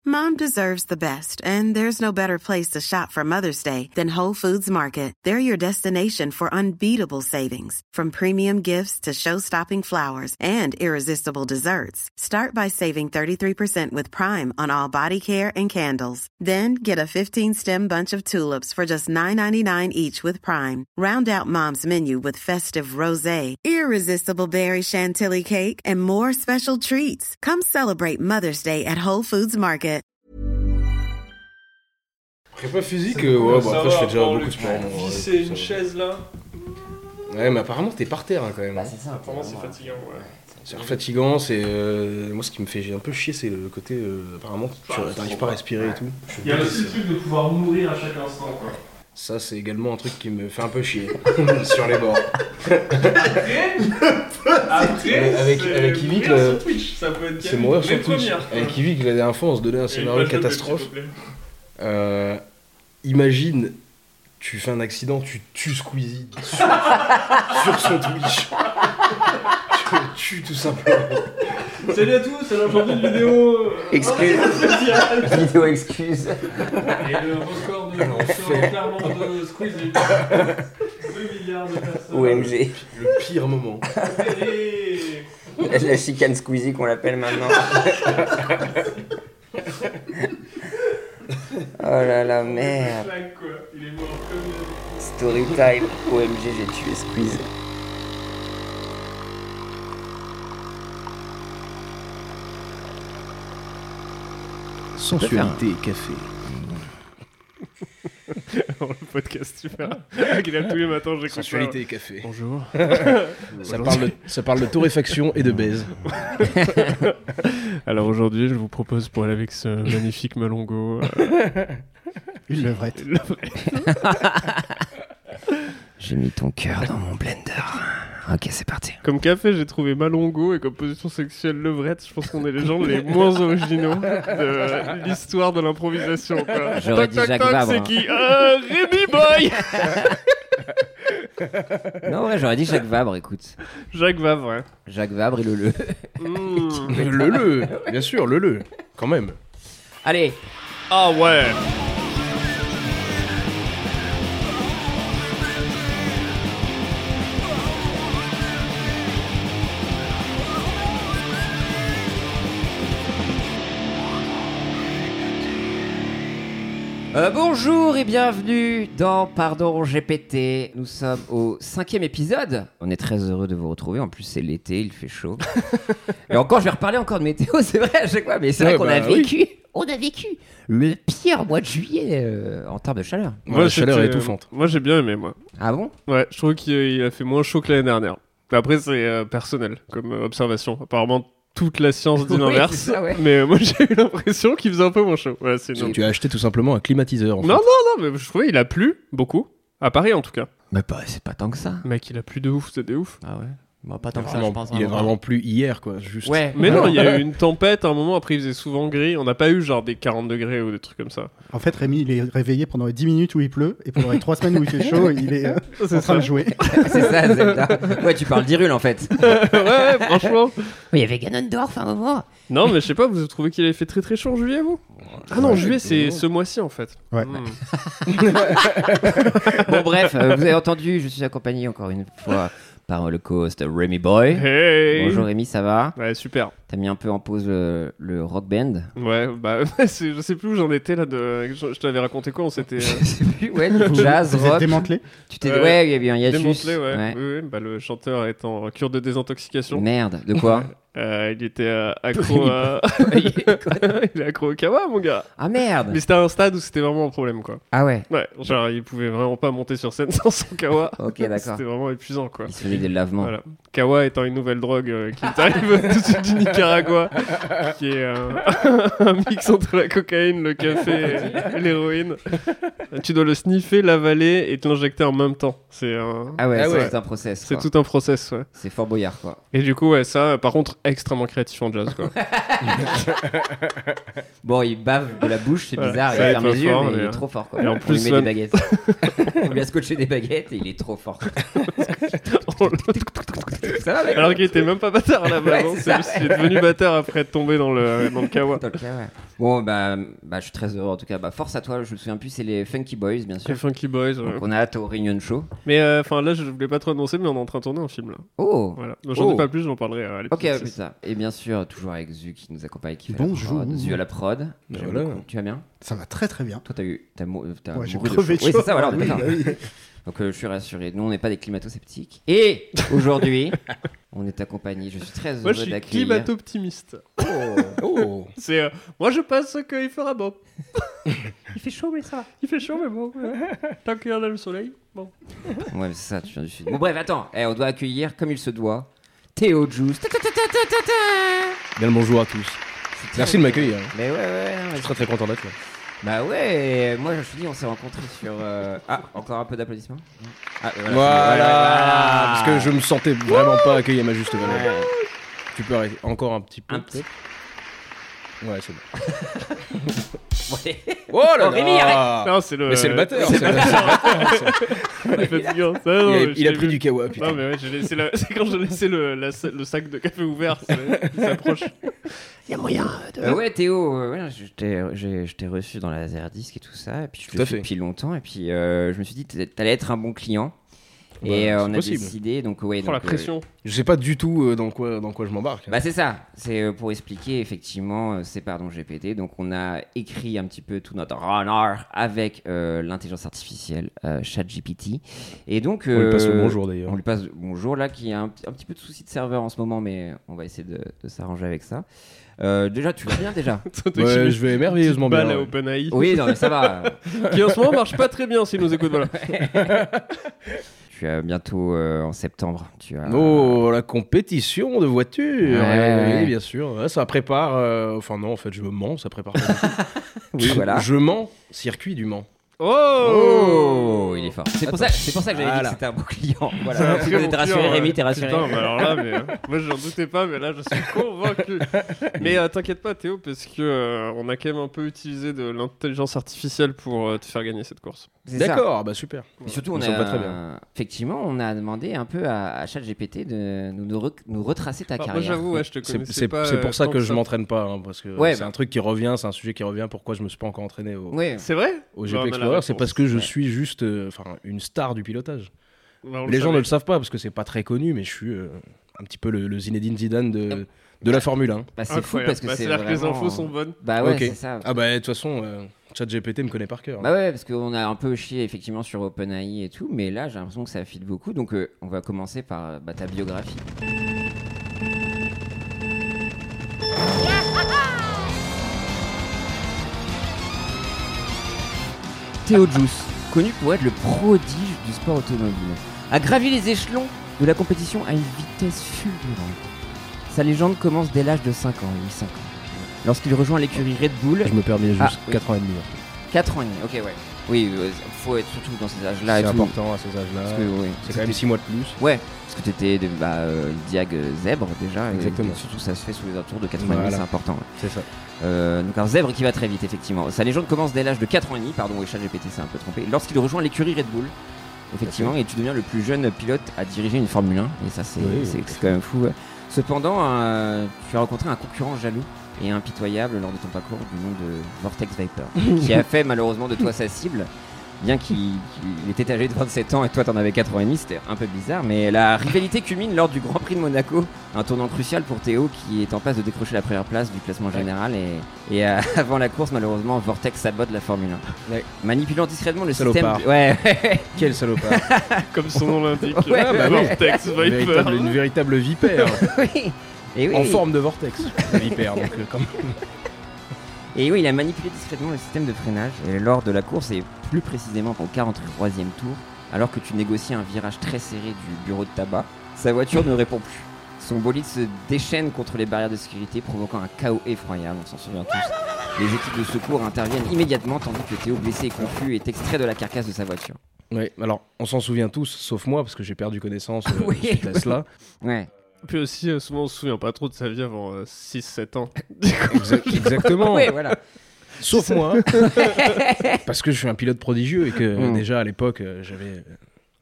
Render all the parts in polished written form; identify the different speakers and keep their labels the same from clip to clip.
Speaker 1: Mom deserves the best, and there's no better place to shop for Mother's Day than Whole Foods Market. They're your destination for unbeatable savings, from premium gifts to show-stopping flowers and irresistible desserts. Start by saving 33% with Prime on all body care and candles. Then get a 15-stem bunch of tulips for just $9.99 each with Prime. Round out Mom's menu with festive rosé, irresistible berry chantilly cake, and more special treats. Come celebrate Mother's Day at Whole Foods Market.
Speaker 2: Prépa physique, ouais, bah après je fais déjà beaucoup de sport.
Speaker 3: C'est une chaise là.
Speaker 2: Ouais, mais apparemment t'es par terre hein, quand même.
Speaker 4: Bah, c'est ça.
Speaker 3: Apparemment c'est fatigant, ouais.
Speaker 2: C'est fatigant, c'est. Moi ce qui me fait un peu chier, c'est le côté. Apparemment, tu n'arrives pas à respirer et tout.
Speaker 3: Il y a aussi le truc de pouvoir mourir à chaque instant, quoi.
Speaker 2: Ça, c'est également un truc qui me fait un peu chier sur les bords.
Speaker 3: Après,
Speaker 2: avec Yvick,
Speaker 3: sur Twitch, ça peut être
Speaker 2: c'est mourir sur Twitch.
Speaker 3: Premières,
Speaker 2: avec Yvick, la dernière fois, on se donnait un scénario de catastrophe. Imagine, tu fais un accident, tu tues Squeezie sur son Twitch. Tu le tues tout simplement.
Speaker 3: Salut à tous, c'est aujourd'hui une vidéo
Speaker 4: Excuse. Vidéo excuse.
Speaker 3: Et le record de clairement de Squeezie. 2 milliards de personnes.
Speaker 4: OMG.
Speaker 2: Le pire moment.
Speaker 4: La chicane Squeezie qu'on l'appelle maintenant. Oh là là, merde.
Speaker 3: Il est mort comme
Speaker 4: Story time. OMG, j'ai tué Squeeze.
Speaker 2: Sensualité et café.
Speaker 3: Alors, le podcast super agréable tous les matins, j'écoute.
Speaker 2: Sensualité et café.
Speaker 3: Bonjour.
Speaker 2: Ça parle de torréfaction et de baise.
Speaker 3: Alors aujourd'hui, je vous propose pour aller avec ce magnifique Malongo.
Speaker 5: Une levrette.
Speaker 4: J'ai mis ton cœur dans mon blender. Ok, c'est parti.
Speaker 3: Comme café, j'ai trouvé Malongo et comme position sexuelle levrette. Je pense qu'on est les gens les moins originaux de l'histoire de l'improvisation. Quoi.
Speaker 4: J'aurais dit Jacques Vabre.
Speaker 3: C'est qui Rémi Boy.
Speaker 4: Non, ouais, j'aurais dit Jacques Vabre, écoute.
Speaker 3: Jacques Vabre, ouais.
Speaker 4: Jacques Vabre et le.
Speaker 2: Le, bien sûr, le, quand même.
Speaker 4: Allez.
Speaker 3: Ah ouais.
Speaker 4: Bonjour et bienvenue dans Pardon GPT. Nous sommes au 5e épisode. On est très heureux de vous retrouver. En plus, c'est l'été, il fait chaud. Et encore, je vais reparler encore de météo, c'est vrai à chaque fois. Mais c'est vrai qu'on a vécu. Oui. On a vécu le pire mois de juillet en termes de chaleur.
Speaker 2: Moi, la chaleur est étouffante.
Speaker 3: Moi, j'ai bien aimé, moi.
Speaker 4: Ah bon ?
Speaker 3: Ouais, je trouve qu'il a fait moins chaud que l'année dernière. Après, c'est personnel comme observation. Apparemment, toute la science dit l'inverse.
Speaker 4: Oui, ça, ouais.
Speaker 3: Mais moi, j'ai eu l'impression qu'il faisait un peu moins chaud. Ouais,
Speaker 2: Tu as acheté tout simplement un climatiseur. En fait.
Speaker 3: Non, mais je trouvais qu'il a plu beaucoup. À Paris, en tout cas.
Speaker 4: Mais c'est pas tant que ça.
Speaker 3: Mec, il a plu de ouf, c'était ouf.
Speaker 4: Ah ouais. Bah, pas tant que ça, je pense.
Speaker 2: Il est vraiment plus hier, quoi. Juste.
Speaker 4: Ouais.
Speaker 3: Mais non, il y a eu une tempête à un moment. Après, il faisait souvent gris. On n'a pas eu genre des 40 degrés ou des trucs comme ça.
Speaker 5: En fait, Rémi, il est réveillé pendant les 10 minutes où il pleut et pendant les 3 semaines où il fait chaud, il est en train de jouer.
Speaker 4: C'est ça, Zelda. Ouais, tu parles d'Hyrule en fait.
Speaker 3: Ouais, franchement.
Speaker 4: Oui, il y avait Ganondorf à un moment.
Speaker 3: Non, mais je sais pas, vous avez trouvé qu'il avait fait très très chaud en juillet, vous ? Ah non, juillet, c'est ce mois-ci en fait.
Speaker 5: Ouais.
Speaker 4: Bon, bref, vous avez entendu, je suis accompagné encore une fois par le co-host Rémi Boy.
Speaker 3: Hey.
Speaker 4: Bonjour Rémi, ça va ?
Speaker 3: Ouais, super.
Speaker 4: T'as mis un peu en pause le rock band.
Speaker 3: Ouais, bah, je sais plus où j'en étais là. Je t'avais raconté quoi ? On s'était.
Speaker 4: Je sais plus, ouais, jazz,
Speaker 5: Vous êtes
Speaker 4: rock.
Speaker 5: démantelé ?
Speaker 4: Tu t'es... Ouais, il y a eu un hiatus.
Speaker 3: Démantelé, ouais. Oui, bah, le chanteur est en cure de désintoxication.
Speaker 4: Merde, de quoi ?
Speaker 3: Il était accro à... Il est accro au kawa, mon gars.
Speaker 4: Ah merde.
Speaker 3: Mais c'était à un stade où c'était vraiment un problème, quoi.
Speaker 4: Ah ouais.
Speaker 3: Ouais, genre il pouvait vraiment pas monter sur scène sans son kawa.
Speaker 4: Ok, d'accord.
Speaker 3: C'était vraiment épuisant, quoi.
Speaker 4: Il se faisait des lavements.
Speaker 3: Voilà. Kawa étant une nouvelle drogue qui t'arrive tout de suite du Nicaragua, qui est un mix entre la cocaïne, le café et l'héroïne. Tu dois le sniffer, l'avaler et te l'injecter en même temps. C'est un...
Speaker 4: Ah ouais, c'est un process.
Speaker 3: C'est tout un process, ouais.
Speaker 4: C'est Fort Boyard, quoi.
Speaker 3: Et du coup, ouais, ça, par contre, extrêmement créatif en jazz, quoi.
Speaker 4: Bon, il bave de la bouche, c'est bizarre, il
Speaker 3: ça
Speaker 4: ferme les yeux,
Speaker 3: fort,
Speaker 4: mais il est trop fort, quoi.
Speaker 3: Et en
Speaker 4: On
Speaker 3: plus,
Speaker 4: lui met des baguettes. On lui a scotché des baguettes et il est trop fort. Ça va, mec?
Speaker 3: Alors qu'il était même pas bâtard à la base.
Speaker 4: Ouais,
Speaker 3: hein.
Speaker 4: c'est
Speaker 3: C'est
Speaker 4: ça.
Speaker 3: juste qu'il est devenu bâtard après être tombé dans le kawa.
Speaker 4: Dans le cas, ouais. Bon, bah, je suis très heureux en tout cas. Bah, force à toi, je me souviens plus, c'est les Funky Boys, bien
Speaker 3: Les
Speaker 4: sûr.
Speaker 3: Funky Boys.
Speaker 4: Donc, on a hâte au Reunion Show.
Speaker 3: Mais enfin là, je voulais pas trop annoncer, mais on est en train de tourner un film là.
Speaker 4: Oh!
Speaker 3: Voilà. Donc, j'en
Speaker 4: Oh.
Speaker 3: ai pas plus, j'en parlerai à l'épisode
Speaker 4: Ok,
Speaker 3: 6.
Speaker 4: plus ça. Et bien sûr, toujours avec Zu qui nous accompagne, qui fait
Speaker 5: Bonjour.
Speaker 4: la prod. Zu à la prod.
Speaker 2: Ben
Speaker 4: J'aime
Speaker 2: voilà.
Speaker 4: beaucoup. Tu vas bien?
Speaker 5: Ça va très très bien.
Speaker 4: Toi, t'as
Speaker 5: Ouais, j'ai
Speaker 4: mouru de
Speaker 5: crevé
Speaker 4: chaud. Oui,
Speaker 5: chaud.
Speaker 4: c'est ça, voilà, on est
Speaker 5: Oui,
Speaker 4: d'accord.
Speaker 5: bah oui.
Speaker 4: Donc, je suis rassuré. Nous, on n'est pas des climato-sceptiques. Et aujourd'hui, on est accompagné. Je suis très heureux
Speaker 3: Moi, je suis
Speaker 4: d'accueillir.
Speaker 3: climato-optimiste.
Speaker 2: Oh.
Speaker 3: C'est moi, je pense qu'il fera beau.
Speaker 4: Il fait chaud, mais ça.
Speaker 3: Il fait chaud, mais bon. Tant qu'il y en a le soleil, bon.
Speaker 4: Ouais, mais c'est ça, tu viens du sud. Bon, bref, attends. On doit accueillir, comme il se doit, Théo Juice.
Speaker 2: Bien le bonjour à tous. Merci de m'accueillir.
Speaker 4: Mais ouais,
Speaker 2: Je suis très très content d'être là.
Speaker 4: bah ouais, moi je me suis dit, on s'est rencontrés sur. Ah, encore un peu d'applaudissements. Ah,
Speaker 2: Voilà. Parce que je me sentais vraiment pas accueilli à ma juste valeur.
Speaker 4: Ouais.
Speaker 2: Tu peux arrêter encore un petit peu.
Speaker 4: Un petit-
Speaker 2: peut-être Ouais, c'est bon.
Speaker 4: Ouais.
Speaker 2: Oh là
Speaker 4: Oh, Rémi,
Speaker 2: là.
Speaker 3: Non, c'est le.
Speaker 2: Mais c'est le batteur.
Speaker 3: C'est
Speaker 2: c'est le batteur.
Speaker 3: le fatigant. Ça, non, mais
Speaker 2: Il
Speaker 3: je
Speaker 2: a
Speaker 3: l'ai
Speaker 2: pris
Speaker 3: vu.
Speaker 2: du kawa, putain.
Speaker 3: Non, mais ouais, j'ai laissé c'est quand j'ai laissé le sac de café ouvert. Il s'approche. Il y a moyen de.
Speaker 4: Ouais, Théo, ouais, je t'ai reçu dans la Laserdisc et tout ça. Et puis je
Speaker 2: Tout
Speaker 4: le
Speaker 2: à
Speaker 4: fais
Speaker 2: fait.
Speaker 4: depuis longtemps. Et puis je me suis dit, t'allais être un bon client.
Speaker 2: Bah,
Speaker 4: Et
Speaker 2: c'est
Speaker 4: on a
Speaker 2: possible.
Speaker 4: décidé, donc ouais.
Speaker 3: Oh, la
Speaker 4: donc,
Speaker 3: pression.
Speaker 2: Je sais pas du tout dans quoi je m'embarque.
Speaker 4: Bah c'est ça, c'est pour expliquer effectivement, c'est Pardon GPT, donc on a écrit un petit peu tout notre runner avec l'intelligence artificielle ChatGPT, et donc
Speaker 2: On lui passe le bonjour d'ailleurs.
Speaker 4: on lui passe le bonjour là, qui a un petit peu de soucis de serveur en ce moment, mais on va essayer de s'arranger avec ça. Déjà, tu vas bien déjà?
Speaker 2: Ouais, je vais merveilleusement bien.
Speaker 3: Balle à
Speaker 2: ouais.
Speaker 3: OpenAI.
Speaker 4: Oui, non mais ça va.
Speaker 3: Qui en ce moment marche pas très bien s'il nous écoute. Voilà.
Speaker 4: Tu as bientôt en septembre, tu as...
Speaker 2: Oh, la compétition de voitures.
Speaker 4: Ouais.
Speaker 2: Oui, bien sûr. Ouais, ça prépare. Enfin, non, en fait, je me mens. Ça prépare. Pas du tout.
Speaker 4: Oui, voilà.
Speaker 2: Je mens. Circuit du Mans.
Speaker 4: Oh, il est fort. C'est pour ça que j'avais dit que
Speaker 2: Voilà.
Speaker 4: c'était un bon client.
Speaker 3: C'est
Speaker 4: Voilà.
Speaker 3: un
Speaker 4: Tu
Speaker 3: très
Speaker 4: t'es
Speaker 3: bon
Speaker 4: rassuré,
Speaker 3: client,
Speaker 4: Rémi,
Speaker 3: ouais.
Speaker 4: t'es rassuré.
Speaker 3: Putain, mais alors là, moi j'en doutais pas, mais là je suis convaincu. Mais t'inquiète pas, Théo, parce que on a quand même un peu utilisé de l'intelligence artificielle pour te faire gagner cette course.
Speaker 4: C'est ça.
Speaker 2: D'accord, bah super.
Speaker 4: Et surtout,
Speaker 2: Ça me va très bien.
Speaker 4: effectivement, on a demandé un peu à ChatGPT de nous retracer ta
Speaker 3: Moi
Speaker 4: carrière.
Speaker 3: j'avoue, ouais, je te
Speaker 2: C'est
Speaker 3: connaissais pas.
Speaker 2: c'est pour ça
Speaker 3: tant
Speaker 2: que je m'entraîne pas, hein, parce que
Speaker 4: Ouais,
Speaker 2: c'est
Speaker 4: bah.
Speaker 2: un truc qui revient, c'est un sujet qui revient. Pourquoi je me suis pas encore entraîné
Speaker 4: Oui.
Speaker 3: C'est vrai
Speaker 2: au
Speaker 3: Bah,
Speaker 2: GP
Speaker 3: on a la
Speaker 2: Explorer, c'est
Speaker 3: réponse.
Speaker 2: parce que je
Speaker 4: Ouais.
Speaker 2: suis juste une star du pilotage.
Speaker 3: Bah, on
Speaker 2: Les gens
Speaker 3: savait.
Speaker 2: ne le savent pas parce que c'est pas très connu, mais je suis un petit peu le Zinedine Zidane de la Formule 1.
Speaker 4: Bah, c'est fou
Speaker 3: Incroyable.
Speaker 4: parce que
Speaker 3: Bah,
Speaker 4: c'est
Speaker 3: c'est-à-dire que les
Speaker 4: vraiment-
Speaker 3: infos sont bonnes.
Speaker 4: Bah ouais,
Speaker 2: Ok.
Speaker 4: c'est ça.
Speaker 2: Ah bah de toute façon, ChatGPT me connaît par cœur.
Speaker 4: Bah ouais, parce qu'on a un peu chié effectivement sur OpenAI et tout, mais là j'ai l'impression que ça fit beaucoup. Donc on va commencer par ta biographie. Théo Juice, connu pour être le prodige du sport automobile, a gravi les échelons de la compétition à une vitesse fulgurante. Sa légende commence dès l'âge de 5 ans, oui, 5 ans. Lorsqu'il rejoint l'écurie Red Bull,
Speaker 2: Je me permets juste
Speaker 4: Ah, oui.
Speaker 2: 4 ans et demi.
Speaker 4: 4 ans et demi, ok ouais. Oui, faut être surtout dans ces âges-là
Speaker 2: C'est
Speaker 4: et tout.
Speaker 2: important à ces âges-là.
Speaker 4: Parce que, oui,
Speaker 2: C'est quand même 6 mois de plus.
Speaker 4: Ouais, parce que t'étais diag zèbre déjà.
Speaker 2: Exactement.
Speaker 4: Et surtout ça se fait sous les alentours de 4 ans et demi,
Speaker 2: Voilà.
Speaker 4: c'est important. Ouais.
Speaker 2: C'est ça.
Speaker 4: Donc un zèbre qui va très vite effectivement. Sa légende commence dès l'âge de 4 ans et demi, pardon, oui, ChatGPT s'est un peu trompé, lorsqu'il rejoint l'écurie Red Bull. Effectivement, et tu deviens le plus jeune pilote à diriger une Formule 1, et ça c'est
Speaker 2: Oui.
Speaker 4: c'est quand même fou. Ouais. Cependant, tu as rencontré un concurrent jaloux et impitoyable lors de ton parcours du nom de Vortex Viper, qui a fait malheureusement de toi sa cible. Bien qu'il était âgé de 27 ans et toi t'en avais 4 ans et demi, c'était un peu bizarre, mais la rivalité culmine lors du Grand Prix de Monaco, un tournant crucial pour Théo qui est en passe de décrocher la première place du classement général et avant la course malheureusement Vortex sabote la Formule 1.
Speaker 2: Ouais.
Speaker 4: Manipulant discrètement le
Speaker 2: Salopard.
Speaker 4: système... Ouais,
Speaker 2: Quel salopard.
Speaker 3: Comme son nom l'indique.
Speaker 4: Ouais,
Speaker 2: bah oui.
Speaker 3: Vortex Viper.
Speaker 2: Une véritable vipère.
Speaker 4: oui. Et oui.
Speaker 2: En forme de vortex. La vipère, donc comme...
Speaker 4: Et oui, il a manipulé discrètement le système de freinage et lors de la course et plus précisément au 43e tour, alors que tu négociais un virage très serré du bureau de tabac, sa voiture ne répond plus. Son bolide se déchaîne contre les barrières de sécurité, provoquant un chaos effroyable, on s'en souvient tous. Les équipes de secours interviennent immédiatement tandis que Théo, blessé et confus, est extrait de la carcasse de sa voiture.
Speaker 2: Ouais, alors on s'en souvient tous, sauf moi, parce que j'ai perdu connaissance
Speaker 4: Oui,
Speaker 2: suite à cela.
Speaker 4: Ouais.
Speaker 3: Puis aussi, souvent on se souvient pas trop de sa vie avant 6-7 ans.
Speaker 2: Exactement.
Speaker 4: Ouais, voilà.
Speaker 2: Sauf moi, parce que je suis un pilote prodigieux et que déjà à l'époque j'avais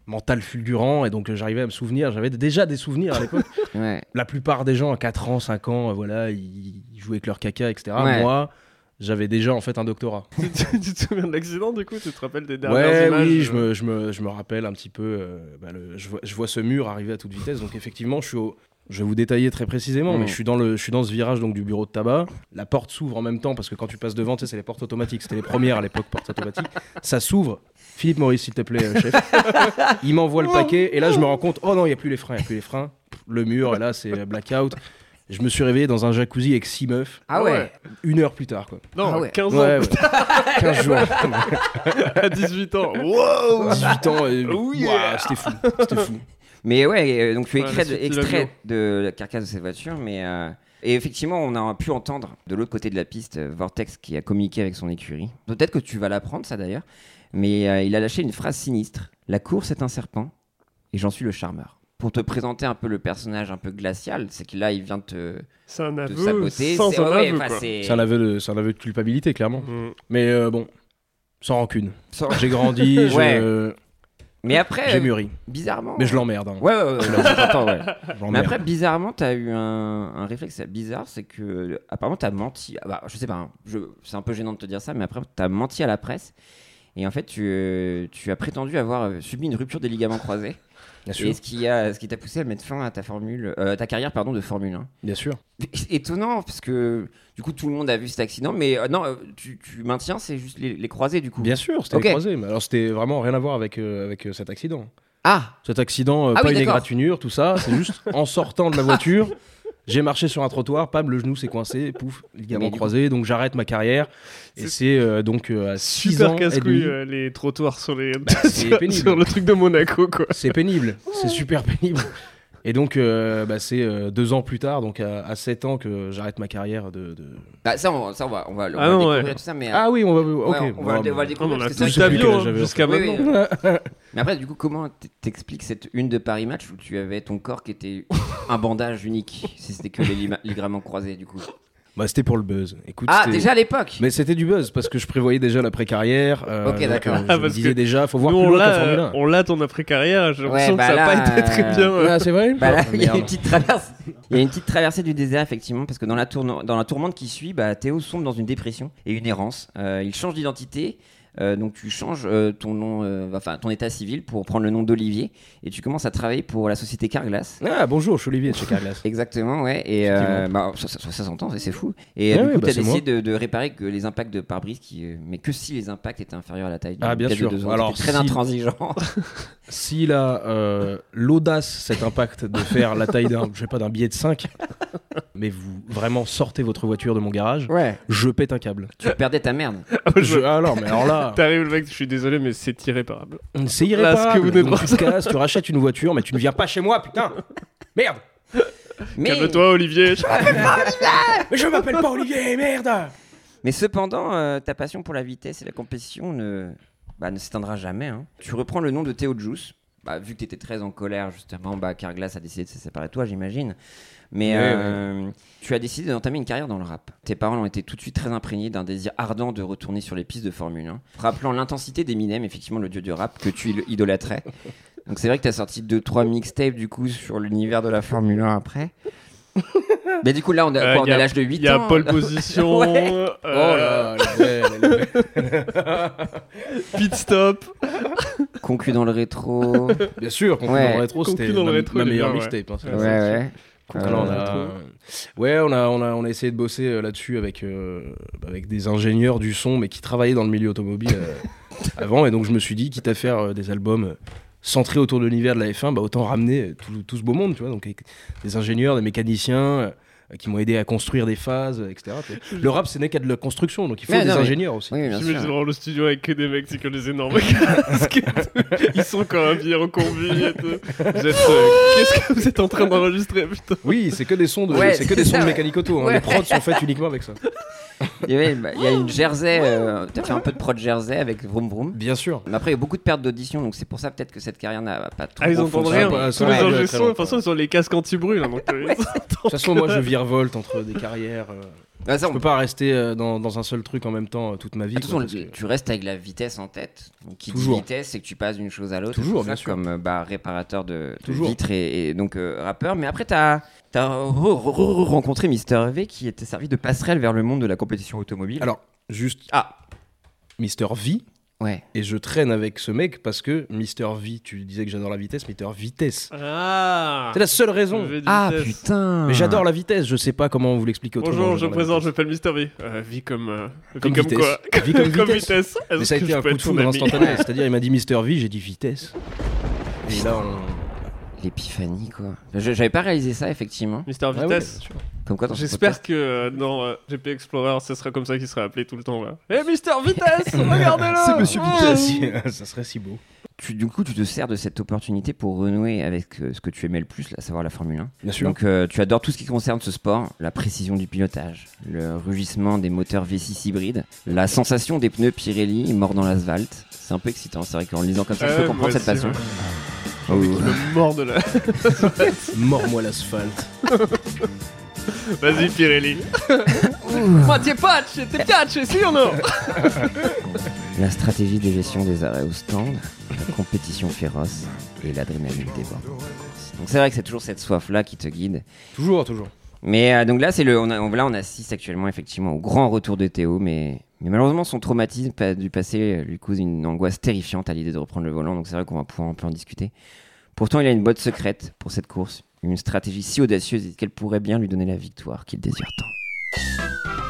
Speaker 2: mental fulgurant, et donc j'arrivais à me souvenir, j'avais déjà des souvenirs à l'époque.
Speaker 4: Ouais.
Speaker 2: La plupart des gens à 4 ans, 5 ans, voilà, ils jouaient avec leur caca, etc.
Speaker 4: Ouais.
Speaker 2: Moi, j'avais déjà en fait un doctorat.
Speaker 3: Tu te souviens de l'accident du coup? Tu te rappelles des dernières images?
Speaker 2: Oui, je me rappelle un petit peu. Je vois ce mur arriver à toute vitesse, donc effectivement, je vais vous détailler très précisément, mais je suis dans ce virage donc du bureau de tabac. La porte s'ouvre en même temps parce que quand tu passes devant, tu sais, c'est les portes automatiques. C'était les premières à l'époque, portes automatiques. Ça s'ouvre. Philippe Maurice, s'il te plaît, chef. Il m'envoie le paquet et là, je me rends compte, oh non, il n'y a plus les freins, Le mur, et là, c'est blackout. Je me suis réveillé dans un jacuzzi avec 6 meufs.
Speaker 4: Ah ouais.
Speaker 2: 1 heure plus tard, quoi.
Speaker 3: Non,
Speaker 4: Ah ouais.
Speaker 3: 15 ans.
Speaker 2: Ouais. 15 jours.
Speaker 3: À 18 ans. Wow.
Speaker 2: 18 ans. Et...
Speaker 3: Oh yeah.
Speaker 2: Ouah, c'était fou.
Speaker 4: Mais ouais, donc tu
Speaker 3: Ouais, la suite du
Speaker 4: extrait
Speaker 3: avion.
Speaker 4: de la carcasse de cette voiture, mais et effectivement, on a pu entendre de l'autre côté de la piste Vortex qui a communiqué avec son écurie. Peut-être que tu vas l'apprendre ça d'ailleurs, mais il a lâché une phrase sinistre. La course est un serpent et j'en suis le charmeur. Pour te présenter un peu le personnage un peu glacial, c'est que là il vient
Speaker 3: C'est un
Speaker 4: te
Speaker 3: aveu
Speaker 4: saboter.
Speaker 3: sans un
Speaker 4: ouais,
Speaker 3: aveu,
Speaker 4: enfin,
Speaker 3: quoi.
Speaker 2: C'est un aveu de culpabilité, clairement.
Speaker 3: Mm.
Speaker 2: Mais bon, sans rancune.
Speaker 4: Sans-
Speaker 2: J'ai grandi,
Speaker 4: Ouais. Mais après,
Speaker 2: j'ai mûri.
Speaker 4: bizarrement.
Speaker 2: Mais je l'emmerde. Hein.
Speaker 4: Ouais, j'entends, ouais.
Speaker 2: Je
Speaker 4: Mais
Speaker 2: l'emmerde.
Speaker 4: après, bizarrement, t'as eu un réflexe bizarre, c'est que apparemment t'as menti. Bah, je sais pas, hein, c'est un peu gênant de te dire ça, mais après t'as menti à la presse. Et en fait, tu as prétendu avoir subi une rupture des ligaments croisés.
Speaker 2: Bien sûr.
Speaker 4: Et ce qui t'a poussé à mettre fin à ta carrière de Formule 1.
Speaker 2: Bien sûr.
Speaker 4: Étonnant, parce que du coup, tout le monde a vu cet accident, mais non, tu maintiens, c'est juste les croisés du coup.
Speaker 2: Bien sûr, c'était
Speaker 4: Ok.
Speaker 2: les croisés. Mais alors, c'était vraiment rien à voir avec cet accident.
Speaker 4: Ah,
Speaker 2: Cet accident,
Speaker 4: Ah
Speaker 2: pas
Speaker 4: oui,
Speaker 2: une
Speaker 4: d'accord.
Speaker 2: égratignure, tout ça. C'est juste en sortant de la voiture, j'ai marché sur un trottoir, pam, le genou s'est coincé, pouf, ligament
Speaker 4: Mais du
Speaker 2: croisé. Donc j'arrête ma carrière. Et c'est donc à 6
Speaker 3: Super
Speaker 2: ans et
Speaker 3: casse-couille
Speaker 2: demi.
Speaker 3: les trottoirs sur les
Speaker 2: c'est
Speaker 3: sur,
Speaker 2: pénible.
Speaker 3: sur le truc de Monaco quoi.
Speaker 2: C'est pénible, c'est super pénible. Et donc, c'est 2 ans plus tard, donc à 7 ans, que j'arrête ma carrière de...
Speaker 4: bah ça on va
Speaker 3: Ah non,
Speaker 4: découvrir
Speaker 3: ouais.
Speaker 4: tout ça, mais
Speaker 2: Ah oui, on va... Ok.
Speaker 4: ouais, on va le
Speaker 3: On
Speaker 4: découvrir.
Speaker 3: a
Speaker 4: parce que
Speaker 3: tout
Speaker 4: ça,
Speaker 2: je sais
Speaker 3: ta
Speaker 2: plus
Speaker 3: bio
Speaker 2: quel âge
Speaker 3: hein,
Speaker 2: j'avais,
Speaker 3: jusqu'à
Speaker 4: Oui, oui.
Speaker 3: maintenant.
Speaker 4: Mais après, du coup, comment t'expliques cette une de Paris Match où tu avais ton corps qui était un bandage unique, si c'était que les ligaments croisés, du coup.
Speaker 2: Bah, c'était pour le buzz. Écoute,
Speaker 4: Ah,
Speaker 2: c'était-
Speaker 4: déjà à l'époque.
Speaker 2: Mais c'était du buzz, parce que je prévoyais déjà l'après-carrière.
Speaker 4: Ok,
Speaker 2: donc,
Speaker 4: d'accord.
Speaker 2: je
Speaker 3: Ah,
Speaker 2: me
Speaker 3: parce
Speaker 2: disais
Speaker 3: que
Speaker 2: déjà, faut voir
Speaker 3: Nous
Speaker 2: plus
Speaker 3: on
Speaker 2: loin que la Formule
Speaker 3: l'a
Speaker 2: 1.
Speaker 3: on l'a ton après-carrière, j'ai l'impression
Speaker 4: Ouais,
Speaker 3: que ça
Speaker 4: bah
Speaker 3: a
Speaker 4: là,
Speaker 3: pas été très bien.
Speaker 2: Ah, c'est vrai
Speaker 4: Bah là, il y a
Speaker 2: Merde.
Speaker 4: une petite traversée. Il y a une petite traversée du désert, effectivement, parce que dans la tourmente qui suit, bah, Théo sombre dans une dépression et une errance. Il change d'identité. Donc tu changes ton nom, ton état civil pour prendre le nom d'Olivier et tu commences à travailler pour la société Carglass.
Speaker 2: Ah, bonjour, je suis Olivier de chez Carglass.
Speaker 4: Exactement, ouais. Et
Speaker 2: Effectivement.
Speaker 4: ça s'entend, c'est fou. Et
Speaker 2: Ouais,
Speaker 4: du
Speaker 2: ouais,
Speaker 4: coup,
Speaker 2: bah,
Speaker 4: tu as
Speaker 2: c'est
Speaker 4: décidé de réparer que les impacts de pare-brise, mais que si les impacts étaient inférieurs à la taille du
Speaker 2: Ah, bien
Speaker 4: cadet
Speaker 2: sûr.
Speaker 4: de deux autres.
Speaker 2: Alors,
Speaker 4: T'étais très
Speaker 2: si-
Speaker 4: intransigeant.
Speaker 2: S'il a l'audace, cet impact, de faire la taille d'un billet de 5, mais vous vraiment sortez votre voiture de mon garage,
Speaker 4: Ouais.
Speaker 2: je pète un câble.
Speaker 4: Tu perdais ta merde.
Speaker 2: Ah non, mais alors là,
Speaker 3: T'arrives le mec, je suis désolé mais c'est irréparable.
Speaker 2: c'est
Speaker 3: Là, ce que
Speaker 2: irréparable.
Speaker 3: vous venez de
Speaker 2: Donc,
Speaker 3: voir.
Speaker 2: tu te casses, tu rachètes une voiture, mais tu ne viens pas chez moi, putain. Merde.
Speaker 4: Mais,
Speaker 3: Calme-toi Olivier.
Speaker 2: Mais je m'appelle pas Olivier, merde.
Speaker 4: mais cependant, ta passion pour la vitesse et la compétition ne s'éteindra jamais. Hein. Tu reprends le nom de Théo Juice. Bah, vu que tu étais très en colère, justement, Carglass a décidé de se séparer de toi, j'imagine. Mais
Speaker 2: Ouais.
Speaker 4: tu as décidé d'entamer une carrière dans le rap. Tes paroles ont été tout de suite très imprégnées d'un désir ardent de retourner sur les pistes de Formule 1, rappelant l'intensité d'Eminem, effectivement le dieu du rap, que tu idolâtrais. Donc c'est vrai que tu as sorti 2-3 mixtapes du coup sur l'univers de la Formule 1 après. Mais du coup là on est à l'âge de 8 ans.
Speaker 3: Il y a pole position,
Speaker 4: Ouais.
Speaker 2: Oh là, elle est belle.
Speaker 3: pit stop.
Speaker 4: Concu dans le rétro.
Speaker 2: Bien sûr, Concu
Speaker 4: Ouais.
Speaker 2: dans le rétro,
Speaker 3: Concu
Speaker 2: c'était
Speaker 3: dans le
Speaker 2: ma
Speaker 3: rétro,
Speaker 2: ma
Speaker 3: il est
Speaker 2: meilleure
Speaker 3: bien, ouais.
Speaker 2: mixtape. Hein, ça.
Speaker 4: Ouais.
Speaker 2: Alors, on a essayé de bosser là-dessus avec des ingénieurs du son, mais qui travaillaient dans le milieu automobile avant. Et donc je me suis dit, quitte à faire des albums centrés autour de l'univers de la F1, autant ramener tout ce beau monde, tu vois. Donc avec des ingénieurs, des mécaniciens qui m'ont aidé à construire des phases, etc. Le rap, ce n'est qu'à de la construction, donc il faut
Speaker 4: Mais
Speaker 2: des
Speaker 4: non, mais-
Speaker 2: ingénieurs aussi.
Speaker 4: Oui, bien
Speaker 3: J'imagine
Speaker 4: sûr.
Speaker 3: vraiment le studio avec que des mecs, c'est que des énormes casques. Ils sont quand habillés en combi et tout. Vous êtes, qu'est-ce que vous êtes en train d'enregistrer, putain?
Speaker 2: Oui, c'est que des sons de,
Speaker 4: Ouais,
Speaker 2: c'est que
Speaker 4: c'est
Speaker 2: des sons
Speaker 4: ça,
Speaker 2: de
Speaker 4: ouais.
Speaker 2: mécanique auto. Hein.
Speaker 4: Ouais.
Speaker 2: Les prods sont faits uniquement avec ça.
Speaker 4: Il y a une jersey, t'as fait un peu de prod jersey avec Vroom Vroom.
Speaker 2: Bien sûr.
Speaker 4: Mais après, il y a beaucoup de pertes d'audition, donc c'est pour ça peut-être que cette carrière n'a pas trop.
Speaker 3: Ah, ils entendent
Speaker 4: fonctionné.
Speaker 3: rien.
Speaker 2: bah,
Speaker 3: Tous
Speaker 2: ça
Speaker 3: les
Speaker 2: va,
Speaker 3: enregistrements,
Speaker 2: très
Speaker 3: de toute façon, ils ont les casques anti-bruit là. Donc,
Speaker 2: De toute façon, moi, je virevolte entre des carrières
Speaker 4: Ah, ça,
Speaker 2: Je peux pas rester dans un seul truc en même temps toute ma vie.
Speaker 4: Attention,
Speaker 2: quoi, parce que-
Speaker 4: tu restes avec la vitesse en tête. Donc, qui dit
Speaker 2: Toujours.
Speaker 4: vitesse, c'est que tu passes d'une chose à l'autre.
Speaker 2: Toujours,
Speaker 4: C'est ça,
Speaker 2: bien sûr.
Speaker 4: comme réparateur de
Speaker 2: Toujours.
Speaker 4: vitres et donc rappeur. Mais après, t'as rencontré Mister V qui était servi de passerelle vers le monde de la compétition automobile.
Speaker 2: Alors, juste
Speaker 4: Ah,
Speaker 2: Mister V,
Speaker 4: ouais.
Speaker 2: et je traîne avec ce mec parce que Mister V, tu disais que j'adore la vitesse, Mister Vitesse.
Speaker 3: Ah
Speaker 2: C'est la seule raison.
Speaker 3: V de
Speaker 4: Ah,
Speaker 3: vitesse.
Speaker 4: putain.
Speaker 2: Mais j'adore la vitesse, je sais pas comment vous l'expliquer autrement.
Speaker 3: Bonjour, je
Speaker 2: j'adore la
Speaker 3: présente, je
Speaker 2: vitesse.
Speaker 3: m'appelle Mister V. Vie
Speaker 2: Comme
Speaker 3: comme
Speaker 2: vitesse.
Speaker 3: quoi
Speaker 2: Vie comme
Speaker 3: Comme
Speaker 2: vitesse.
Speaker 3: vitesse.
Speaker 2: Mais
Speaker 3: Est-ce
Speaker 2: ça a
Speaker 3: que
Speaker 2: été
Speaker 3: je
Speaker 2: un
Speaker 3: peux
Speaker 2: coup de
Speaker 3: être ton
Speaker 2: foudre
Speaker 3: ami
Speaker 2: instantané, c'est-à-dire il m'a dit Mister V, j'ai dit vitesse. Et là,
Speaker 4: L'épiphanie, quoi. J'avais pas réalisé ça, effectivement.
Speaker 3: Mister
Speaker 2: Ah ouais,
Speaker 3: Vitesse.
Speaker 2: bien sûr.
Speaker 4: Comme quoi, dans ce
Speaker 3: J'espère
Speaker 4: podcast-
Speaker 3: que dans GP Explorer, ce sera comme ça qu'il sera appelé tout le temps là. Eh Mister Vitesse, regardez-le.
Speaker 2: C'est Monsieur
Speaker 3: Ah.
Speaker 2: Vitesse. Ça serait si beau.
Speaker 4: Du coup, tu te sers de cette opportunité pour renouer avec ce que tu aimais le plus, à savoir la Formule 1.
Speaker 2: Bien sûr.
Speaker 4: Donc, tu adores tout ce qui concerne ce sport, la précision du pilotage, le rugissement des moteurs V6 hybrides, la sensation des pneus Pirelli morts dans l'asphalte. C'est un peu excitant, c'est vrai qu'en le lisant comme ça, je peux
Speaker 3: Ouais,
Speaker 4: comprendre
Speaker 3: moi
Speaker 4: cette
Speaker 3: aussi,
Speaker 4: passion.
Speaker 3: ouais.
Speaker 4: Oh,
Speaker 3: Le mort de la.
Speaker 2: Mors-moi l'asphalte.
Speaker 3: Vas-y Pirelli. Ma ti piace, sì o no?
Speaker 4: La stratégie de gestion des arrêts au stand, la compétition féroce et l'adrénaline débordante. Donc c'est vrai que c'est toujours cette soif-là qui te guide.
Speaker 2: Toujours.
Speaker 4: Mais donc là, on assiste actuellement effectivement au grand retour de Théo, mais malheureusement son traumatisme du passé lui cause une angoisse terrifiante à l'idée de reprendre le volant, donc c'est vrai qu'on va pouvoir un peu en discuter. Pourtant, il a une botte secrète pour cette course, une stratégie si audacieuse qu'elle pourrait bien lui donner la victoire qu'il désire tant.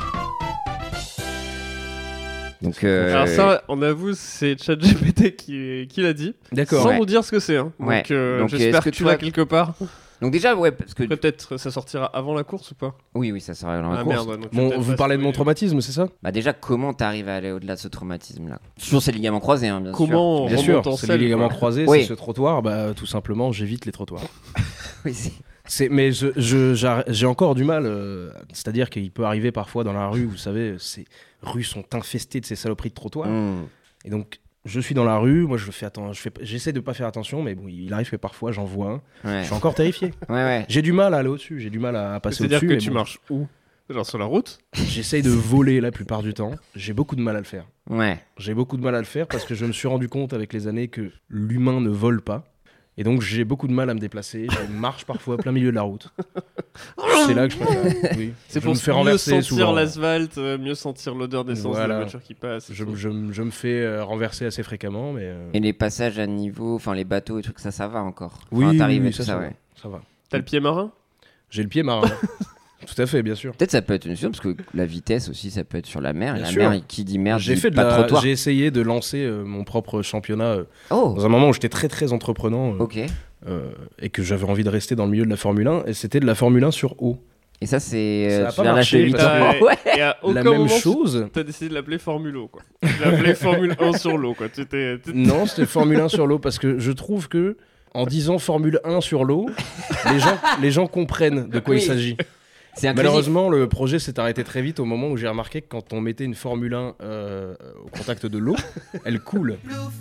Speaker 4: Donc,
Speaker 3: Alors ça, on avoue, c'est ChatGPT qui l'a dit.
Speaker 2: D'accord.
Speaker 3: Sans
Speaker 4: Ouais.
Speaker 3: nous dire ce que c'est. Hein.
Speaker 4: Ouais.
Speaker 3: Donc,
Speaker 4: Donc,
Speaker 3: j'espère
Speaker 4: est-ce
Speaker 3: que
Speaker 4: que
Speaker 3: tu
Speaker 4: tu
Speaker 3: l'as
Speaker 4: vas-
Speaker 3: quelque part.
Speaker 4: donc déjà, ouais, parce que
Speaker 3: Peut-être ça sortira avant la course ou pas?
Speaker 4: oui, ça sera dans la
Speaker 3: Ah
Speaker 4: course.
Speaker 3: merde, ouais, donc
Speaker 2: Bon,
Speaker 3: peut-être
Speaker 2: vous
Speaker 3: pas
Speaker 2: parlez de mon
Speaker 3: spoiler.
Speaker 2: traumatisme, c'est ça?
Speaker 4: Bah déjà, comment t'arrives à aller au-delà de ce traumatisme-là? Sur ces ligaments croisés, hein, bien sûr.
Speaker 3: Comment on
Speaker 2: Bien
Speaker 3: remonte
Speaker 2: sûr,
Speaker 3: en
Speaker 2: c'est
Speaker 3: selle,
Speaker 2: les ligaments
Speaker 3: quoi.
Speaker 2: croisés,
Speaker 4: Oui.
Speaker 2: c'est ce trottoir, bah tout simplement, j'évite les trottoirs.
Speaker 4: Oui, c'est-
Speaker 2: Mais j'ai encore du mal, c'est-à-dire qu'il peut arriver parfois dans la rue, vous savez, ces rues sont infestées de ces saloperies de trottoirs,
Speaker 4: Mmh.
Speaker 2: et donc je suis dans la rue, moi j'essaie de pas faire attention, mais bon, il arrive que parfois j'en vois un,
Speaker 4: Ouais.
Speaker 2: je suis encore terrifié.
Speaker 4: Ouais.
Speaker 2: J'ai du mal à aller au-dessus, j'ai du mal à passer
Speaker 3: C'est-à-dire
Speaker 2: au-dessus.
Speaker 3: que
Speaker 2: mais
Speaker 3: tu
Speaker 2: bon,
Speaker 3: marches où? Genre sur la route?
Speaker 2: J'essaye de voler la plupart du temps, j'ai beaucoup de mal à le faire.
Speaker 4: Ouais.
Speaker 2: J'ai beaucoup de mal à le faire parce que je me suis rendu compte avec les années que l'humain ne vole pas. Et donc j'ai beaucoup de mal à me déplacer. Je marche parfois à plein milieu de la route. C'est là que je préfère. Oui.
Speaker 3: C'est
Speaker 2: Je
Speaker 3: pour
Speaker 2: me fais
Speaker 3: mieux
Speaker 2: renverser
Speaker 3: sentir
Speaker 2: souvent.
Speaker 3: l'asphalte, mieux sentir l'odeur d'essence de la
Speaker 2: Voilà.
Speaker 3: voiture qui passe. et
Speaker 2: Je,
Speaker 3: tout.
Speaker 2: je me fais renverser assez fréquemment, mais
Speaker 4: Et les passages à niveau, enfin les bateaux et trucs, ça va encore.
Speaker 2: oui,
Speaker 4: Enfin,
Speaker 2: oui,
Speaker 4: t'arrives
Speaker 2: oui,
Speaker 4: et tout ça,
Speaker 2: va.
Speaker 4: ouais.
Speaker 2: Ça va.
Speaker 3: T'as le pied marin?
Speaker 2: J'ai le pied marin. Tout à fait, bien sûr.
Speaker 4: Peut-être ça peut être une solution parce que la vitesse aussi, ça peut être sur la mer. Et
Speaker 2: Bien
Speaker 4: la
Speaker 2: sûr.
Speaker 4: mer, qui dit mer,
Speaker 2: J'ai
Speaker 4: dit
Speaker 2: fait
Speaker 4: pas de trottoir.
Speaker 2: j'ai essayé de lancer mon propre championnat
Speaker 4: Oh,
Speaker 2: dans un moment où j'étais très très entreprenant
Speaker 4: ok.
Speaker 2: et que j'avais envie de rester dans le milieu de la Formule 1 et c'était de la Formule 1 sur eau.
Speaker 4: Et ça, c'est.
Speaker 2: Ça a
Speaker 4: Tu
Speaker 2: pas
Speaker 4: viens
Speaker 2: marché,
Speaker 4: lâcher 8
Speaker 2: parce
Speaker 4: ans.
Speaker 3: que-
Speaker 4: Ouais.
Speaker 3: Et à aucun
Speaker 2: La même
Speaker 3: moment,
Speaker 2: chose.
Speaker 3: t'as décidé de l'appeler Formulo, quoi. Tu l'as appelé Formule 1 sur l'eau, quoi.
Speaker 2: Non, c'était Formule 1 sur l'eau parce que je trouve que en disant Formule 1 sur l'eau, les gens comprennent de quoi
Speaker 4: Oui.
Speaker 2: il s'agit.
Speaker 4: C'est inclusif.
Speaker 2: Malheureusement, le projet s'est arrêté très vite au moment où j'ai remarqué que quand on mettait une Formule 1 au contact de l'eau, elle coule.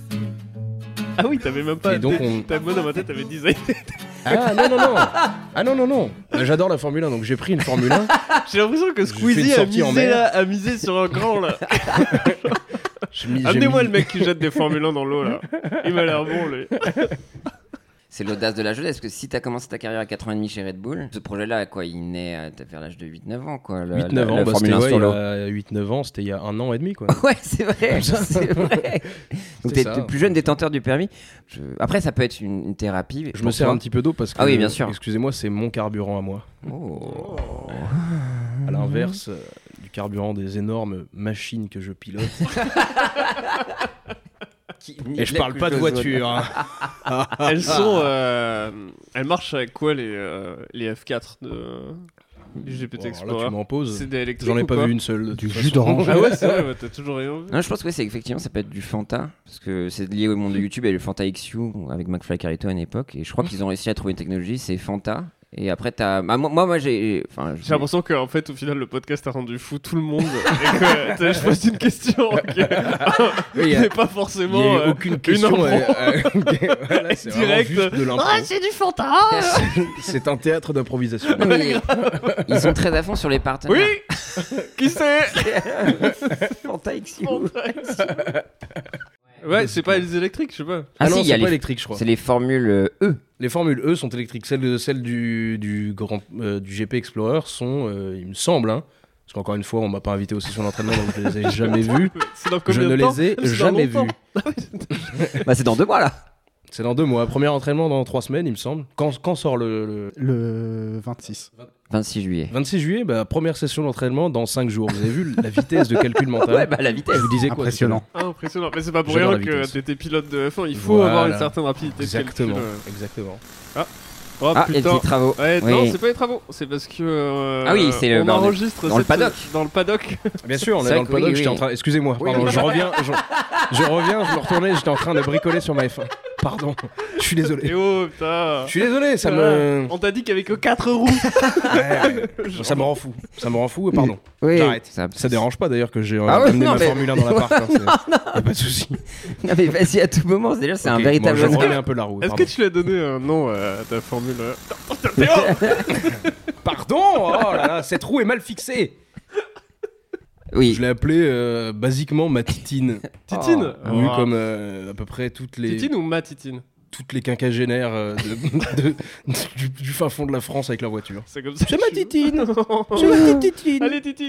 Speaker 3: Ah oui, t'avais même pas.
Speaker 2: Et donc, on-
Speaker 3: Moi, dans ma tête, t'avais designé.
Speaker 2: Ah non, non, non. Ah non, non, non. J'adore la Formule 1, donc j'ai pris une Formule 1.
Speaker 3: J'ai l'impression que
Speaker 2: J'ai fait
Speaker 3: Squeezie
Speaker 2: une
Speaker 3: a
Speaker 2: sortie en
Speaker 3: misé,
Speaker 2: mer.
Speaker 3: là, a misé sur un grand, là.
Speaker 2: J'ai
Speaker 3: Amenez-moi
Speaker 2: mis-
Speaker 3: le mec qui jette des Formule 1 dans l'eau, là. Il m'a l'air bon, lui.
Speaker 4: C'est l'audace de la jeunesse, parce que si t'as commencé ta carrière à 4 ans et demi chez Red Bull, ce projet-là, quoi, il naît vers l'âge de 8-9 ans, quoi.
Speaker 2: 8-9 ans,
Speaker 4: la
Speaker 2: bah,
Speaker 4: Formule 1
Speaker 2: c'était
Speaker 4: sur l'eau.
Speaker 2: 8-9 ans, c'était il y a 1 an et demi, quoi.
Speaker 4: Ouais, c'est vrai,
Speaker 2: Comme ça.
Speaker 4: c'est vrai. Donc
Speaker 2: C'est
Speaker 4: t'es
Speaker 2: ça.
Speaker 4: le plus jeune détenteur du permis. Après, ça peut être une thérapie.
Speaker 2: Je
Speaker 4: pour
Speaker 2: me sers
Speaker 4: toi.
Speaker 2: un petit peu d'eau parce que,
Speaker 4: Ah oui, bien sûr.
Speaker 2: excusez-moi, c'est mon carburant à moi.
Speaker 4: Oh.
Speaker 2: À l'inverse du carburant des énormes machines que je pilote. Et je parle pas de voiture. hein.
Speaker 3: Elles sont. Elles marchent avec quoi, les F4 du GPT
Speaker 2: Bon, alors là,
Speaker 3: Explorer?
Speaker 2: tu m'en poses.
Speaker 3: C'est des électriques
Speaker 2: J'en ai
Speaker 3: ou
Speaker 2: pas
Speaker 3: quoi
Speaker 2: vu une seule. de
Speaker 5: Du
Speaker 2: toute
Speaker 5: jus
Speaker 2: façon.
Speaker 5: d'orange.
Speaker 3: Ah ouais, c'est vrai, ouais, t'as toujours rien vu.
Speaker 4: Non, je pense que c'est effectivement ça peut être du Fanta parce que c'est lié au monde de YouTube et le Fanta XU avec McFly et Carlito à une époque et je crois qu'ils ont réussi à trouver une technologie, c'est Fanta Et après, t'as. Bah, moi, j'ai. Enfin,
Speaker 3: J'ai l'impression qu'en fait, au final, le podcast a rendu fou tout le monde. Et que je pose une question qui n'est pas forcément.
Speaker 2: Il n'y a aucune question.
Speaker 3: Voilà,
Speaker 2: c'est
Speaker 3: direct.
Speaker 2: vraiment juste de l'impro.
Speaker 3: C'est du fantasme.
Speaker 2: C'est un théâtre d'improvisation.
Speaker 4: Oui, ils sont très à fond sur les partenaires.
Speaker 3: Oui. Qui c'est?
Speaker 4: Fanta XU.
Speaker 3: Ouais, c'est pas les électriques, je sais pas.
Speaker 2: Ah non,
Speaker 4: si, il y a
Speaker 2: c'est pas
Speaker 4: les...
Speaker 2: électrique, je crois.
Speaker 4: C'est les formules E.
Speaker 2: Les formules E sont électriques. Celles du GP Explorer sont, il me semble, hein, parce qu'encore une fois, on m'a pas invité aux sessions d'entraînement, donc je les ai jamais vues.
Speaker 3: C'est dans
Speaker 2: Je
Speaker 3: combien
Speaker 2: ne
Speaker 3: de temps?
Speaker 2: les ai jamais vues.
Speaker 4: Bah, c'est dans 2 mois là.
Speaker 2: C'est dans 2 mois. Premier entraînement dans 3 semaines, il me semble. Quand sort le...
Speaker 5: Le 26.
Speaker 4: 26 juillet.
Speaker 2: 26 juillet, première session d'entraînement dans 5 jours. Vous avez vu la vitesse de calcul mental?
Speaker 4: Ouais, bah la vitesse.
Speaker 2: Je vous disais quoi?
Speaker 5: Impressionnant.
Speaker 3: Ah, impressionnant. Mais c'est pas pour
Speaker 2: J'adore
Speaker 3: rien
Speaker 2: la
Speaker 3: que
Speaker 2: vitesse.
Speaker 3: t'étais pilote de F1. Il faut
Speaker 2: Voilà.
Speaker 3: avoir une certaine rapidité de
Speaker 2: Exactement,
Speaker 3: calcul.
Speaker 2: exactement.
Speaker 3: Oh
Speaker 4: Ah, il y a
Speaker 3: putain.
Speaker 4: des travaux.
Speaker 3: Ouais,
Speaker 4: Oui.
Speaker 3: non, c'est pas les travaux, c'est parce que
Speaker 4: Ah oui, c'est le
Speaker 3: on
Speaker 4: bordel.
Speaker 3: enregistre
Speaker 4: Dans le
Speaker 3: cette-
Speaker 4: paddock.
Speaker 3: Dans le paddock.
Speaker 2: Bien sûr, on est
Speaker 4: C'est
Speaker 2: dans le
Speaker 4: vrai que
Speaker 2: paddock.
Speaker 4: oui,
Speaker 2: J'étais
Speaker 4: oui.
Speaker 2: en train. Excusez-moi,
Speaker 4: Oui,
Speaker 2: pardon.
Speaker 4: oui.
Speaker 2: Je reviens, je me retournais. J'étais en train de bricoler sur ma F1. Pardon. Je suis
Speaker 3: Et
Speaker 2: désolé.
Speaker 3: oh putain.
Speaker 2: Je suis désolé. Ça me.
Speaker 3: On t'a dit qu'il y avait que 4 roues.
Speaker 2: Ouais, ça me rend fou. Ça me rend fou. Pardon.
Speaker 4: Oui.
Speaker 2: J'arrête.
Speaker 4: Ça,
Speaker 2: Ça dérange pas d'ailleurs que j'ai
Speaker 4: Ah ouais,
Speaker 2: amené
Speaker 4: non,
Speaker 2: ma
Speaker 4: mais-
Speaker 2: Formule 1 dans l'appart. Hein, y a pas de souci.
Speaker 4: Non, mais vas-y à tout moment. Déjà, c'est un
Speaker 2: Ok,
Speaker 4: véritable.
Speaker 2: bon, je remets un peu la roue.
Speaker 3: Est-ce que
Speaker 2: Pardon.
Speaker 3: tu lui as donné un nom à ta formule
Speaker 2: Pardon. Oh là là, cette roue est mal fixée.
Speaker 4: Oui.
Speaker 2: Je l'ai appelée basiquement ma titine.
Speaker 3: Titine
Speaker 2: Oui,
Speaker 3: Ah.
Speaker 2: comme à peu près toutes les.
Speaker 3: Titine ou ma Titine?
Speaker 2: Toutes les quinquagénaires du fin fond de la France avec leur voiture.
Speaker 3: C'est comme ça.
Speaker 2: C'est ma titine.
Speaker 3: C'est
Speaker 2: C'est ma petite titine.
Speaker 3: Allez Titine.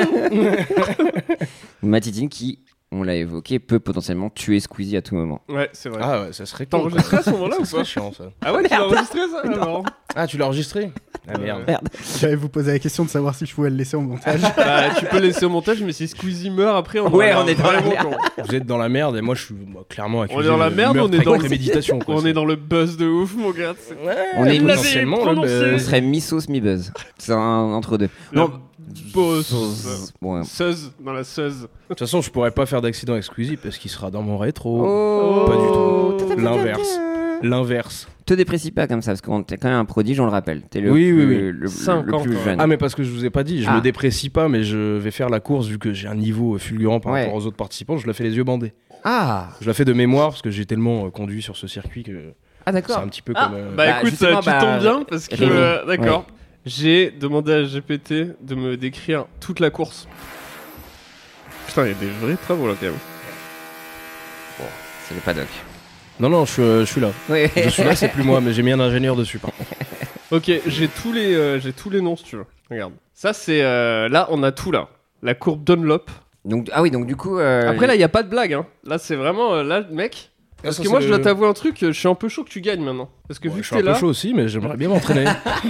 Speaker 4: Matitine qui, on l'a évoqué, peut potentiellement tuer Squeezie à tout moment.
Speaker 3: Ouais, c'est vrai.
Speaker 2: Ah ouais, ça serait
Speaker 3: T'as
Speaker 2: con.
Speaker 3: enregistré à ce moment-là ou
Speaker 2: Ça
Speaker 3: pas?
Speaker 2: serait chiant ça.
Speaker 3: Ah ouais, tu l'as enregistré ça? Ah, marrant.
Speaker 2: Ah, tu l'as enregistré? Ah merde.
Speaker 4: Merde.
Speaker 5: J'allais vous poser la question de savoir si je pouvais le laisser au montage.
Speaker 3: Bah, tu peux laisser au montage, mais si Squeezie meurt après, on
Speaker 4: Ouais,
Speaker 3: aura
Speaker 4: on est dans la
Speaker 3: vraiment
Speaker 4: merde.
Speaker 3: con.
Speaker 2: Vous êtes dans la merde et moi je suis clairement accusé.
Speaker 3: On est dans la
Speaker 2: de
Speaker 3: merde,
Speaker 2: meurtre
Speaker 3: on est
Speaker 2: avec
Speaker 3: dans-
Speaker 2: préméditation, quoi.
Speaker 3: On est dans le buzz de ouf, mon gars.
Speaker 4: On est
Speaker 2: potentiellement le
Speaker 3: prononcé.
Speaker 4: On
Speaker 2: buzz.
Speaker 4: serait mi-sauce, mi-buzz. C'est un entre deux.
Speaker 3: Non,
Speaker 4: Non.
Speaker 3: boss.
Speaker 4: Bon, ouais.
Speaker 3: Suzz, dans la Suzz.
Speaker 2: De toute façon, je pourrais pas faire d'accident avec Squeezie parce qu'il sera dans mon rétro.
Speaker 4: Oh.
Speaker 2: Pas du tout. L'inverse. L'inverse.
Speaker 4: Te déprécie pas comme ça, parce que t'es quand même un prodige, on le rappelle. T'es le
Speaker 2: Oui,
Speaker 4: plus,
Speaker 2: oui, oui.
Speaker 4: le
Speaker 3: 50,
Speaker 4: plus
Speaker 3: ouais.
Speaker 4: jeune.
Speaker 2: Ah, mais parce que je vous ai pas dit, je
Speaker 4: Ah.
Speaker 2: me déprécie pas, mais je vais faire la course vu que j'ai un niveau fulgurant par
Speaker 4: Ouais.
Speaker 2: rapport aux autres participants. Je la fais les yeux bandés.
Speaker 4: Ah,
Speaker 2: Je la fais de mémoire parce que j'ai tellement conduit sur ce circuit que
Speaker 4: ah
Speaker 2: c'est
Speaker 4: d'accord.
Speaker 2: un petit peu
Speaker 3: Ah,
Speaker 2: comme.
Speaker 3: bah
Speaker 4: Bah,
Speaker 3: écoute,
Speaker 4: justement,
Speaker 3: tu
Speaker 4: bah,
Speaker 3: tombes bien parce que.
Speaker 4: Rémi.
Speaker 3: D'accord. J'ai demandé à GPT de me décrire toute la course. Putain, il y a des vrais travaux là quand même.
Speaker 4: C'est le paddock.
Speaker 2: Non, je suis là.
Speaker 4: Oui.
Speaker 2: Je suis là, c'est plus moi, mais j'ai mis un ingénieur dessus. Par contre.
Speaker 3: Ok, j'ai tous les noms si tu veux. Regarde. Ça c'est là on a tout là. La courbe Dunlop.
Speaker 4: Donc, ah oui, donc du coup.
Speaker 3: Après là il y a pas de blague hein. Là c'est vraiment là mec. Parce que moi je dois t'avouer un truc, je suis un peu chaud que tu gagnes maintenant. Parce que
Speaker 2: Ouais,
Speaker 3: vu
Speaker 2: je
Speaker 3: que
Speaker 2: suis un
Speaker 3: t'es
Speaker 2: peu
Speaker 3: là,
Speaker 2: chaud aussi, mais j'aimerais bien m'entraîner.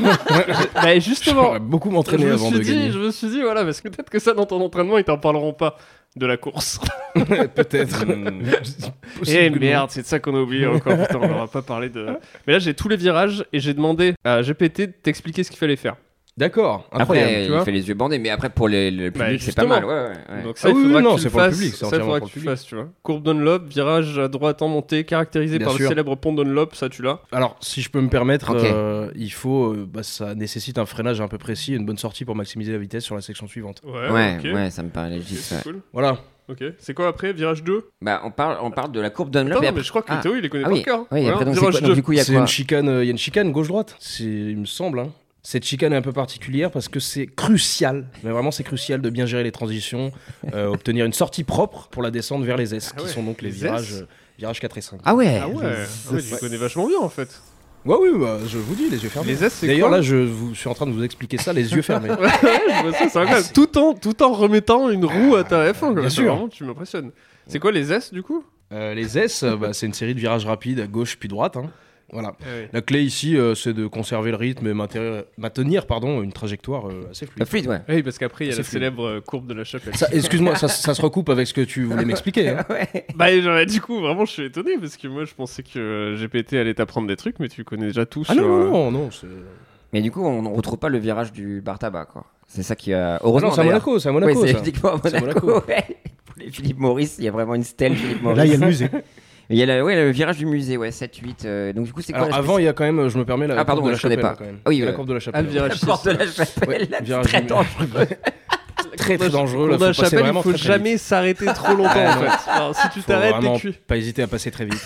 Speaker 3: bah justement,
Speaker 2: J'aimerais beaucoup m'entraîner avant de gagner.
Speaker 3: je me suis dit voilà parce que peut-être que ça dans ton entraînement ils t'en parleront pas de la course.
Speaker 2: Peut-être.
Speaker 3: Eh
Speaker 2: Possiblement.
Speaker 3: merde, c'est de ça qu'on a oublié encore. Putain, on n'aura pas parlé de. Mais là, j'ai tous les virages et j'ai demandé à GPT de t'expliquer ce qu'il fallait faire.
Speaker 2: D'accord, incroyable.
Speaker 4: Après,
Speaker 3: tu
Speaker 4: il
Speaker 3: vois.
Speaker 4: fait les yeux bandés, mais après pour le
Speaker 3: Bah,
Speaker 4: public, c'est pas
Speaker 3: justement.
Speaker 4: mal. Ouais.
Speaker 3: Donc ça,
Speaker 2: Ah
Speaker 3: il
Speaker 2: oui,
Speaker 3: faudra
Speaker 2: oui, non,
Speaker 3: que tu
Speaker 2: c'est
Speaker 3: le
Speaker 2: pour le
Speaker 3: fasses.
Speaker 2: public, c'est
Speaker 3: Ça, il
Speaker 2: entièrement
Speaker 3: faudra
Speaker 2: pour
Speaker 3: que
Speaker 2: le
Speaker 3: tu
Speaker 2: public.
Speaker 3: fasses, tu vois. Courbe Dunlop, virage à droite en montée, caractérisé
Speaker 2: Bien
Speaker 3: par
Speaker 2: sûr.
Speaker 3: le célèbre pont Dunlop, ça tu l'as.
Speaker 2: Alors, si je peux me permettre,
Speaker 4: Ok.
Speaker 2: il faut. Ça nécessite un freinage un peu précis et une bonne sortie pour maximiser la vitesse sur la section suivante.
Speaker 4: Ouais, ça me paraît légitime.
Speaker 3: C'est
Speaker 4: Ouais.
Speaker 3: cool.
Speaker 2: Voilà.
Speaker 3: Ok. C'est quoi après Virage 2
Speaker 4: Bah, on parle de la courbe Dunlop.
Speaker 3: Attends,
Speaker 4: et
Speaker 3: non,
Speaker 4: après-
Speaker 3: mais je crois que
Speaker 4: Ah.
Speaker 3: Théo il les connaît
Speaker 4: Ah
Speaker 3: par
Speaker 4: oui,
Speaker 3: cœur.
Speaker 4: oui, après, donc, c'est
Speaker 3: Virage
Speaker 4: quoi, donc,
Speaker 3: 2.
Speaker 4: du coup, il y a
Speaker 2: C'est
Speaker 4: quoi
Speaker 2: il y a une chicane gauche-droite, il me semble. Hein. Cette chicane est un peu particulière parce que c'est crucial, mais vraiment c'est crucial de bien gérer les transitions, obtenir une sortie propre pour la descente vers les S,
Speaker 3: Ah
Speaker 2: qui
Speaker 3: ouais,
Speaker 2: sont donc les
Speaker 3: les
Speaker 2: virages,
Speaker 3: S
Speaker 2: virages 4 et 5.
Speaker 4: Ah ouais.
Speaker 3: Ah ouais, tu connais vachement bien en fait.
Speaker 2: Ouais, oui, bah, je vous dis, les yeux fermés.
Speaker 3: Les S, c'est
Speaker 2: D'ailleurs,
Speaker 3: quoi
Speaker 2: là, je suis en train de vous expliquer ça, les yeux fermés.
Speaker 3: Ouais, je vois ça, c'est incroyable. Tout en remettant une roue à ta F1. quoi.
Speaker 2: Bien
Speaker 3: C'est
Speaker 2: sûr.
Speaker 3: Vraiment, tu m'impressionnes. C'est quoi les S du coup
Speaker 2: Les S, c'est une série de virages rapides à gauche puis droite. Hein. Voilà.
Speaker 3: Ah ouais.
Speaker 2: La clé ici, c'est de conserver le rythme et maintenir une trajectoire assez fluide.
Speaker 4: Fluide, ouais.
Speaker 3: Oui, parce qu'après il y a
Speaker 2: C'est
Speaker 3: la
Speaker 2: fluide.
Speaker 3: célèbre courbe de la chapelle.
Speaker 2: Excuse-moi, ça se recoupe avec ce que tu voulais m'expliquer. Hein.
Speaker 3: Bah du coup vraiment je suis étonné parce que moi je pensais que GPT allait t'apprendre des trucs mais tu connais déjà tout
Speaker 2: Ah
Speaker 3: sur...
Speaker 2: non, c'est...
Speaker 4: Mais du coup, on ne retrouve pas le virage du bar tabac, quoi. C'est ça qui a.
Speaker 2: Ah
Speaker 4: Heureusement.
Speaker 2: non, c'est à
Speaker 4: d'ailleurs.
Speaker 2: Monaco, c'est à Monaco.
Speaker 4: Oui, c'est
Speaker 2: ça.
Speaker 4: uniquement à
Speaker 2: C'est à
Speaker 4: Monaco.
Speaker 2: Monaco.
Speaker 4: Ouais. Pour les Philippe Maurice, il y a vraiment une stèle Philippe Maurice.
Speaker 5: Là, il y a le musée.
Speaker 4: Il y a le virage du musée, ouais, 7-8. Donc du coup, c'est quoi
Speaker 2: Alors avant, il y a quand même, je me permets, la courbe de la
Speaker 4: je connais
Speaker 2: chapelle.
Speaker 4: pas.
Speaker 2: Quand même.
Speaker 4: Ah oui,
Speaker 2: la courbe de la chapelle.
Speaker 3: le virage
Speaker 4: La
Speaker 3: 6.
Speaker 4: porte de la chapelle,
Speaker 2: Ouais,
Speaker 4: là,
Speaker 2: virage
Speaker 4: très
Speaker 2: du-
Speaker 4: dangereux.
Speaker 2: Très très dangereux.
Speaker 3: Dans
Speaker 2: Là,
Speaker 3: la
Speaker 2: faut passer
Speaker 3: chapelle, il
Speaker 2: vraiment
Speaker 3: faut
Speaker 2: très, très
Speaker 3: jamais
Speaker 2: vite.
Speaker 3: s'arrêter trop longtemps en
Speaker 2: non.
Speaker 3: fait. Alors, si tu
Speaker 2: Faut
Speaker 3: t'arrêtes,
Speaker 2: vraiment
Speaker 3: t'es cuit.
Speaker 2: pas hésiter à passer très vite.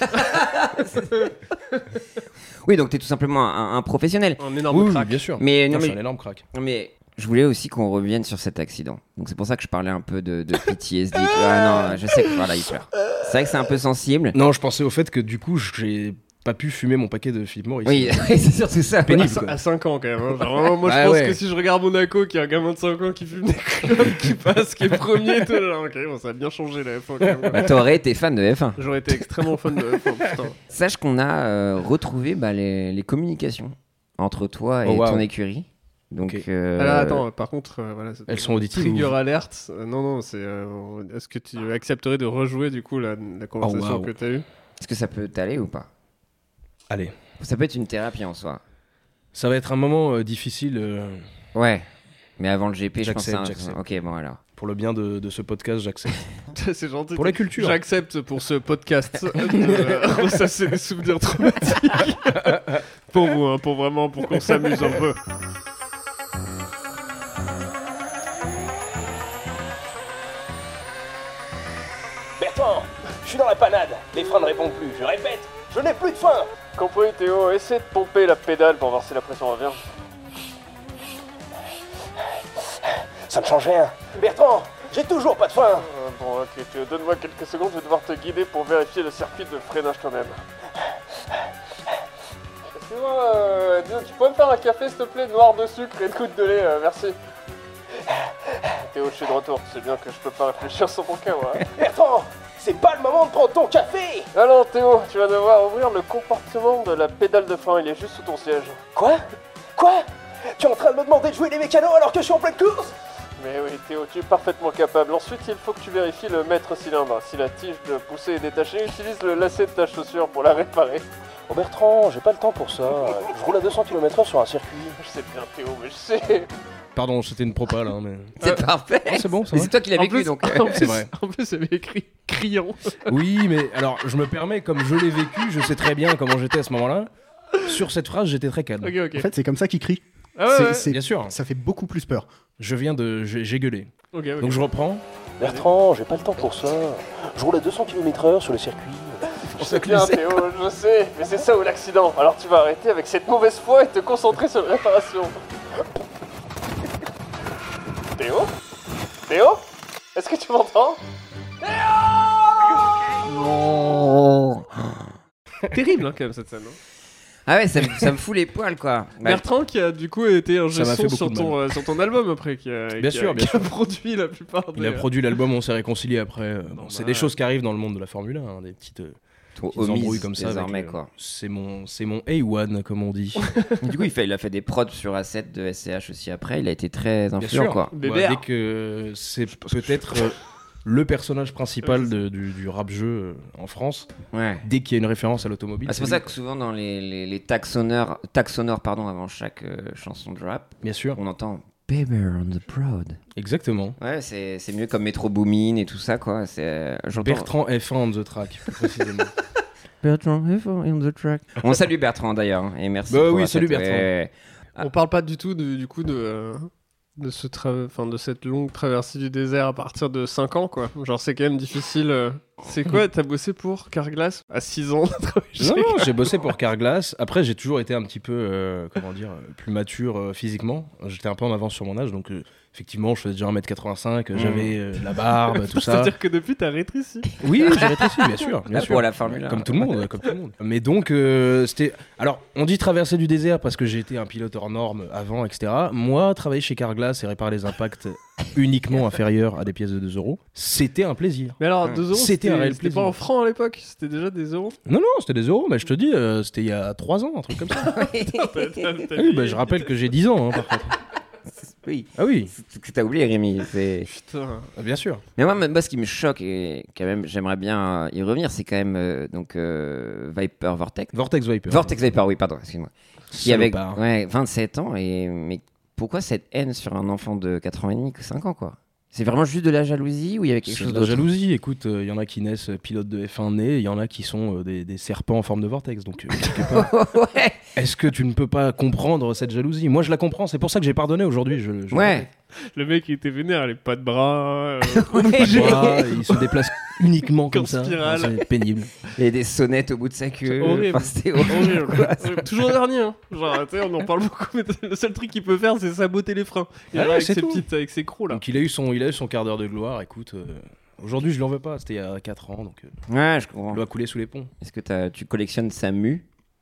Speaker 4: Oui, donc t'es tout simplement un professionnel.
Speaker 3: Un énorme
Speaker 2: Oui,
Speaker 3: crack.
Speaker 2: bien sûr.
Speaker 4: Mais non,
Speaker 2: Non, je suis
Speaker 4: mais,
Speaker 2: un énorme crack.
Speaker 4: mais je voulais aussi qu'on revienne sur cet accident. Donc c'est pour ça que je parlais un peu de PTSD. Ah non, je sais que voilà, il pleure. C'est vrai que c'est un peu sensible.
Speaker 2: Non, je pensais au fait que du coup, j'ai pas pu fumer mon paquet de Philip Morris.
Speaker 4: Oui, c'est surtout ça.
Speaker 2: Pénible.
Speaker 3: À,
Speaker 2: quoi.
Speaker 3: à 5 ans quand même. Hein. Genre, vraiment, moi je
Speaker 2: Ah
Speaker 3: pense
Speaker 2: ouais.
Speaker 3: que si je regarde Monaco, qui est un gamin de 5 ans qui fume des clopes, qui passe, qui est premier, tout là, ok, bon, ça a bien changé la F1 quand même.
Speaker 4: Bah, t'aurais été fan de F1.
Speaker 3: J'aurais été extrêmement fan de F1, putain.
Speaker 4: Sache qu'on a retrouvé les communications entre toi et
Speaker 2: Oh, wow.
Speaker 4: ton écurie. Donc,
Speaker 2: Ok.
Speaker 3: Alors attends, par contre, voilà. c'est-
Speaker 2: Elles sont auditives
Speaker 3: Trigger
Speaker 2: ou-
Speaker 3: alert. Non, c'est. Est-ce que tu accepterais de rejouer du coup la conversation
Speaker 2: wow.
Speaker 3: que t'as eue?
Speaker 4: est-ce que ça peut t'aller ou pas?
Speaker 2: Allez,
Speaker 4: Ça peut être une thérapie en soi.
Speaker 2: ça va être un moment difficile
Speaker 4: Ouais. Mais avant le GP, je pense que
Speaker 2: J'accepte, j'accepte.
Speaker 4: Ok, bon alors.
Speaker 2: pour le bien de ce podcast, j'accepte.
Speaker 3: C'est gentil.
Speaker 2: Pour la culture.
Speaker 3: J'accepte pour ce podcast de ressasser des souvenirs traumatiques. Pour vous, hein, pour qu'on s'amuse un peu.
Speaker 6: Bertrand, je suis dans la panade. Les freins ne répondent plus. Je répète, je n'ai plus de frein.
Speaker 3: Compris Théo, essaie de pomper la pédale pour voir si la pression revient.
Speaker 6: Ça ne change rien. Bertrand, j'ai toujours pas de frein.
Speaker 3: Bon, ok, Théo, donne-moi quelques secondes, je vais devoir te guider pour vérifier le circuit de freinage quand même. Excuse-moi, Théo, tu peux me faire un café s'il te plaît, noir de sucre et de gouttes de lait, merci. Théo, je suis de retour, c'est bien que je peux pas réfléchir sur mon cas, moi.
Speaker 6: Bertrand, c'est pas le moment de prendre ton café.
Speaker 3: Alors Théo, tu vas devoir ouvrir le compartiment de la pédale de frein, il est juste sous ton siège.
Speaker 6: Quoi? Tu es en train de me demander de jouer les mécanos alors que je suis en pleine course?
Speaker 3: Mais oui Théo, tu es parfaitement capable. Ensuite, il faut que tu vérifies le mètre cylindre. Si la tige de poussée est détachée, utilise le lacet de ta chaussure pour la réparer.
Speaker 6: Oh Bertrand, j'ai pas le temps pour ça. Je roule à 200 km/h sur un circuit.
Speaker 3: Je sais bien Théo, mais je sais.
Speaker 2: Pardon, c'était une propale, hein, mais.
Speaker 4: C'est parfait.
Speaker 2: Ah, c'est bon, ça
Speaker 4: Mais
Speaker 2: va.
Speaker 4: c'est toi qui l'as
Speaker 3: En
Speaker 4: vécu
Speaker 3: plus-
Speaker 4: donc.
Speaker 2: C'est vrai.
Speaker 3: En plus, il avait écrit criant.
Speaker 2: Oui, mais alors, je me permets, comme je l'ai vécu, je sais très bien comment j'étais à ce moment-là. Sur cette phrase, j'étais très calme.
Speaker 3: Ok.
Speaker 5: En fait, c'est comme ça qu'il crie.
Speaker 3: Ah ouais, ouais.
Speaker 2: Bien sûr,
Speaker 5: Ça fait beaucoup plus peur.
Speaker 2: j'ai gueulé.
Speaker 3: Ok.
Speaker 2: Donc je reprends.
Speaker 6: Bertrand, j'ai pas le temps pour ça. Je roule à 200 km/h sur le circuit.
Speaker 3: Je sais bien Théo, je sais. Mais c'est ça ou l'accident. Alors tu vas arrêter avec cette mauvaise foi et te concentrer sur la réparation. Théo Théo Est-ce que tu m'entends?
Speaker 4: Non.
Speaker 3: Terrible hein, quand même cette scène. Hein.
Speaker 4: Ah ouais, ça me fout les poils quoi. Bah,
Speaker 3: Bertrand qui a du coup été un
Speaker 2: Ça m'a
Speaker 3: son
Speaker 2: fait
Speaker 3: sur
Speaker 2: beaucoup de
Speaker 3: sur ton album après, qui a
Speaker 2: Bien sûr,
Speaker 3: qui a produit la plupart
Speaker 2: Il a produit l'album, on s'est réconcilié après. C'est
Speaker 3: bah,
Speaker 2: des choses qui arrivent dans le monde de la Formule 1, hein, des petites
Speaker 4: trop
Speaker 2: petites embrouilles
Speaker 4: omise
Speaker 2: comme ça.
Speaker 4: désormais
Speaker 2: avec,
Speaker 4: quoi.
Speaker 2: C'est mon A1, comme on dit.
Speaker 4: Du coup, il a fait des prods sur A7 de SCH aussi après. Il a été très
Speaker 2: Bien
Speaker 4: influent
Speaker 2: sûr.
Speaker 4: quoi.
Speaker 3: Bébert.
Speaker 2: Dès que c'est peut-être le personnage principal du rap-jeu en France,
Speaker 4: Ouais.
Speaker 2: dès qu'il y a une référence à l'automobile.
Speaker 4: Ah, c'est pour ça que souvent dans les tags sonores pardon, avant chaque chanson de rap,
Speaker 2: Bien sûr,
Speaker 4: on entend Baby on the Prod.
Speaker 2: exactement.
Speaker 4: Ouais, c'est mieux comme Metro Boomin et tout ça quoi. J'entends-
Speaker 2: Bertrand F1 on the track, plus précisément.
Speaker 4: Bertrand on the track. On salue Bertrand d'ailleurs hein, et merci.
Speaker 2: Bah
Speaker 4: pour
Speaker 2: oui,
Speaker 4: la
Speaker 2: salut
Speaker 4: fête.
Speaker 2: Bertrand.
Speaker 4: Ouais.
Speaker 3: On parle pas du tout de cette longue traversée du désert à partir de 5 ans quoi. Genre c'est quand même difficile. C'est quoi, t'as bossé pour Carglass à 6 ans?
Speaker 2: Non, j'ai bossé pour Carglass. Après, j'ai toujours été un petit peu, plus mature physiquement. J'étais un peu en avance sur mon âge, donc effectivement, je faisais déjà 1m85, j'avais la barbe, tout ça.
Speaker 3: C'est-à-dire que depuis t'as rétréci.
Speaker 2: Oui, j'ai rétréci, bien sûr. Bien
Speaker 4: Là,
Speaker 2: sûr.
Speaker 4: pour la Formule 1.
Speaker 2: Comme tout le monde, comme tout le monde. Mais donc, c'était. Alors, on dit traverser du désert parce que j'ai été un pilote hors norme avant, etc. Moi, travailler chez Carglass et réparer les impacts uniquement inférieurs à des pièces de 2 euros, c'était un plaisir.
Speaker 3: Mais alors 2 euros,
Speaker 2: C'était un réel
Speaker 3: c'était
Speaker 2: plaisir.
Speaker 3: pas en francs à l'époque, c'était déjà des euros.
Speaker 2: Non, c'était des euros, mais je te dis, c'était il y a 3 ans, un truc comme ça. Ah oui, je rappelle que j'ai 10 ans, hein, par contre.
Speaker 4: Oui.
Speaker 2: Ah oui,
Speaker 4: C'est que t'as oublié Rémi.
Speaker 3: Putain.
Speaker 2: bien sûr.
Speaker 4: Mais moi, ce qui me choque et quand même j'aimerais bien y revenir, c'est quand même Viper Vortex.
Speaker 2: Vortex Viper.
Speaker 4: Vortex Viper, oui, pardon, excuse-moi. Qui avait
Speaker 2: Salopard.
Speaker 4: 27 ans mais pourquoi cette haine sur un enfant de 4 ans et demi, 5 ans quoi? C'est vraiment juste de la jalousie ou il y avait quelque
Speaker 2: C'est
Speaker 4: chose
Speaker 2: de la
Speaker 4: d'autre?
Speaker 2: jalousie. Écoute, il y en a qui naissent pilotes de F1 nés, il y en a qui sont des serpents en forme de vortex. Donc, quelque part,
Speaker 4: Ouais.
Speaker 2: est-ce que tu ne peux pas comprendre cette jalousie? Moi, je la comprends. C'est pour ça que j'ai pardonné aujourd'hui.
Speaker 4: Ouais.
Speaker 3: Le mec, il était vénère, les pas de bras.
Speaker 2: Il se déplace uniquement comme
Speaker 3: Comme
Speaker 2: ça.
Speaker 3: spirale.
Speaker 2: C'est pénible.
Speaker 4: Il y a des sonnettes au bout de sa queue.
Speaker 3: Horrible.
Speaker 4: Enfin, c'était horrible.
Speaker 3: Horrible. Toujours dernier, hein. Genre, tu sais, on en parle beaucoup, mais le seul truc qu'il peut faire, c'est saboter les freins. Il
Speaker 2: Ah
Speaker 3: est
Speaker 2: ouais,
Speaker 3: avec
Speaker 2: c'est
Speaker 3: ses
Speaker 2: tout.
Speaker 3: avec ses crocs là.
Speaker 2: Donc, il a eu son quart d'heure de gloire. Écoute, aujourd'hui, je l'en veux pas. C'était il y a 4 ans. Donc,
Speaker 4: Ouais, je comprends.
Speaker 2: l'eau a coulé sous les ponts.
Speaker 4: Est-ce que tu collectionnes sa mue?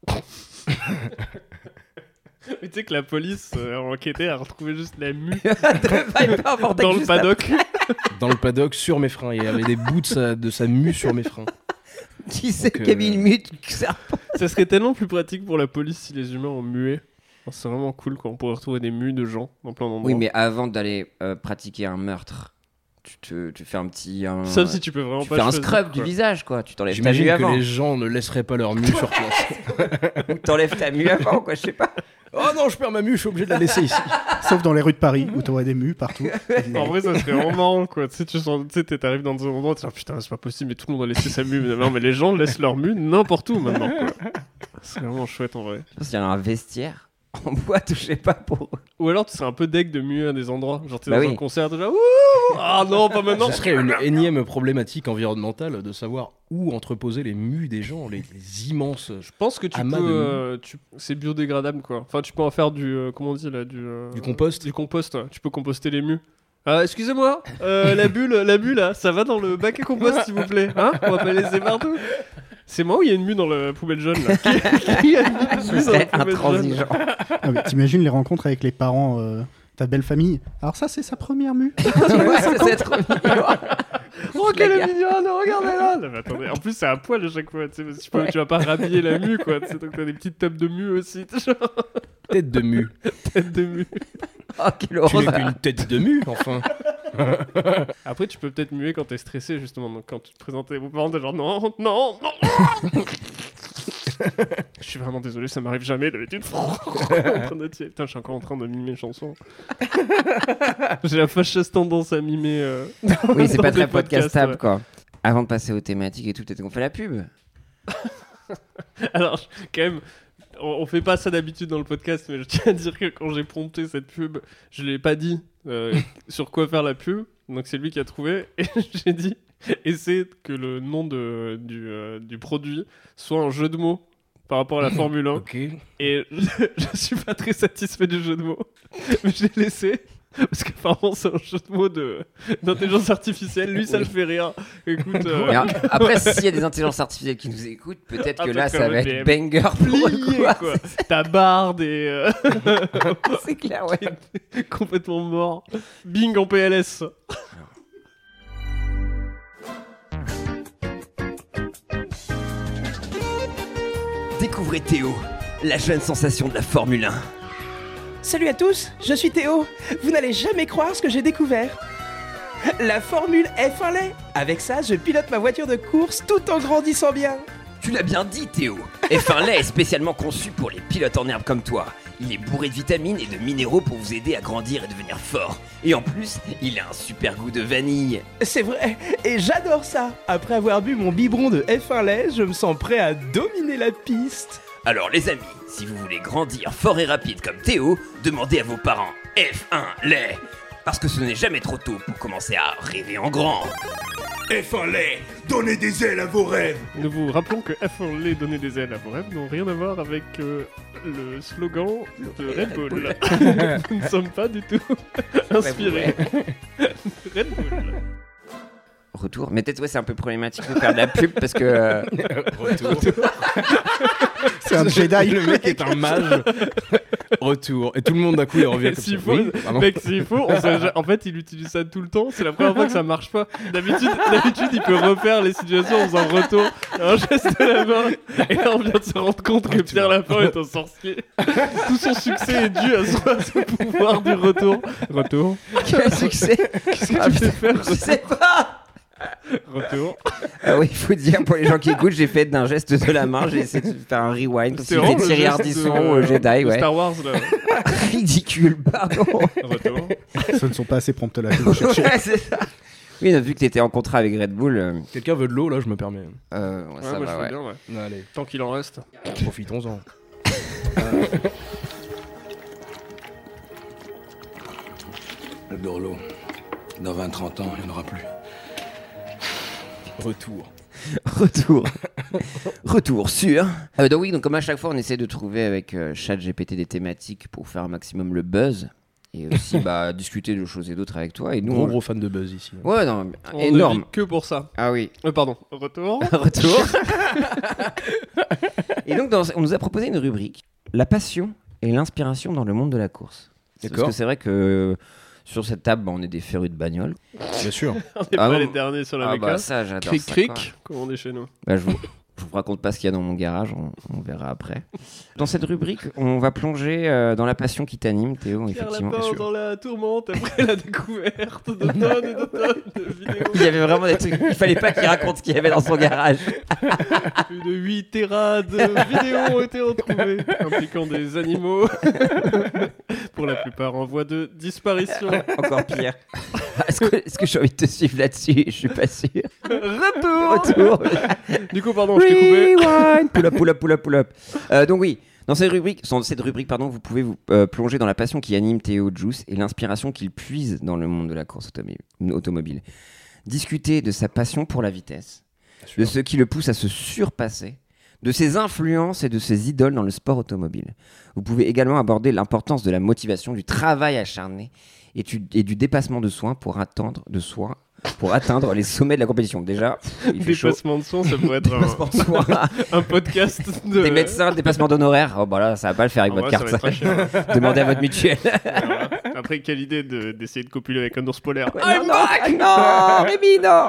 Speaker 3: Mais tu sais que la police enquêtait a retrouvé juste la mue
Speaker 4: Dans
Speaker 3: dans le paddock.
Speaker 2: Dans le paddock, sur mes freins. Il y avait des bouts de sa mue sur mes freins.
Speaker 4: Qui c'est
Speaker 2: Donc,
Speaker 4: qui a mis une mue de serpent?
Speaker 3: Ça serait tellement plus pratique pour la police si les humains ont mué. C'est vraiment cool quand on pourrait retrouver des mues de gens dans plein d'endroits.
Speaker 4: Oui, mais avant d'aller pratiquer un meurtre, tu fais un petit.
Speaker 3: Sauf si tu peux vraiment
Speaker 4: tu
Speaker 3: pas
Speaker 4: fais un
Speaker 3: choisir,
Speaker 4: scrub du
Speaker 3: quoi.
Speaker 4: visage, quoi. Tu t'enlèves ta
Speaker 2: J'imagine
Speaker 4: mue
Speaker 2: que
Speaker 4: avant.
Speaker 2: les gens ne laisseraient pas leur mue sur place.
Speaker 4: Ou t'enlèves ta mue avant, quoi. Je sais pas.
Speaker 2: Oh non, je perds ma mue, je suis obligé de la laisser ici.
Speaker 5: Sauf dans les rues de Paris où t'aurais des mues partout.
Speaker 3: En vrai, ça serait vraiment marrant, quoi. Tu sais, t'arrives dans un endroit, tu te dis, putain, c'est pas possible, mais tout le monde a laissé sa mue. Mais non, mais les gens laissent leur mue n'importe où maintenant, quoi. C'est vraiment chouette en vrai.
Speaker 4: Je pense qu'il y a un vestiaire en boîte ou je sais pas pour.
Speaker 3: Ou alors, tu serais un peu deg de muer à des endroits. Genre, t'es
Speaker 4: Bah
Speaker 3: dans
Speaker 4: oui.
Speaker 3: un concert, déjà, ouh, ah non, pas maintenant.
Speaker 2: Ce serait une énième problématique environnementale de savoir où entreposer les mues des gens, les immenses.
Speaker 3: Je pense que tu
Speaker 2: Amas
Speaker 3: peux. C'est biodégradable, quoi. Enfin, tu peux en faire du. Comment on dit là Du
Speaker 2: compost.
Speaker 3: Du compost, ouais. Tu peux composter les mues. Ah, excusez-moi, la bulle là, ça va dans le bac à compost, s'il vous plaît. Hein, on va pas laisser partout. C'est moi ou il y a une mue dans la poubelle jaune là? Qui a mis une
Speaker 4: Ce
Speaker 3: mue dans la
Speaker 4: serait
Speaker 3: poubelle jaune?
Speaker 4: intransigeant.
Speaker 5: Ah, mais t'imagines les rencontres avec les parents, ta belle famille. Alors ça, c'est sa première mue.
Speaker 4: Ouais, ça, c'est trop mignon.
Speaker 3: Oh, quelle est mignonne, regardez-la! Non, mais attendez, en plus, c'est à poil à chaque fois, tu sais, parce que tu vas pas rhabiller la mue, quoi. Tu sais, donc t'as des petites tables de mue aussi, tu sais, genre,
Speaker 2: Tête de mue.
Speaker 3: tête de mue.
Speaker 4: Oh, quelle
Speaker 2: Tu n'es
Speaker 4: horreur.
Speaker 2: qu'une tête de mue, enfin.
Speaker 3: Après, tu peux peut-être muer quand t'es stressé, justement. Donc, quand tu te présentes à vos parents, t'es genre non, non, non! Je suis vraiment désolé, ça m'arrive jamais d'habitude. en train de tirer. Putain, je suis encore en train de mimer une chanson. J'ai la fâcheuse tendance à mimer.
Speaker 4: Oui, c'est
Speaker 3: dans
Speaker 4: pas
Speaker 3: des
Speaker 4: très
Speaker 3: podcasts,
Speaker 4: podcastable,
Speaker 3: ouais.
Speaker 4: quoi. Avant de passer aux thématiques et tout, peut-être qu'on fait la pub.
Speaker 3: Alors, quand même, on fait pas ça d'habitude dans le podcast, mais je tiens à dire que quand j'ai prompté cette pub, je l'ai pas dit sur quoi faire la pub. Donc c'est lui qui a trouvé. Et j'ai dit, essaie que le nom du produit soit un jeu de mots par rapport à la Formule 1.
Speaker 2: Ok.
Speaker 3: Et je suis pas très satisfait du jeu de mots. Mais je l'ai laissé. Parce qu'apparemment c'est un jeu de mots d'intelligence artificielle. Lui ça le fait rire. Écoute,
Speaker 4: Mais après, s'il y a des intelligences artificielles qui nous écoutent, peut-être que
Speaker 3: Ah,
Speaker 4: là,
Speaker 3: peut-être
Speaker 4: ça
Speaker 3: que
Speaker 4: va
Speaker 3: des
Speaker 4: être banger pour eux,
Speaker 3: plié,
Speaker 4: quoi.
Speaker 3: quoi. Ta barde et
Speaker 4: C'est clair, ouais.
Speaker 3: complètement mort. Bing en PLS.
Speaker 4: Découvrez Théo, la jeune sensation de la Formule 1.
Speaker 7: Salut à tous, je suis Théo. Vous n'allez jamais croire ce que j'ai découvert. La Formule F1 lait. Avec ça, je pilote ma voiture de course tout en grandissant bien.
Speaker 4: Tu l'as bien dit, Théo. F1 lait est spécialement conçu pour les pilotes en herbe comme toi. Il est bourré de vitamines et de minéraux pour vous aider à grandir et devenir fort. Et en plus, il a un super goût de vanille.
Speaker 7: C'est vrai, et j'adore ça. Après avoir bu mon biberon de F1 lait, je me sens prêt à dominer la piste.
Speaker 4: Alors les amis, si vous voulez grandir fort et rapide comme Théo, demandez à vos parents F1 lait. Parce que ce n'est jamais trop tôt pour commencer à rêver en grand.
Speaker 8: F1 lait, donnez des ailes à vos rêves.
Speaker 3: Nous vous rappelons que F1 lait donner des ailes à vos rêves n'ont rien à voir avec le slogan de Red Bull. Nous ne sommes pas du tout inspirés. Red Bull.
Speaker 4: Retour, mais peut-être ouais, c'est un peu problématique de faire de la pub parce que
Speaker 2: Retour.
Speaker 5: C'est un Jedi.
Speaker 2: Le mec est un mage. Retour. Et tout le monde d'un coup il revient comme
Speaker 3: S'il
Speaker 2: ça.
Speaker 3: faut,
Speaker 2: Oui, pardon.
Speaker 3: mec, s'il faut, en fait, il utilise ça tout le temps. C'est la première fois que ça marche pas. D'habitude, il peut refaire les situations en faisant retour, un geste de la main. Et là, on vient de se rendre compte que Pierre Lapin est un sorcier. Tout son succès est dû à ce pouvoir du retour. Retour.
Speaker 4: quel succès.
Speaker 3: Qu'est-ce que tu fais faire
Speaker 4: Je sais pas.
Speaker 3: Retour.
Speaker 4: Oui, il faut dire pour les gens qui écoutent, j'ai fait d'un geste de la main, j'ai essayé de faire un rewind.
Speaker 3: C'est
Speaker 4: C'était
Speaker 3: vraiment le
Speaker 4: Thierry
Speaker 3: geste
Speaker 4: Ardisson,
Speaker 3: de-
Speaker 4: Jedi,
Speaker 3: de
Speaker 4: ouais.
Speaker 3: Star Wars, là.
Speaker 4: Ridicule, pardon.
Speaker 3: Retour.
Speaker 5: Ce ne sont pas assez promptes là que vous cherchez.
Speaker 4: Ouais, c'est ça. Oui, vu que t'étais en contrat avec Red Bull,
Speaker 2: Quelqu'un veut de l'eau, là, je me permets.
Speaker 4: ouais,
Speaker 3: Ouais,
Speaker 4: ça
Speaker 3: moi,
Speaker 4: va,
Speaker 3: je
Speaker 4: ouais.
Speaker 3: fais bien, ouais.
Speaker 2: Allez,
Speaker 3: Tant qu'il en reste.
Speaker 2: profitons-en.
Speaker 8: Le Dorlo, dans 20-30 ans, il n'y en aura plus.
Speaker 2: Retour.
Speaker 4: Retour sur. Donc oui, donc comme à chaque fois, on essaie de trouver avec ChatGPT des thématiques pour faire un maximum le buzz et aussi discuter de choses et d'autres avec toi. Et nous,
Speaker 2: Gros fan de buzz ici.
Speaker 4: ouais, non,
Speaker 3: On
Speaker 4: énorme.
Speaker 3: ne vit que pour ça.
Speaker 4: Ah oui.
Speaker 3: Pardon. Retour.
Speaker 4: Retour. Et donc, on nous a proposé une rubrique, la passion et l'inspiration dans le monde de la course.
Speaker 2: D'accord.
Speaker 4: Parce que c'est vrai que sur cette table, on est des férus de bagnole.
Speaker 2: Bien sûr.
Speaker 3: On n'est
Speaker 4: Ah
Speaker 3: pas
Speaker 4: non.
Speaker 3: les derniers sur la
Speaker 4: Ah
Speaker 3: méca.
Speaker 4: bah ça, j'adore ça.
Speaker 3: Cric,
Speaker 4: quoi.
Speaker 3: cric, comme on dit chez nous.
Speaker 4: Je vous raconte pas ce qu'il y a dans mon garage, on verra après. Dans cette rubrique, on va plonger dans la passion qui t'anime, Théo,
Speaker 3: Pierre
Speaker 4: effectivement.
Speaker 3: Lapin dans la tourmente après la découverte de tonnes et de tonnes de vidéos.
Speaker 4: Il y avait vraiment des trucs, il fallait pas qu'il raconte ce qu'il y avait dans son garage.
Speaker 3: Plus de 8 téras de vidéos ont été retrouvées, impliquant des animaux, pour la plupart en voie de disparition.
Speaker 4: Encore pire. Est-ce que j'ai envie de te suivre là-dessus? Je suis pas sûr.
Speaker 3: Retour.
Speaker 4: Retour.
Speaker 3: Du coup, pardon, je t'ai coupé.
Speaker 4: Rewind. Pull up. Donc oui, dans cette rubrique, vous pouvez vous plonger dans la passion qui anime Théo Juice et l'inspiration qu'il puise dans le monde de la course automobile. Discuter de sa passion pour la vitesse, de ce qui le pousse à se surpasser, de ses influences et de ses idoles dans le sport automobile. Vous pouvez également aborder l'importance de la motivation, du travail acharné et du dépassement de soi pour atteindre les sommets de la compétition. Déjà, il fait chaud.
Speaker 3: Dépassement de son, ça pourrait être
Speaker 4: Dépassement de soi.
Speaker 3: un podcast de...
Speaker 4: Des médecins, dépassement d'honoraires. Oh bah là, ça va pas le faire avec
Speaker 3: En
Speaker 4: votre
Speaker 3: vrai,
Speaker 4: carte.
Speaker 3: ça va être très cher.
Speaker 4: Demandez à votre mutuelle.
Speaker 3: Voilà. Après, quelle idée d'essayer de copuler avec un ours polaire.
Speaker 4: Non, Rémi, non.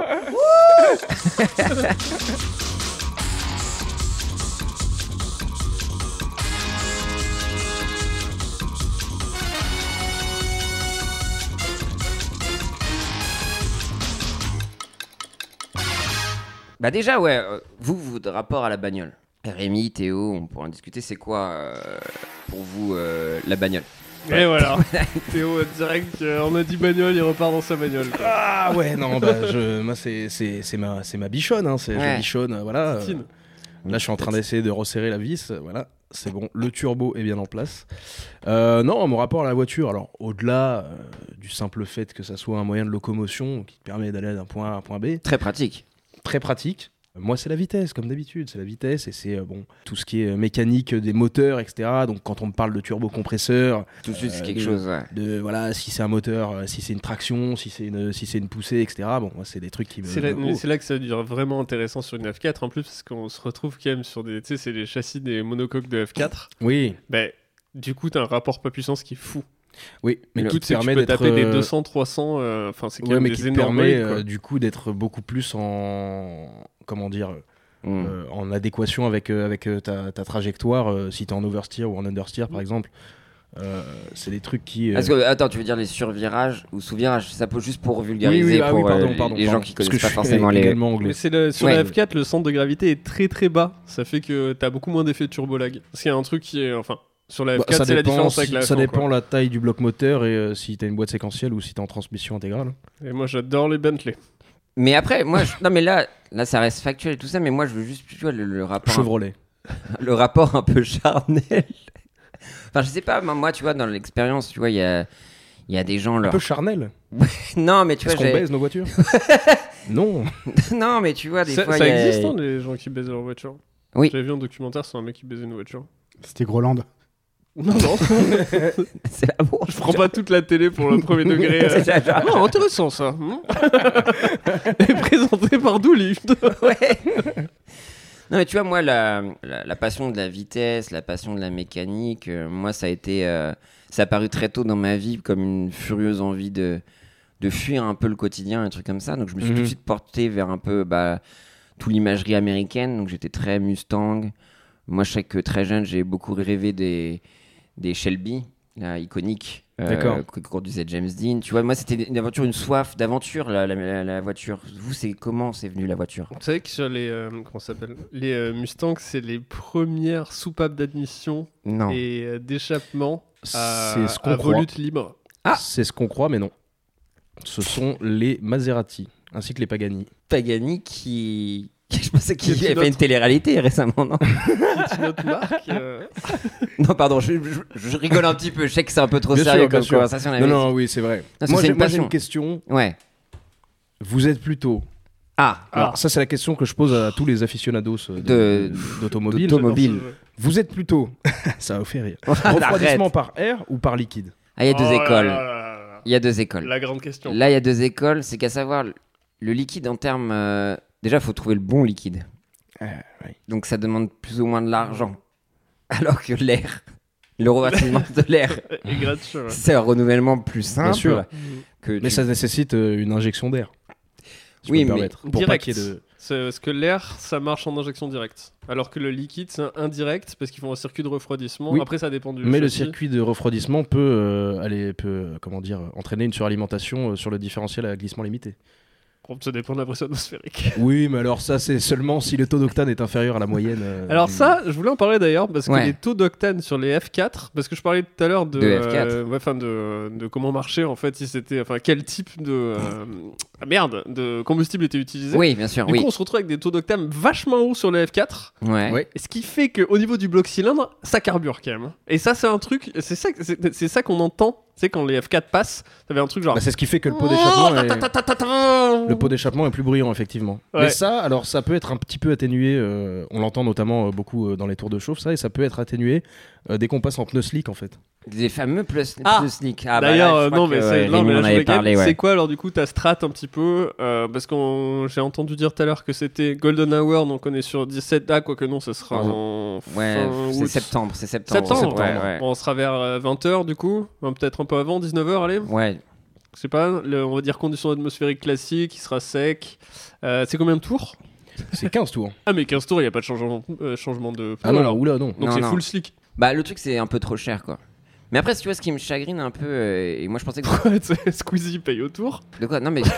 Speaker 4: Bah déjà, ouais, votre rapport à la bagnole. Rémi, Théo, on pourra en discuter. C'est quoi pour vous la bagnole?
Speaker 3: Et voilà, Théo direct, on a dit bagnole, il repart dans sa bagnole. Quoi.
Speaker 2: Ah ouais, non, moi c'est ma bichonne, hein,
Speaker 4: Ouais.
Speaker 2: je bichonne, voilà.
Speaker 3: Tine.
Speaker 2: Là, je suis en train d'essayer de resserrer la vis, voilà, c'est bon, le turbo est bien en place. Non, mon rapport à la voiture, alors au-delà du simple fait que ça soit un moyen de locomotion qui te permet d'aller d'un point A à un point B,
Speaker 4: Très pratique.
Speaker 2: très pratique. Moi, c'est la vitesse, comme d'habitude, c'est la vitesse et c'est tout ce qui est mécanique des moteurs, etc. Donc, quand on me parle de turbocompresseur,
Speaker 4: Tout de suite, c'est quelque chose. Ouais.
Speaker 2: voilà, si c'est un moteur, si c'est une traction, si c'est une poussée, etc. Bon, moi, c'est des trucs qui me.
Speaker 3: C'est là que ça devient vraiment intéressant sur une F4 en plus, parce qu'on se retrouve quand même sur des. Tu sais, c'est les châssis des monocoques de F4.
Speaker 2: Oui,
Speaker 3: Ben, du coup, t'as un rapport poids-puissance qui est fou.
Speaker 2: oui, mais
Speaker 3: Du
Speaker 2: qui
Speaker 3: coup,
Speaker 2: te
Speaker 3: tu sais,
Speaker 2: permet
Speaker 3: tu peux
Speaker 2: d'être.
Speaker 3: taper des 200, 300, enfin, c'est quand
Speaker 2: Ouais,
Speaker 3: même
Speaker 2: mais
Speaker 3: des
Speaker 2: qui te
Speaker 3: énormes
Speaker 2: permet
Speaker 3: quoi.
Speaker 2: du coup d'être beaucoup plus comment dire, en adéquation avec ta trajectoire si t'es en oversteer ou en understeer par exemple. C'est des trucs qui.
Speaker 4: Attends, tu veux dire les survirages ou sous-virages? Ça peut juste pour vulgariser
Speaker 2: oui,
Speaker 4: pour
Speaker 2: pardon,
Speaker 4: les gens qui
Speaker 2: parce
Speaker 4: connaissent
Speaker 2: que
Speaker 4: pas
Speaker 2: je suis
Speaker 4: forcément les.
Speaker 2: également anglais.
Speaker 3: Mais sur
Speaker 4: Ouais.
Speaker 3: la F4, le centre de gravité est très très bas. Ça fait que t'as beaucoup moins d'effet de turbolag. Parce qu'il y a un truc qui est. Enfin, sur la F4, c'est la différence avec la F1.
Speaker 2: Ça dépend
Speaker 3: quoi.
Speaker 2: la taille du bloc moteur et si t'as une boîte séquentielle ou si t'es en transmission intégrale.
Speaker 3: Et moi, j'adore les Bentley.
Speaker 4: Mais après, moi, non, mais là, ça reste factuel et tout ça, mais moi, je veux juste, tu vois, le rapport.
Speaker 2: Chevrolet.
Speaker 4: Le rapport un peu charnel. Enfin, je sais pas, moi, tu vois, dans l'expérience, tu vois, il y a des gens.
Speaker 2: Un peu charnel.
Speaker 4: Non, mais tu vois,
Speaker 2: Est-ce qu'on baise nos voitures? Non.
Speaker 4: Non, mais tu vois, des fois.
Speaker 3: Ça
Speaker 4: il y a-
Speaker 3: existe, hein, les gens qui baisent leur voiture.
Speaker 4: Oui.
Speaker 3: J'avais vu un documentaire sur un mec qui baisait une voiture.
Speaker 5: C'était Groland.
Speaker 3: Non, non.
Speaker 4: C'est la bourge.
Speaker 3: Je prends pas toute la télé pour le premier degré.
Speaker 4: C'est ça, genre.
Speaker 3: Oh, intéressant ça. Et présenté par Dooley.
Speaker 4: Ouais. Non, mais tu vois, moi, la passion de la vitesse, la passion de la mécanique, moi, ça a été. Ça a paru très tôt dans ma vie comme une furieuse envie de fuir un peu le quotidien, un truc comme ça. Donc, je me suis tout de suite porté vers un peu toute l'imagerie américaine. Donc, j'étais très Mustang. Moi, je sais que très jeune, j'ai beaucoup rêvé des Shelby, là, iconiques.
Speaker 2: D'accord.
Speaker 4: Que conduisait James Dean. Tu vois, moi, c'était une aventure, une soif d'aventure, la voiture. Vous, comment c'est venu la voiture?
Speaker 3: Vous savez que sur les comment ça s'appelle, les Mustangs, c'est les premières soupapes d'admission
Speaker 4: Non.
Speaker 3: et d'échappement à
Speaker 2: C'est ce qu'on croit.
Speaker 3: volute libre.
Speaker 2: C'est ce qu'on croit, mais non. Ce sont les Maserati, ainsi que les Pagani.
Speaker 4: Pagani qui... Je pensais qu'il
Speaker 3: Qui est
Speaker 4: avait fait une
Speaker 3: notre-
Speaker 4: télé-réalité récemment, non?
Speaker 3: C'est une autre marque.
Speaker 4: Non, pardon, je rigole un petit peu. Je sais que c'est un peu trop
Speaker 2: Bien
Speaker 4: sérieux
Speaker 2: sûr, bien
Speaker 4: comme
Speaker 2: sûr.
Speaker 4: conversation.
Speaker 2: Non, non, oui, c'est vrai.
Speaker 4: Parce que
Speaker 2: Moi,
Speaker 4: c'est
Speaker 2: j'ai
Speaker 4: une
Speaker 2: moi, j'ai
Speaker 4: passion.
Speaker 2: une question.
Speaker 4: Ouais.
Speaker 2: Vous êtes plutôt...
Speaker 4: Ah,
Speaker 2: Alors, ça, c'est la question que je pose à tous les aficionados d'automobile.
Speaker 4: d'automobile.
Speaker 2: Vous êtes plutôt... ça va vous faire rire.
Speaker 4: Arrête.
Speaker 2: Refroidissement par air ou par liquide?
Speaker 4: Ah, il y a deux écoles.
Speaker 3: Là.
Speaker 4: Il y a deux écoles.
Speaker 3: La grande question.
Speaker 4: Là, il y a deux écoles. C'est qu'à savoir, le liquide en termes... Déjà, il faut trouver le bon liquide.
Speaker 2: Oui.
Speaker 4: Donc, ça demande plus ou moins de l'argent. Alors que l'air, le refroidissement de l'air,
Speaker 3: Et gratuit. Ouais.
Speaker 4: c'est un renouvellement plus simple.
Speaker 2: Bien sûr.
Speaker 4: Que
Speaker 2: Mais ça nécessite une injection d'air. Si
Speaker 4: Oui,
Speaker 2: je peux me
Speaker 4: mais
Speaker 2: permettre. Pour pas
Speaker 3: direct.
Speaker 2: qu'il y ait de...
Speaker 3: Parce que l'air, ça marche en injection directe. Alors que le liquide, c'est indirect parce qu'ils font un circuit de refroidissement.
Speaker 2: Oui.
Speaker 3: Après, ça dépend du
Speaker 2: Mais le
Speaker 3: châssis.
Speaker 2: circuit de refroidissement peut entraîner une suralimentation sur le différentiel à glissement limité.
Speaker 3: Bon, ça dépend de la pression atmosphérique.
Speaker 2: Oui, mais alors ça, c'est seulement si le taux d'octane est inférieur à la moyenne.
Speaker 3: Alors ça, je voulais en parler d'ailleurs parce que
Speaker 4: Ouais.
Speaker 3: les taux d'octane sur les F4, parce que je parlais tout à l'heure de
Speaker 4: De F4.
Speaker 3: De comment marcher en fait, si c'était, enfin quel type de de combustible était utilisé.
Speaker 4: Oui, bien sûr,
Speaker 3: Du
Speaker 4: oui.
Speaker 3: coup, on se retrouve avec des taux d'octane vachement hauts sur les F4.
Speaker 4: Ouais.
Speaker 2: Ouais.
Speaker 3: Et ce qui fait qu'au niveau du bloc cylindre, ça carbure quand même. Et ça, c'est un truc, c'est ça qu'on entend. Tu sais, quand les F4 passent, t'avais un truc genre.
Speaker 2: Bah, c'est ce qui fait que le pot d'échappement est...
Speaker 3: Le
Speaker 2: Le pot d'échappement est plus bruyant, effectivement.
Speaker 3: Ouais.
Speaker 2: Mais ça, alors, ça peut être un petit peu atténué. On l'entend notamment beaucoup dans les tours de chauffe, ça, et ça peut être atténué dès qu'on passe en pneu slick, en fait.
Speaker 4: Des fameux plus
Speaker 3: Ah.
Speaker 4: slick. Ah, bah
Speaker 3: D'ailleurs,
Speaker 4: là, je crois
Speaker 3: non, mais
Speaker 4: que,
Speaker 3: c'est,
Speaker 4: Rémi
Speaker 3: là,
Speaker 4: m'en
Speaker 3: je
Speaker 4: avait
Speaker 3: voulais quand même-
Speaker 4: parlé, ouais.
Speaker 3: c'est quoi alors du coup ta strat un petit peu parce que j'ai entendu dire tout à l'heure que c'était Golden Hour, donc on est sur 17 quoique non, ce sera en
Speaker 4: Ouais,
Speaker 3: fin
Speaker 4: c'est
Speaker 3: août.
Speaker 4: septembre, c'est septembre.
Speaker 3: Septembre.
Speaker 4: Ouais, ouais.
Speaker 3: Bon, on sera vers 20h du coup, peut-être un peu avant, 19h, allez.
Speaker 4: Ouais.
Speaker 3: Je sais pas, on va dire conditions atmosphériques classiques, il sera sec. C'est combien de tours?
Speaker 2: C'est 15 tours.
Speaker 3: Ah, mais 15 tours, il n'y a pas de changement de
Speaker 2: Ah non,
Speaker 3: alors.
Speaker 2: oula, non.
Speaker 3: Donc
Speaker 4: Non,
Speaker 3: c'est
Speaker 4: non.
Speaker 3: full slick.
Speaker 4: Bah, le truc, c'est un peu trop cher, quoi. Mais après, si tu vois, ce qui me chagrine un peu, et moi je pensais que.
Speaker 3: Ouais, c'est Squeezie paye au tour.
Speaker 4: De quoi? Non, mais.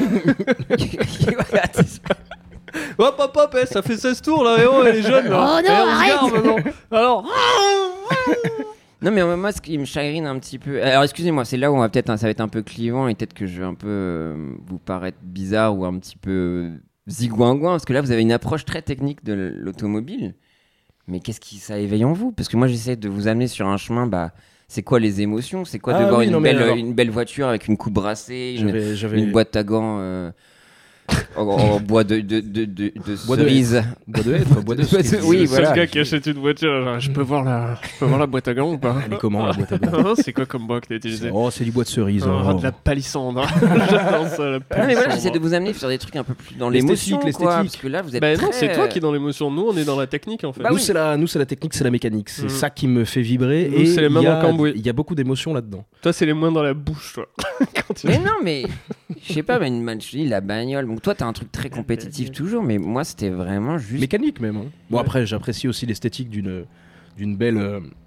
Speaker 3: Hop, ça fait 16 tours là, et oh, elle est jeune là.
Speaker 9: Oh non,
Speaker 3: Et on se garde,
Speaker 9: arrête.
Speaker 3: maintenant. Alors.
Speaker 4: Non, mais moi, ce qui me chagrine un petit peu. Alors, excusez-moi, c'est là où on va peut-être, ça va être un peu clivant et peut-être que je vais un peu vous paraître bizarre ou un petit peu zigouingouin, parce que là, vous avez une approche très technique de l'automobile. Mais qu'est-ce qui ça éveille en vous? Parce que moi, j'essaie de vous amener sur un chemin, bah. C'est quoi les émotions? C'est quoi de
Speaker 2: Ah
Speaker 4: voir
Speaker 2: oui,
Speaker 4: une,
Speaker 2: non, mais
Speaker 4: belle,
Speaker 2: alors-
Speaker 4: une belle voiture avec une coupe brassée,
Speaker 2: J'avais
Speaker 4: une boîte à gants en bois de
Speaker 2: Bois de
Speaker 4: cerise.
Speaker 2: bois de hêtre, bois de
Speaker 4: Oui,
Speaker 3: C'est
Speaker 4: voilà.
Speaker 3: le gars qui achète une voiture, genre, je peux voir la boîte à gants ou pas?
Speaker 2: Elle est comment, la boîte à gants?
Speaker 3: C'est quoi comme bois que t'as utilisé?
Speaker 2: Oh, c'est du bois de cerise.
Speaker 3: Oh,
Speaker 2: oh.
Speaker 3: de la palissandre. J'adore ça, la
Speaker 4: Non, mais voilà,
Speaker 3: palissandre.
Speaker 4: j'essaie de vous amener sur des trucs un peu plus dans
Speaker 2: L'esthétique,
Speaker 4: l'émotion, quoi.
Speaker 2: l'esthétique.
Speaker 4: Parce que là, vous êtes
Speaker 3: Bah non,
Speaker 4: très,
Speaker 3: c'est toi qui es dans l'émotion. Nous, on est dans la technique en fait.
Speaker 4: Bah
Speaker 2: nous,
Speaker 4: oui.
Speaker 2: c'est la technique, c'est la mécanique. C'est
Speaker 3: Mhm.
Speaker 2: ça qui me fait vibrer.
Speaker 3: Nous,
Speaker 2: et
Speaker 3: c'est les mains
Speaker 2: il y
Speaker 3: dans
Speaker 2: a-
Speaker 3: le cambouis.
Speaker 2: Il y a beaucoup d'émotions là-dedans.
Speaker 3: Toi, c'est les mains dans la bouche, toi. Quand tu-
Speaker 4: Mais non, mais je sais pas, mais je dis la bagnole. Donc toi, t'as un truc très compétitif toujours, mais moi, c'était vraiment juste.
Speaker 2: Mécanique même. Hein. Bon, après, j'apprécie aussi l'esthétique d'une belle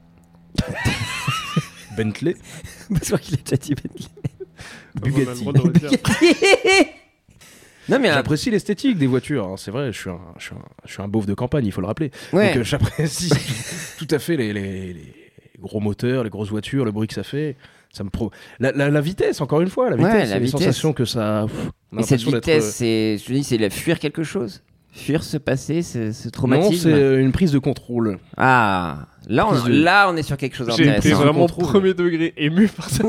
Speaker 2: Bentley.
Speaker 4: Parce qu'il a déjà dit Bentley.
Speaker 2: Bugatti.
Speaker 3: On a le droit de redire.
Speaker 4: Non, mais
Speaker 2: J'apprécie l'esthétique des voitures. Hein. C'est vrai, je suis un beauf de campagne, il faut le rappeler.
Speaker 4: ouais.
Speaker 2: Donc j'apprécie tout à fait les gros moteurs, les grosses voitures, le bruit que ça fait. Ça me la vitesse, encore une fois, la
Speaker 4: Ouais,
Speaker 2: vitesse,
Speaker 4: la
Speaker 2: les
Speaker 4: vitesse.
Speaker 2: sensations que ça. On a
Speaker 4: Et cette
Speaker 2: l'impression d'être,
Speaker 4: vitesse, c'est, je te dis, c'est la fuir quelque chose. Fuir ce passé, ce
Speaker 2: Non,
Speaker 4: traumatisme.
Speaker 2: c'est une prise de contrôle.
Speaker 4: Ah, là on est sur quelque chose
Speaker 3: J'ai été
Speaker 4: d'intéressant.
Speaker 3: vraiment
Speaker 2: Contrôle.
Speaker 3: premier degré ému par cette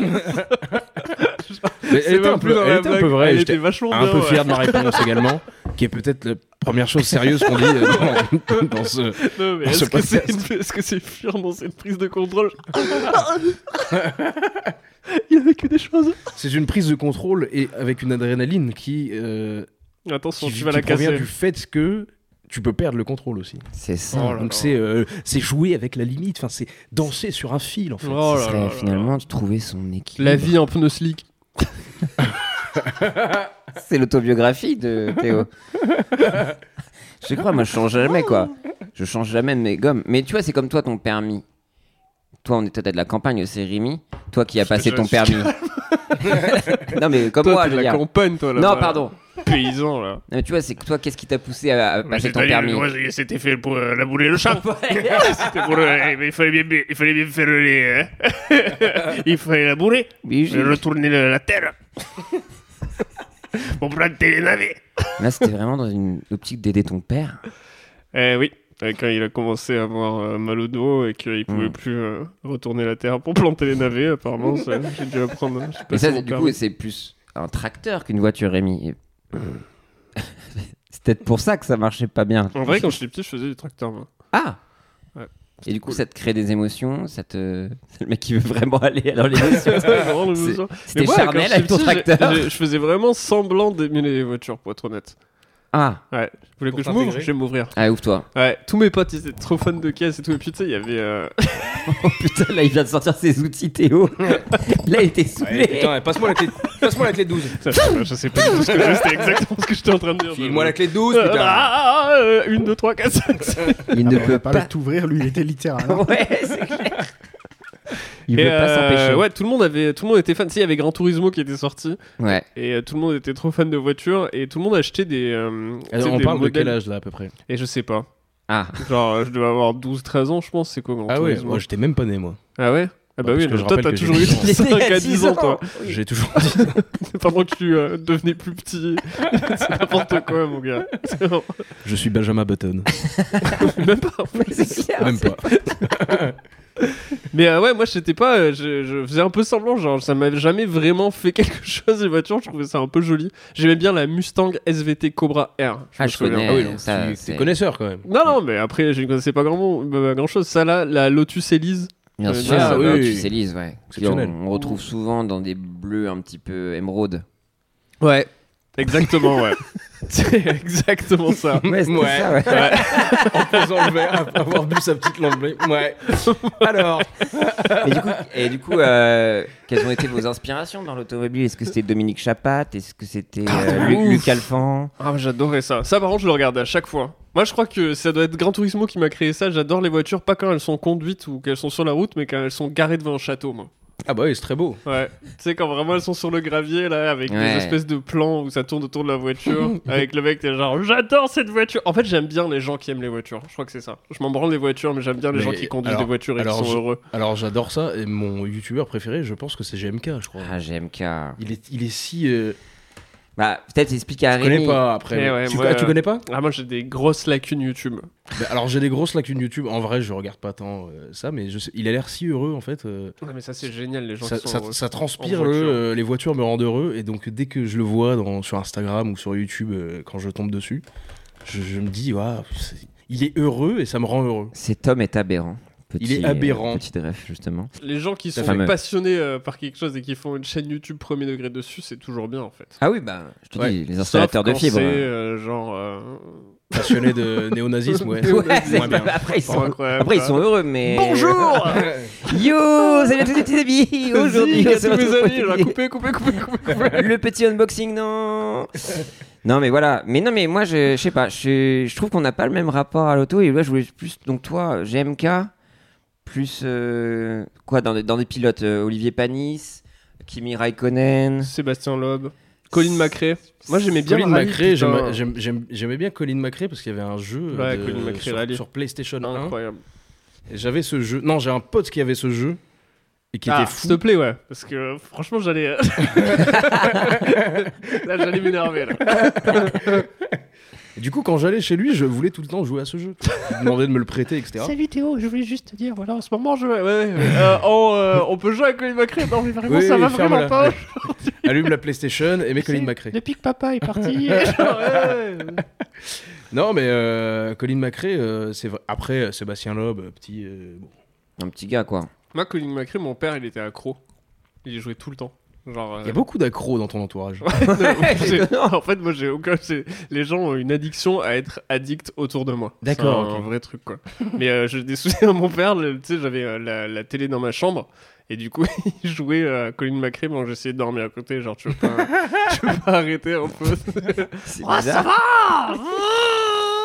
Speaker 2: Mais
Speaker 3: C'est même plus dans la
Speaker 2: elle était un peu
Speaker 3: blague.
Speaker 2: vraie.
Speaker 3: Elle
Speaker 2: J'étais
Speaker 3: était vachement
Speaker 2: un
Speaker 3: bien,
Speaker 2: peu
Speaker 3: ouais.
Speaker 2: fier de ma réponse également, qui est peut-être la première chose sérieuse qu'on dit dans ce.
Speaker 3: Non, mais
Speaker 2: dans ce podcast.
Speaker 3: est-ce que c'est fuir dans cette prise de contrôle? Il a vécu des choses.
Speaker 2: C'est une prise de contrôle et avec une adrénaline qui
Speaker 3: Attention,
Speaker 2: qui
Speaker 3: tu vas la
Speaker 2: provient
Speaker 3: casser.
Speaker 2: du fait que tu peux perdre le contrôle aussi.
Speaker 4: C'est ça.
Speaker 3: Oh là
Speaker 2: Donc
Speaker 3: là.
Speaker 2: c'est jouer avec la limite, enfin c'est danser sur un fil en fait.
Speaker 3: Oh
Speaker 4: Ce
Speaker 3: là
Speaker 4: serait
Speaker 3: là là
Speaker 4: finalement de trouver son équilibre.
Speaker 3: La vie en pneu slick.
Speaker 4: C'est l'autobiographie de Théo. Je crois, moi je change jamais quoi. Je change jamais de mes gommes. Mais tu vois, c'est comme toi ton permis. toi, on est peut-être de la campagne aussi, Rémi. Toi qui as passé
Speaker 3: Je
Speaker 4: ton
Speaker 3: suis
Speaker 4: permis. Non, mais comme
Speaker 3: Toi,
Speaker 4: moi,
Speaker 3: t'es
Speaker 4: je
Speaker 3: de
Speaker 4: veux
Speaker 3: la
Speaker 4: dire.
Speaker 3: campagne, toi, là.
Speaker 4: Non, pardon.
Speaker 3: Paysan, là.
Speaker 4: Non, mais tu vois, c'est que toi, qu'est-ce qui t'a poussé à passer ton permis?
Speaker 3: C'était fait pour labourer le champ. C'était pour... il fallait bien faire les... il fallait labourer, retourner la terre. Pour planter les navets.
Speaker 4: Là, c'était vraiment dans une optique d'aider ton père.
Speaker 3: Oui. Quand il a commencé à avoir mal au dos et qu'il pouvait plus retourner la terre pour planter les navets, apparemment, j'ai dû apprendre.
Speaker 4: Mais ça, du coup, c'est plus un tracteur qu'une voiture, Rémi. C'est peut-être pour ça que ça marchait pas bien.
Speaker 3: En vrai, quand j'étais petit, je faisais du tracteur, moi.
Speaker 4: Ah
Speaker 3: ouais.
Speaker 4: Et du coup,
Speaker 3: cool.
Speaker 4: Ça te crée des émotions, c'est le mec qui veut vraiment aller dans l'émotion. C'était
Speaker 3: moi,
Speaker 4: charnel avec ton tracteur.
Speaker 3: Je faisais vraiment semblant d'aimer les voitures, pour être honnête.
Speaker 4: Ah.
Speaker 3: Ouais. Vous voulez
Speaker 2: Pour
Speaker 3: que je m'ouvre?
Speaker 2: t'intégrer.
Speaker 3: Je vais m'ouvrir.
Speaker 4: Ah, ouvre-toi.
Speaker 3: Ouais. Tous mes potes, ils étaient trop fans de caisse et tout. Et puis, tu sais, il y avait...
Speaker 4: Oh putain, là, il vient de sortir ses outils, Théo. Là, il était saoulé.
Speaker 2: Ouais, putain, passe-moi la clé de 12.
Speaker 3: Je sais pas du tout ce que j'ai, c'était exactement ce que j'étais en train de dire.
Speaker 2: File-moi la clé de 12, putain.
Speaker 3: 1, 2, 3, 4, 5, 6.
Speaker 4: Il ne
Speaker 5: On
Speaker 4: peut
Speaker 5: va
Speaker 4: pas.
Speaker 5: pas t'ouvrir, lui, il était littéral. Hein.
Speaker 4: Ouais, c'est clair. Il veut pas s'empêcher.
Speaker 3: Ouais, tout le monde était fan. Tu sais, il y avait Gran Turismo qui était sorti.
Speaker 4: Ouais.
Speaker 3: Et tout le monde était trop fan de voitures. Et tout le monde achetait des. tu sais,
Speaker 2: On
Speaker 3: des
Speaker 2: parle de
Speaker 3: modèles.
Speaker 2: quel âge là à peu près?
Speaker 3: Et je sais pas.
Speaker 4: Ah.
Speaker 3: Genre, je devais avoir 12-13 ans, je pense. C'est quoi Gran
Speaker 2: Ah ouais,
Speaker 3: Turismo?
Speaker 2: moi j'étais même pas né moi.
Speaker 3: Ah ouais? Ah bah
Speaker 2: Ouais,
Speaker 3: oui,
Speaker 2: parce que je
Speaker 3: toi
Speaker 2: rappelle
Speaker 3: t'as
Speaker 2: que
Speaker 3: toujours
Speaker 2: j'ai
Speaker 3: eu
Speaker 2: 10 ans.
Speaker 3: 5 à 10 ans, toi.
Speaker 2: J'ai toujours dit.
Speaker 3: Pendant que tu devenais plus petit. C'est n'importe quoi, mon gars. C'est vraiment-
Speaker 2: Je suis Benjamin Button.
Speaker 3: Même pas.
Speaker 4: C'est clair.
Speaker 2: Même pas.
Speaker 3: Mais ouais, moi j'étais pas. Je faisais un peu semblant, genre ça m'avait jamais vraiment fait quelque chose, les voitures. Je trouvais ça un peu joli. J'aimais bien la Mustang SVT Cobra R.
Speaker 4: Ah,
Speaker 3: me
Speaker 4: je
Speaker 3: souviens.
Speaker 4: connais.
Speaker 2: Ah oui, donc
Speaker 4: Ça,
Speaker 2: t'es
Speaker 4: c'est-
Speaker 2: connaisseur quand même.
Speaker 3: Non, mais après, je ne connaissais pas grand chose. Ça là, la Lotus Elise.
Speaker 4: Bien
Speaker 3: Euh,
Speaker 4: sûr,
Speaker 2: ah, oui,
Speaker 4: tu
Speaker 2: oui.
Speaker 4: sais, Lise, ouais.
Speaker 2: Exceptionnel.
Speaker 4: On retrouve souvent dans des bleus un petit peu émeraude.
Speaker 3: Ouais. Exactement, ouais. C'est exactement ça.
Speaker 4: Ouais, c'était
Speaker 2: Ouais.
Speaker 4: ça, ouais.
Speaker 2: En posant le verre, après avoir bu sa petite lampe. Ouais. Alors.
Speaker 4: Et du coup, quelles ont été vos inspirations dans l'automobile? Est-ce que c'était Dominique Chapat? Est-ce que c'était
Speaker 3: ouf.
Speaker 4: Luc Alphand?
Speaker 3: Ah, j'adorais ça. Ça, par contre, je le regardais à chaque fois. Moi, je crois que ça doit être Gran Turismo qui m'a créé ça. J'adore les voitures, pas quand elles sont conduites ou qu'elles sont sur la route, mais quand elles sont garées devant un château, moi.
Speaker 2: Ah bah oui, c'est très beau.
Speaker 3: Ouais. Tu sais, quand vraiment elles sont sur le gravier, là, avec des
Speaker 4: Ouais.
Speaker 3: espèces de plans où ça tourne autour de la voiture, avec le mec, t'es genre, j'adore cette voiture. En fait, j'aime bien les gens qui aiment les voitures. Je crois que c'est ça. Je m'en branle les voitures, mais j'aime bien les
Speaker 2: Mais
Speaker 3: gens qui conduisent
Speaker 2: alors-
Speaker 3: des voitures et qui
Speaker 2: alors
Speaker 3: sont heureux.
Speaker 2: Alors j'adore ça. Et mon youtubeur préféré, je pense que c'est GMK, je crois.
Speaker 4: Ah, GMK.
Speaker 2: Il est si.
Speaker 4: Bah, peut-être expliquer à
Speaker 2: Je connais
Speaker 4: Rémi.
Speaker 2: pas après.
Speaker 3: Eh ouais,
Speaker 2: tu,
Speaker 3: moi,
Speaker 2: tu connais pas?
Speaker 3: Ah, moi, j'ai des grosses lacunes YouTube.
Speaker 2: Bah, alors j'ai des grosses lacunes YouTube. En vrai, je regarde pas tant ça, mais il a l'air si heureux en fait.
Speaker 3: Ouais, mais ça, c'est génial, les gens
Speaker 2: Ça,
Speaker 3: qui sont
Speaker 2: ça-
Speaker 3: heureux.
Speaker 2: ça transpire
Speaker 3: en voiture.
Speaker 2: les voitures me rendent heureux, et donc dès que je le vois sur Instagram ou sur YouTube, quand je tombe dessus, je me dis waouh, il est heureux et ça me rend heureux.
Speaker 4: Cet homme est aberrant.
Speaker 2: Il est aberrant.
Speaker 4: Petit ref, justement.
Speaker 3: Les gens qui sont
Speaker 4: fameux.
Speaker 3: passionnés par quelque chose et qui font une chaîne YouTube premier degré dessus, c'est toujours bien en fait.
Speaker 4: Ah oui, bah, je te
Speaker 2: Ouais.
Speaker 4: dis, les installateurs de
Speaker 3: Sauf quand
Speaker 4: fibres.
Speaker 3: c'est genre.
Speaker 2: Passionné de néonazisme, ouais.
Speaker 4: Ouais, c'est
Speaker 2: Moins bien.
Speaker 4: après, ils sont,
Speaker 3: incroyable,
Speaker 4: après, ils
Speaker 3: ça.
Speaker 4: sont heureux, mais.
Speaker 3: Bonjour.
Speaker 4: Yo, salut à tous les petits amis. Aujourd'hui,
Speaker 3: Vas-y,
Speaker 4: on se
Speaker 3: à tous mes
Speaker 4: retrouve
Speaker 3: amis,
Speaker 4: pour
Speaker 3: genre, coupez.
Speaker 4: le petit unboxing, non. Non, mais voilà. Mais non, mais moi, je sais pas. Je trouve qu'on n'a pas le même rapport à l'auto. Et là, je voulais plus. Donc, toi, GMK, plus. Quoi, dans des pilotes Olivier Panis, Kimi Raikkonen.
Speaker 3: Sébastien Loeb, Colin McRae. Moi j'aimais bien
Speaker 2: Colin
Speaker 3: le rallye,
Speaker 2: McRae,
Speaker 3: putain.
Speaker 2: j'aimais bien Colin McRae parce qu'il y avait un jeu
Speaker 3: Ouais, Colin McRae Rally.
Speaker 2: sur PlayStation 1.
Speaker 3: Incroyable.
Speaker 2: Et j'avais ce jeu. Non, j'ai un pote qui avait ce jeu et qui
Speaker 3: Ah,
Speaker 2: était fou.
Speaker 3: s'il te plaît, ouais. Parce que franchement, j'allais. Là, j'allais m'énerver. Là.
Speaker 2: Et du coup, quand j'allais chez lui, je voulais tout le temps jouer à ce jeu. Il me demandait de me le prêter, etc.
Speaker 3: Salut Théo, je voulais juste te dire, voilà, en ce moment, je. Ouais. On peut jouer à Colin McRae. Non, mais vraiment,
Speaker 2: Oui,
Speaker 3: ça va
Speaker 2: ferme-la.
Speaker 3: vraiment pas.
Speaker 2: Allume la PlayStation et mets Colin McRae.
Speaker 3: Depuis que papa est parti. Genre, ouais.
Speaker 2: Non, mais Colin McRae, c'est vrai. Après, Sébastien Loeb, petit. Bon.
Speaker 4: Un petit gars, quoi.
Speaker 3: Moi, Colin McRae, mon père, il était accro. Il y jouait tout le temps. Genre,
Speaker 2: Il y a beaucoup d'accros dans ton entourage.
Speaker 3: En fait, moi, j'ai aucun. Les gens ont une addiction à être addicts autour de moi.
Speaker 2: D'accord,
Speaker 3: C'est un
Speaker 2: ok.
Speaker 3: vrai truc, quoi. Mais j'ai des souvenirs de mon père. Tu sais, j'avais la télé dans ma chambre. Et du coup, il jouait à Colin McRae, mais j'essayais de dormir à côté. Genre, tu veux pas arrêter un peu.
Speaker 4: C'est
Speaker 3: Ah, ça
Speaker 4: bizarre.
Speaker 3: va.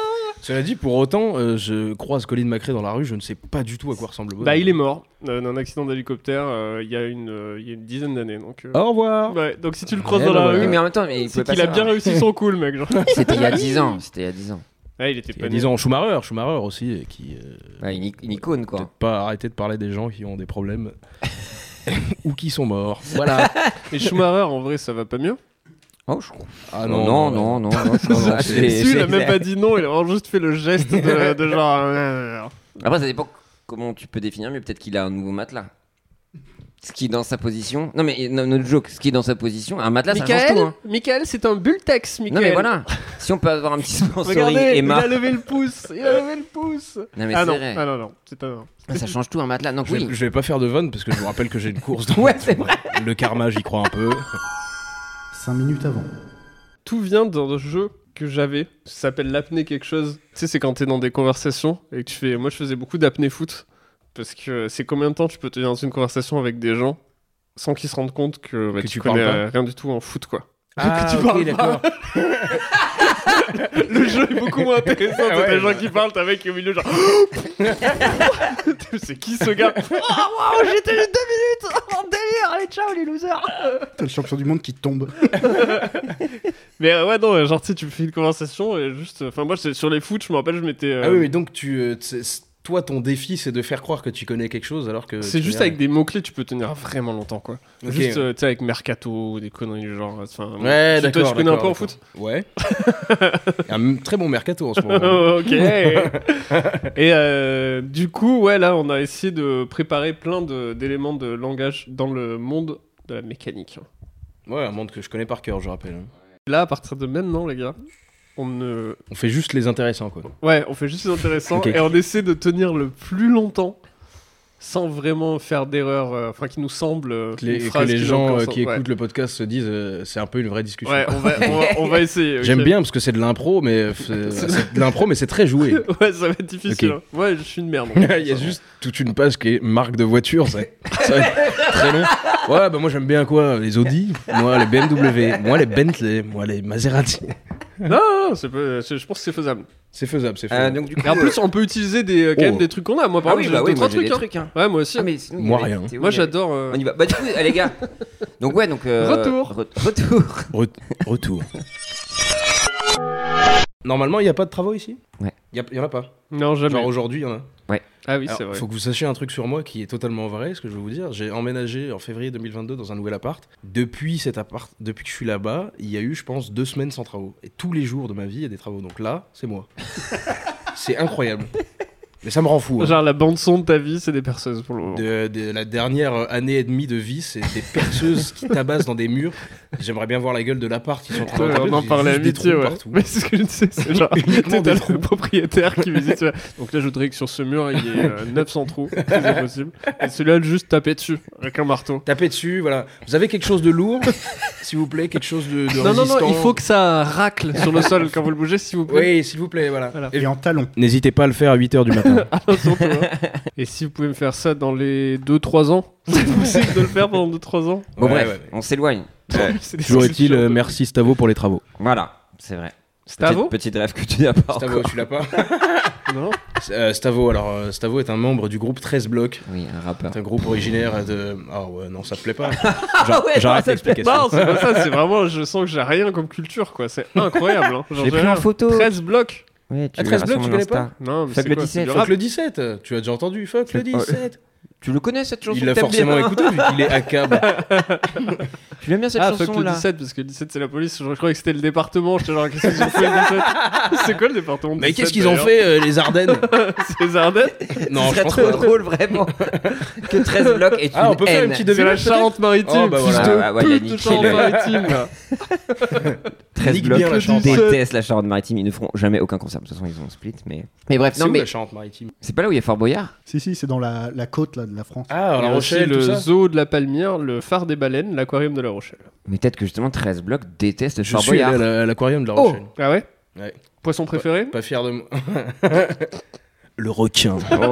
Speaker 2: Cela dit, pour autant, je croise Colin McRae dans la rue, je ne sais pas du tout à quoi ressemble le bonhomme.
Speaker 3: Bah, il est mort d'un accident d'hélicoptère il y a une dizaine d'années. Donc,
Speaker 2: Au revoir.
Speaker 3: ouais, donc si tu le croises
Speaker 2: Eh
Speaker 3: dans
Speaker 2: ben
Speaker 3: la
Speaker 2: voilà.
Speaker 3: rue,
Speaker 4: Oui, mais en même temps, il
Speaker 3: c'est
Speaker 4: pouvait
Speaker 3: qu'il
Speaker 4: pas
Speaker 3: a bien
Speaker 4: savoir.
Speaker 3: réussi son coup, le mec. Genre.
Speaker 4: C'était il y a 10 ans. C'était il y a 10 ans.
Speaker 3: Ouais, il était
Speaker 2: Il y
Speaker 3: pas
Speaker 2: a
Speaker 3: né.
Speaker 2: 10 ans, Schumacher aussi, qui
Speaker 4: Ouais, une icône, quoi.
Speaker 2: peut-être pas arrêter de parler des gens qui ont des problèmes ou qui sont morts. Voilà.
Speaker 3: Mais Schumacher, en vrai, ça va pas mieux.
Speaker 4: Oh, je crois.
Speaker 2: Ah
Speaker 4: Non,
Speaker 2: non,
Speaker 4: non.
Speaker 3: Si, il a même pas dit non, il a vraiment juste fait le geste de genre.
Speaker 4: Après, ça dépend comment tu peux définir, mais peut-être qu'il a un nouveau matelas. Ce qui est dans sa position. Non, mais notre joke, ce qui est dans sa position, un matelas, ça change tout. Hein.
Speaker 3: Michael, c'est un Bultex, Michael.
Speaker 4: Non, mais voilà. Si on peut avoir un petit sponsoring
Speaker 3: Regardez,
Speaker 4: Emma.
Speaker 3: il a levé le pouce. Il a levé le pouce.
Speaker 4: Non, mais
Speaker 3: Ah
Speaker 4: c'est
Speaker 3: non,
Speaker 4: vrai.
Speaker 3: ah non, c'est un.
Speaker 4: Ça change tout un matelas. Donc,
Speaker 2: Je vais,
Speaker 4: oui.
Speaker 2: je vais pas faire de vanne parce que je vous rappelle que j'ai une course dans
Speaker 4: Ouais, c'est vrai.
Speaker 2: le karma, j'y crois un peu.
Speaker 5: 5 minutes avant.
Speaker 3: Tout vient d'un jeu que j'avais, ça s'appelle l'apnée quelque chose. Tu sais, c'est quand t'es dans des conversations et que tu fais... Moi, je faisais beaucoup d'apnée foot, parce que c'est combien de temps tu peux tenir dans une conversation avec des gens sans qu'ils se rendent compte que,
Speaker 2: Que
Speaker 3: tu
Speaker 2: tu
Speaker 3: connais
Speaker 2: parles pas.
Speaker 3: rien du tout en foot, quoi.
Speaker 2: Ah,
Speaker 3: Que tu
Speaker 2: ok,
Speaker 3: parles
Speaker 2: d'accord.
Speaker 3: Le jeu est beaucoup moins intéressant. T'as
Speaker 2: Ouais,
Speaker 3: des gens
Speaker 2: ouais.
Speaker 3: qui parlent, t'as un mec qui est au milieu, genre... C'est qui ce gars? Oh, wow, j'ai tenu 2 minutes. En délire, allez, ciao les losers.
Speaker 5: T'as le champion du monde qui tombe.
Speaker 3: Mais ouais, non, genre, tu sais, tu fais une conversation et juste... Enfin, moi, sur les foot, je me rappelle, je m'étais...
Speaker 2: Ah oui, oui, donc toi, ton défi, c'est de faire croire que tu connais quelque chose alors que...
Speaker 3: C'est
Speaker 2: tu
Speaker 3: juste
Speaker 2: connais
Speaker 3: avec des mots-clets, tu peux tenir vraiment longtemps, quoi.
Speaker 2: Ok.
Speaker 3: Juste, tu sais, avec Mercato ou des conneries du genre. Enfin,
Speaker 2: Ouais,
Speaker 3: toi,
Speaker 2: d'accord.
Speaker 3: tu connais un
Speaker 2: d'accord,
Speaker 3: peu en
Speaker 2: d'accord.
Speaker 3: foot?
Speaker 2: Ouais. Il y a un très bon mercato en ce moment.
Speaker 3: Ok. Et du coup, ouais, là, on a essayé de préparer plein d'éléments de langage dans le monde de la mécanique.
Speaker 2: Ouais, un monde que je connais par cœur, je rappelle.
Speaker 3: Là, à partir de maintenant, les gars, on
Speaker 2: fait juste les intéressants, quoi.
Speaker 3: Ouais, on fait juste les intéressants
Speaker 2: Ok.
Speaker 3: et on essaie de tenir le plus longtemps sans vraiment faire d'erreurs, enfin qui nous semble
Speaker 2: Que les
Speaker 3: qui
Speaker 2: gens
Speaker 3: n'ont aucun
Speaker 2: qui
Speaker 3: sens.
Speaker 2: écoutent le podcast se disent c'est un peu une vraie discussion.
Speaker 3: Ouais, on va essayer. Ok.
Speaker 2: J'aime bien parce que c'est de l'impro, mais c'est de l'impro, mais c'est très joué.
Speaker 3: Ouais, ça va être difficile.
Speaker 2: Ok.
Speaker 3: Hein. Ouais, je suis une merde.
Speaker 2: Il y a juste toute une page qui est marque de voiture, ça va être très long. Ouais, bah moi j'aime bien quoi, les Audi, moi les BMW, moi les Bentley, moi les Maserati.
Speaker 3: Non, je pense que c'est faisable.
Speaker 2: C'est faisable, c'est faisable.
Speaker 4: Donc, du coup,
Speaker 3: Et en plus, on peut utiliser quand même des trucs qu'on a. Moi, par
Speaker 4: ah oui,
Speaker 3: exemple,
Speaker 4: bah
Speaker 3: j'ai
Speaker 4: oui,
Speaker 3: deux,
Speaker 4: moi
Speaker 3: trois
Speaker 4: j'ai des
Speaker 3: trucs.
Speaker 4: trucs. Hein.
Speaker 3: Ouais, moi aussi.
Speaker 4: Ah, mais sinon, il y
Speaker 2: Moi,
Speaker 4: avait
Speaker 2: rien.
Speaker 4: Théo,
Speaker 3: Moi,
Speaker 4: il y a-
Speaker 3: j'adore.
Speaker 4: On y va. Bah, du coup, les gars. Donc, ouais, donc.
Speaker 3: Retour.
Speaker 4: Retour.
Speaker 2: Retour. Normalement, il n'y a pas de travaux ici.
Speaker 4: Ouais.
Speaker 2: Il y en a pas.
Speaker 3: Non, jamais.
Speaker 2: Genre aujourd'hui, il y en a.
Speaker 3: Ah oui,
Speaker 2: Alors,
Speaker 3: c'est vrai.
Speaker 2: faut que vous sachiez un truc sur moi qui est totalement vrai, ce que je vais vous dire. J'ai emménagé en février 2022 dans un nouvel appart. Depuis que je suis là-bas, il y a eu, je pense, 2 semaines sans travaux. Et tous les jours de ma vie, il y a des travaux. Donc là, c'est moi. C'est incroyable. Mais ça me rend fou. Hein.
Speaker 3: Genre, la bande-son de ta vie, c'est des perceuses pour le moment.
Speaker 2: De la dernière année et demie de vie, c'est des perceuses qui tabassent dans des murs. J'aimerais bien voir la gueule de l'appart qui sont en train de
Speaker 3: On en parlait à amitié, ouais. Mais c'est ce que je disais, c'est genre,
Speaker 2: Uniquement
Speaker 3: t'as
Speaker 2: des trous.
Speaker 3: le propriétaire qui visite. Tu vois. Donc là, je voudrais que sur ce mur, il y ait 900 trous, si c'est possible. Et celui-là, juste taper dessus avec un marteau.
Speaker 2: Tapez dessus, voilà. Vous avez quelque chose de lourd, s'il vous plaît, quelque chose de
Speaker 3: Non,
Speaker 2: résistant.
Speaker 3: il faut que ça racle sur le sol quand vous le bougez, s'il vous plaît.
Speaker 2: Oui, s'il vous plaît, voilà.
Speaker 3: Voilà.
Speaker 5: Et en talon.
Speaker 2: N'hésitez pas à le faire à 8h du matin.
Speaker 3: Surtout, hein. Et si vous pouvez me faire ça dans les 2-3 ans, c'est possible de le faire pendant 2-3 ans.
Speaker 4: Bon,
Speaker 2: Ouais,
Speaker 4: bref,
Speaker 2: ouais.
Speaker 4: on s'éloigne.
Speaker 3: C'est des
Speaker 2: Toujours est-il,
Speaker 3: solutions.
Speaker 2: merci Stavo pour les travaux.
Speaker 4: Voilà, c'est vrai.
Speaker 3: Stavo
Speaker 4: Petite rêve que tu n'as pas.
Speaker 2: Stavo,
Speaker 4: encore.
Speaker 2: tu l'as pas
Speaker 3: Non.
Speaker 2: Stavo, alors Stavo est un membre du groupe 13 blocs.
Speaker 4: Oui, un rappeur.
Speaker 2: C'est un groupe originaire de... Ah ouais, non, ça te plaît pas.
Speaker 4: ouais,
Speaker 2: J'arrête
Speaker 4: non, ça te plaît
Speaker 2: l'explication.
Speaker 3: Non, c'est pas ça, c'est vraiment, je sens que j'ai rien comme culture, quoi. C'est incroyable. Hein. Genre,
Speaker 4: J'ai pris
Speaker 3: rien.
Speaker 4: en photo.
Speaker 3: 13 blocs.
Speaker 4: Ouais, tu
Speaker 2: Ah, 13
Speaker 4: verras
Speaker 2: blocs,
Speaker 4: sur
Speaker 2: tu
Speaker 4: mon
Speaker 2: connais
Speaker 4: Insta.
Speaker 2: pas
Speaker 3: Non, mais
Speaker 4: Fuck
Speaker 3: c'est
Speaker 4: le
Speaker 3: quoi,
Speaker 4: 17.
Speaker 3: c'est du
Speaker 2: Fuck
Speaker 3: rap.
Speaker 2: le 17, tu as déjà entendu Fuck le 17.
Speaker 4: Tu le connais cette chanson?
Speaker 2: Il l'a
Speaker 4: t'aimes
Speaker 2: forcément
Speaker 4: bien
Speaker 2: écouté vu qu'il est à câble.
Speaker 4: Tu l'aimes bien cette
Speaker 3: Ah, fuck
Speaker 4: chanson
Speaker 3: le
Speaker 4: là?
Speaker 3: 17, parce que le 17 c'est la police. Je croyais que c'était le département. J'étais genre, qu'est-ce qu'ils ont fait le 17? C'est quoi le département de
Speaker 2: Mais
Speaker 3: 17,
Speaker 2: qu'est-ce qu'ils ont
Speaker 3: d'ailleurs
Speaker 2: fait les Ardennes?
Speaker 3: C'est les Ardennes?
Speaker 2: Non,
Speaker 4: Ce
Speaker 2: je
Speaker 4: serait
Speaker 2: pense
Speaker 4: trop
Speaker 2: pas.
Speaker 4: drôle vraiment que 13 blocs et
Speaker 2: Ah, on peut faire une petite
Speaker 3: C'est la
Speaker 2: devinette peut-être.
Speaker 3: Charente-Maritime.
Speaker 2: Oh, bah
Speaker 3: fils
Speaker 2: voilà.
Speaker 3: de
Speaker 4: Ah, ouais, il a
Speaker 3: pute de
Speaker 4: niqué
Speaker 3: Charente-Maritime. là.
Speaker 4: 13
Speaker 2: Nique
Speaker 4: blocs.
Speaker 2: bien la
Speaker 4: Je
Speaker 2: Charente-Maritime.
Speaker 4: déteste la Charente-Maritime. Ils ne feront jamais aucun concert. De toute façon, ils ont split. Mais bref,
Speaker 2: C'est
Speaker 4: non,
Speaker 2: où
Speaker 4: mais
Speaker 2: la Charente-Maritime?
Speaker 4: c'est pas là où il y a Fort Boyard?
Speaker 5: Si, c'est dans la côte là, de la France.
Speaker 2: Ah,
Speaker 3: Il y
Speaker 2: La
Speaker 3: a aussi
Speaker 2: Rochelle, tout
Speaker 3: le
Speaker 2: ça.
Speaker 3: zoo de la Palmyre, le phare des baleines, l'aquarium de La Rochelle.
Speaker 4: Mais peut-être que justement 13 blocs détestent
Speaker 2: Je
Speaker 4: Fort
Speaker 2: suis allé
Speaker 4: Boyard.
Speaker 2: à l'aquarium de La
Speaker 4: Oh.
Speaker 2: Rochelle.
Speaker 3: Ah ouais?
Speaker 2: Ouais.
Speaker 3: Poisson préféré?
Speaker 2: Pas fier de moi. Le requin.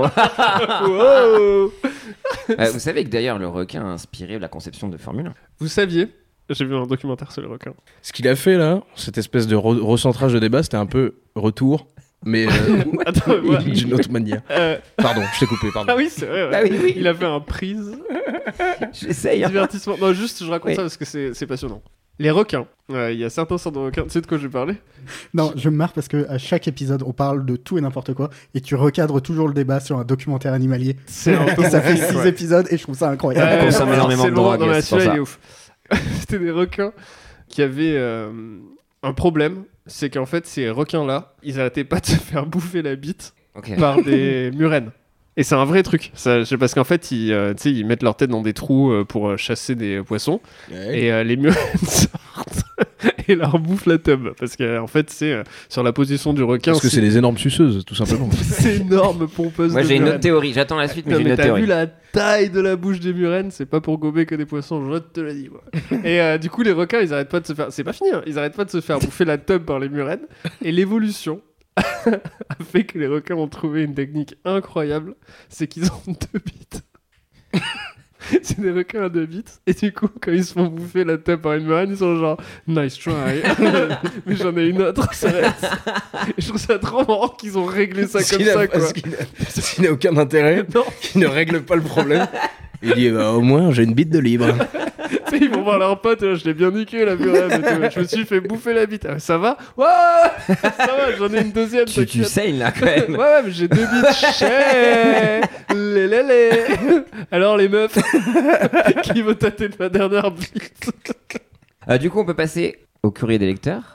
Speaker 3: Wow.
Speaker 4: Vous savez que d'ailleurs le requin a inspiré la conception de Formule 1.
Speaker 3: Vous saviez? J'ai vu un documentaire sur les requins.
Speaker 2: Ce qu'il a fait là, cette espèce de recentrage de débat, c'était un peu retour. mais
Speaker 3: Attends, moi-
Speaker 2: d'une autre manière. Pardon, je t'ai coupé, pardon.
Speaker 3: Ah oui, c'est vrai. Ouais.
Speaker 4: Ah oui, oui.
Speaker 3: Il a fait un prise.
Speaker 4: J'essaye. Hein.
Speaker 3: Divertissement. Non, juste, je raconte
Speaker 4: Oui.
Speaker 3: ça parce que c'est passionnant. Les requins. Il y a certains sortes de requins. Tu sais de quoi je vais parler?
Speaker 5: Non, je me marre parce que à chaque épisode, on parle de tout et n'importe quoi et tu recadres toujours le débat sur un documentaire animalier.
Speaker 3: C'est un peu
Speaker 5: Et ça fait
Speaker 3: compliqué,
Speaker 5: 6
Speaker 3: ouais.
Speaker 5: épisodes et je trouve ça incroyable.
Speaker 4: On consomme
Speaker 3: non,
Speaker 4: énormément
Speaker 3: c'est
Speaker 4: de
Speaker 3: long.
Speaker 4: drogue,
Speaker 3: Non, mais
Speaker 4: c'est pour
Speaker 3: celui-là,
Speaker 4: ça.
Speaker 3: il est ouf. C'était des requins qui avaient un problème. C'est qu'en fait, ces requins-là, ils arrêtaient pas de se faire bouffer la bite
Speaker 4: Ok.
Speaker 3: par des murènes. Et c'est un vrai truc. Ça, parce qu'en fait, tu sais, ils mettent leur tête dans des trous pour chasser des poissons. Et les murènes sortent et leur bouffent la tub. Parce qu'en fait, c'est sur la position du requin.
Speaker 2: Parce que c'est des énormes suceuses, tout simplement.
Speaker 3: c'est énorme pompeuse
Speaker 4: Moi
Speaker 3: de
Speaker 4: j'ai une autre
Speaker 3: murènes.
Speaker 4: théorie. J'attends la suite, mais
Speaker 3: Non,
Speaker 4: j'ai une
Speaker 3: mais
Speaker 4: autre
Speaker 3: t'as
Speaker 4: théorie.
Speaker 3: vu la taille de la bouche des murènes, c'est pas pour gober que des poissons, je te le dis. Moi. Et du coup, les requins, ils arrêtent pas de se faire. C'est pas fini, hein. Ils arrêtent pas de se faire bouffer la tub par les murènes. Et l'évolution a fait que les requins ont trouvé une technique incroyable, c'est qu'ils ont 2 bites. C'est des requins à 2 bites. Et du coup, quand ils se font bouffer la tête par une murène, ils sont genre nice try. Mais j'en ai une autre, ça reste. Et je trouve ça trop marrant qu'ils ont réglé ça comme ça, quoi.
Speaker 2: Ce qui n'a aucun intérêt,
Speaker 3: Non.
Speaker 2: qui ne règle pas le problème. Il dit bah, au moins j'ai une bite de libre.
Speaker 3: Tu sais, ils vont voir leur pote, je l'ai bien niqué la murène et tout. Je me suis fait bouffer la bite. Ah, ça va? Ouais, ça va, j'en ai une deuxième.
Speaker 4: Tu
Speaker 3: t'inquiète.
Speaker 4: saignes là quand même.
Speaker 3: Ouais, mais j'ai 2 bites. Chais, lélélé. Alors les meufs, qui veut tâter de ma dernière bite?
Speaker 4: Du coup, on peut passer au courrier des lecteurs.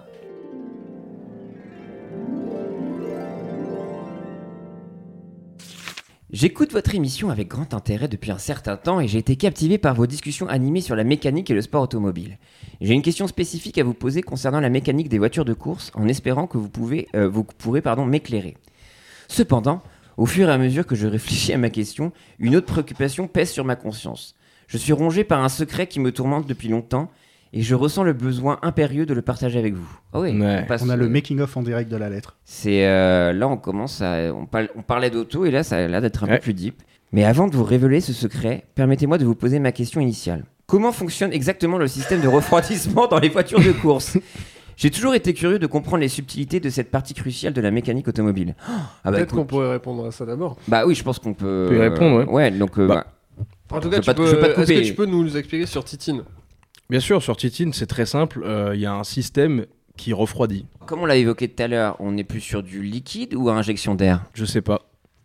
Speaker 4: J'écoute votre émission avec grand intérêt depuis un certain temps et j'ai été captivé par vos discussions animées sur la mécanique et le sport automobile. J'ai une question spécifique à vous poser concernant la mécanique des voitures de course en espérant que vous pourrez m'éclairer. Cependant, au fur et à mesure que je réfléchis à ma question, une autre préoccupation pèse sur ma conscience. Je suis rongé par un secret qui me tourmente depuis longtemps et je ressens le besoin impérieux de le partager avec vous. Oh oui,
Speaker 2: Ouais.
Speaker 5: On a le making-of en direct de la lettre.
Speaker 4: C'est là on commence à on parlait d'auto et là ça a l'air d'être un
Speaker 2: Ouais.
Speaker 4: peu plus deep. Mais avant de vous révéler ce secret, permettez-moi de vous poser ma question initiale. Comment fonctionne exactement le système de refroidissement dans les voitures de course? J'ai toujours été curieux de comprendre les subtilités de cette partie cruciale de la mécanique automobile. Ah bah,
Speaker 3: Peut-être qu'on
Speaker 4: écoute,
Speaker 3: pourrait répondre à ça d'abord.
Speaker 4: bah oui, je pense qu'on peut.
Speaker 2: On peut y répondre, ouais.
Speaker 4: Ouais, donc
Speaker 3: En tout
Speaker 4: Je
Speaker 3: cas,
Speaker 4: vais pas te
Speaker 3: est-ce
Speaker 4: couper.
Speaker 3: que tu peux nous expliquer sur Titine?
Speaker 2: Bien sûr, sur Titine, c'est très simple. Il y a un système qui refroidit.
Speaker 4: comme on l'a évoqué tout à l'heure, on est plus sur du liquide ou à injection d'air?
Speaker 2: Je sais pas.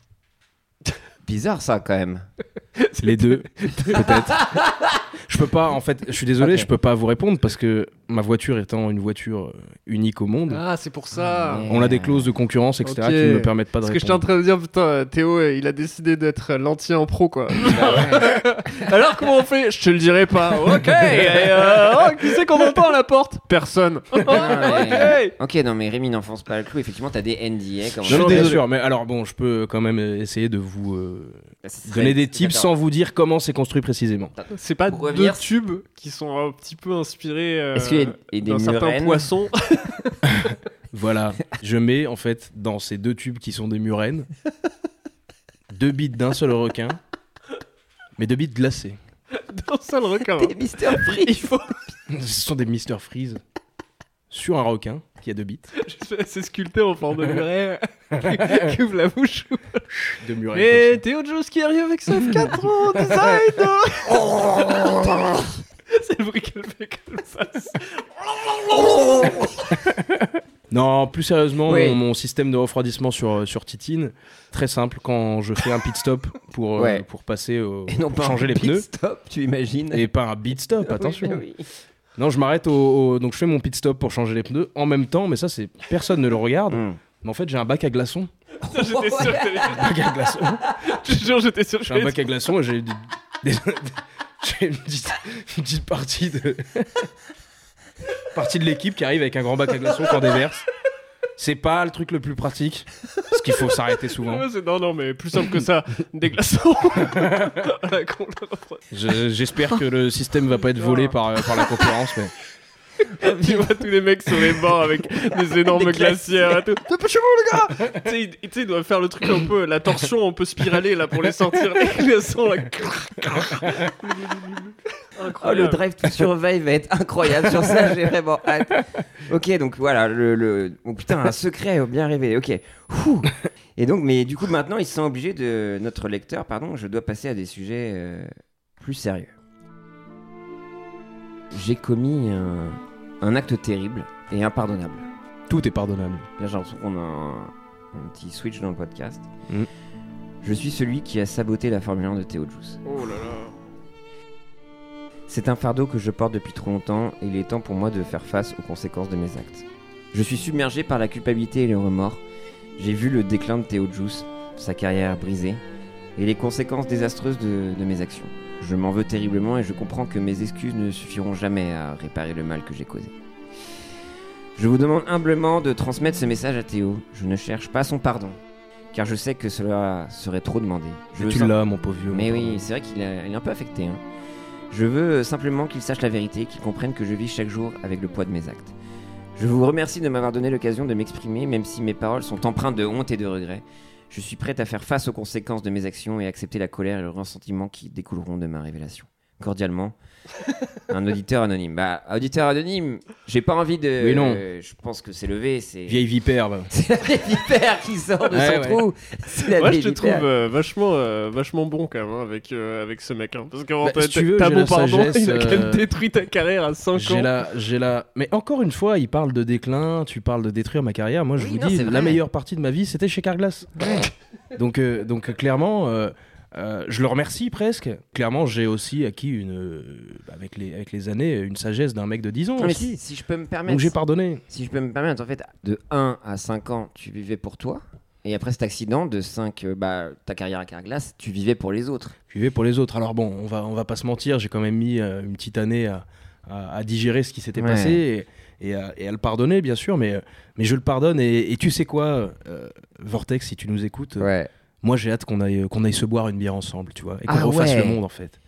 Speaker 4: Bizarre ça quand même.
Speaker 2: Les deux, peut-être. Je peux pas, en fait, je suis désolé,
Speaker 4: Ok.
Speaker 2: je peux pas vous répondre parce que ma voiture étant une voiture unique au monde,
Speaker 3: Ah, c'est pour ça.
Speaker 4: Ouais.
Speaker 2: on a des clauses de concurrence, etc.,
Speaker 3: Ok.
Speaker 2: qui ne me permettent pas de
Speaker 3: Parce que j'étais en
Speaker 2: répondre.
Speaker 3: train de dire, putain, Théo, il a décidé d'être l'anti en pro, quoi.
Speaker 4: Bah ouais.
Speaker 3: Alors, comment on fait? Je te le dirai pas. Ok. Qui c'est qu'on entend à la porte? Personne.
Speaker 4: mais-
Speaker 3: Ok.
Speaker 4: Ok, non mais Rémi n'enfonce pas le clou. Effectivement, t'as des NDA. Comme
Speaker 2: Je
Speaker 3: Non,
Speaker 2: suis bien
Speaker 3: désolé.
Speaker 2: sûr, mais alors bon, je peux quand même essayer de vous donner des tips
Speaker 4: D'accord.
Speaker 2: sans vous dire comment c'est construit précisément.
Speaker 3: C'est pas
Speaker 4: Pour
Speaker 3: deux
Speaker 4: revenir-
Speaker 3: tubes qui sont un petit peu inspirés
Speaker 4: Est-ce qu'il y a des
Speaker 3: d'un certain
Speaker 4: murènes
Speaker 3: poisson.
Speaker 2: Voilà, je mets en fait dans ces deux tubes qui sont des murènes 2 bites d'un seul requin, mais 2 bites glacées.
Speaker 3: D'un seul requin.
Speaker 4: Des Mister
Speaker 3: Il
Speaker 4: Freeze.
Speaker 3: faut.
Speaker 2: Ce sont des Mr Freeze sur un requin qui a 2 bites.
Speaker 3: C'est sculpté en forme de muret qui ouvre la bouche.
Speaker 2: 2 murènes.
Speaker 3: Et
Speaker 2: comme
Speaker 3: Théo Jones qui arrive avec sa F4 en design. C'est le bruit qu'elle fait qu'elle fasse.
Speaker 2: ça. Non, plus sérieusement,
Speaker 4: Oui.
Speaker 2: mon système de refroidissement sur Titine, très simple, quand je fais un pit stop pour
Speaker 4: Ouais.
Speaker 2: passer
Speaker 4: Et non
Speaker 2: pour
Speaker 4: pas
Speaker 2: changer
Speaker 4: un
Speaker 2: les
Speaker 4: pit
Speaker 2: pneus.
Speaker 4: stop, tu imagines?
Speaker 2: Et pas un beat stop, attention.
Speaker 4: Oui, oui.
Speaker 2: Non, je m'arrête donc je fais mon pit stop pour changer les pneus en même temps, mais ça c'est personne ne le regarde.
Speaker 4: Hmm.
Speaker 2: Mais en fait, j'ai un bac à glaçons.
Speaker 3: J'étais sûr que t'allais.
Speaker 2: Bac à glaçons.
Speaker 3: Je te jure, j'étais sûr que
Speaker 2: J'ai un bac à glaçons et j'ai j'ai une petite partie de l'équipe qui arrive avec un grand bac à glaçons qu'on déverse. C'est pas le truc le plus pratique, parce qu'il faut s'arrêter souvent.
Speaker 3: Non, mais plus simple que ça. Des glaçons. La con, la refroidit.
Speaker 2: J'espère que le système va pas être volé par la concurrence, mais
Speaker 3: Tu vois tous les mecs sur les bords avec des énormes
Speaker 4: Des
Speaker 3: glacières et tout. Dépêchez-vous, les gars! Tu sais, ils doivent faire le truc un peu, la torsion un peu spiralée là pour les sortir, les glaçons là.
Speaker 4: Oh, le drive to survive va être incroyable sur ça, j'ai vraiment hâte. Ok, donc voilà, oh putain, un secret bien révélé, ok. Et donc, mais du coup, maintenant, il se sent obligé de... Notre lecteur, pardon, je dois passer à des sujets plus sérieux. J'ai commis un acte terrible et impardonnable.
Speaker 2: Tout est pardonnable.
Speaker 4: Là, j'ai l'impression qu'on a un petit switch dans le podcast. Je suis celui qui a saboté la Formule 1 de Théo Juice.
Speaker 3: Oh là là.
Speaker 4: C'est un fardeau que je porte depuis trop longtemps et il est temps pour moi de faire face aux conséquences de mes actes. Je suis submergé par la culpabilité et le remords. J'ai vu le déclin de Théo Juice, sa carrière brisée, et les conséquences désastreuses de mes actions. Je m'en veux terriblement et je comprends que mes excuses ne suffiront jamais à réparer le mal que j'ai causé. Je vous demande humblement de transmettre ce message à Théo. Je ne cherche pas son pardon, car je sais que cela serait trop demandé.
Speaker 2: Tu l'as, mon pauvre vieux.
Speaker 4: Mais oui, c'est vrai qu'il est un peu affecté. Hein. Je veux simplement qu'il sache la vérité, qu'il comprenne que je vis chaque jour avec le poids de mes actes. Je vous remercie de m'avoir donné l'occasion de m'exprimer, même si mes paroles sont empreintes de honte et de regret. Je suis prête à faire face aux conséquences de mes actions et accepter la colère et le ressentiment qui découleront de ma révélation. Cordialement, un auditeur anonyme. Bah, auditeur anonyme, j'ai pas envie de...
Speaker 2: Oui, non.
Speaker 4: Je pense que c'est levé, c'est...
Speaker 2: Vieille vipère. Va.
Speaker 4: C'est la vieille vipère qui sort de son trou. C'est la
Speaker 3: Moi,
Speaker 4: vieille
Speaker 3: je te
Speaker 4: vipère.
Speaker 3: trouve vachement bon quand même hein, avec ce mec. Hein, parce que
Speaker 2: si tu veux,
Speaker 3: t'as
Speaker 2: j'ai
Speaker 3: mon
Speaker 2: la
Speaker 3: pardon,
Speaker 2: sagesse,
Speaker 3: il a quand même détruit ta carrière à 5 ans.
Speaker 2: Mais encore une fois, il parle de déclin, tu parles de détruire ma carrière. Moi, je vous dis, la meilleure partie de ma vie, c'était chez Carglass. Donc clairement... je le remercie presque. Clairement, j'ai aussi acquis avec les années une sagesse d'un mec de 10 ans.
Speaker 4: Non, mais
Speaker 2: aussi.
Speaker 4: si je peux me permettre.
Speaker 2: Donc j'ai pardonné.
Speaker 4: Si je peux me permettre, en fait, de 1 à 5 ans, tu vivais pour toi. Et après cet accident, de 5, ta carrière à Carglass, tu vivais pour les autres.
Speaker 2: Je vivais pour les autres. Alors bon, on va pas se mentir, j'ai quand même mis une petite année à digérer ce qui s'était passé et à le pardonner, bien sûr. Mais je le pardonne. Et tu sais quoi, Vortex, si tu nous écoutes. Moi, j'ai hâte qu'on aille se boire une bière ensemble, tu vois, et qu'on refasse le monde, en fait.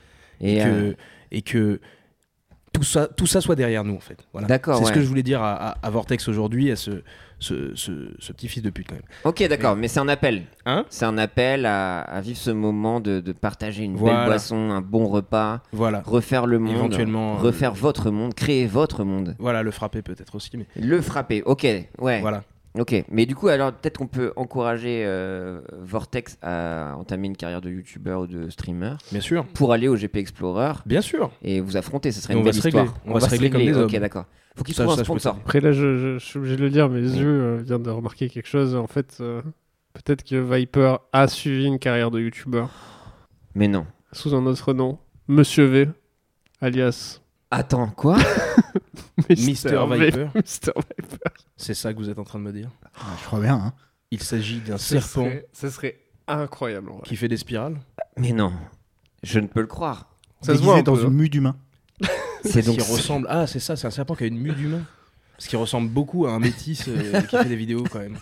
Speaker 2: Et que tout ça soit derrière nous, en fait. Voilà.
Speaker 4: D'accord,
Speaker 2: c'est ce que je voulais dire à Vortex aujourd'hui, à ce petit fils de pute, quand même.
Speaker 4: Ok, d'accord, mais c'est un appel.
Speaker 2: Hein ?
Speaker 4: C'est un appel à vivre ce moment de partager une belle boisson, un bon repas, refaire le monde,
Speaker 2: éventuellement,
Speaker 4: refaire votre monde, créer votre monde.
Speaker 2: Voilà, le frapper peut-être aussi. Mais...
Speaker 4: Le frapper, ok, ouais.
Speaker 2: Voilà.
Speaker 4: Ok, mais du coup, alors peut-être qu'on peut encourager Vortex à entamer une carrière de youtubeur ou de streamer.
Speaker 2: Bien sûr.
Speaker 4: Pour aller au GP Explorer.
Speaker 2: Bien sûr.
Speaker 4: Et vous affronter, ce serait une belle histoire.
Speaker 2: On va se régler comme des hommes.
Speaker 4: Ok, d'accord. Faut qu'il trouve un sponsor.
Speaker 3: Après là, je suis obligé de le dire, mes yeux viennent de remarquer quelque chose. En fait, peut-être que Viper a suivi une carrière de youtubeur.
Speaker 4: Mais non.
Speaker 3: Sous un autre nom, Monsieur V, alias...
Speaker 4: Attends, quoi?
Speaker 2: Mr. Viper.
Speaker 3: Mr. Viper.
Speaker 2: C'est ça que vous êtes en train de me dire?
Speaker 5: Je crois bien. Hein.
Speaker 2: Il s'agit d'un serpent.
Speaker 3: Ce serait incroyable.
Speaker 2: Qui fait des spirales?
Speaker 4: Mais non, je ne peux le croire.
Speaker 5: Ça se voit dans une mue d'humain.
Speaker 2: C'est donc qui ressemble. Ah, c'est ça, c'est un serpent qui a une mue d'humain. Ce qui ressemble beaucoup à un métis qui fait des vidéos quand même.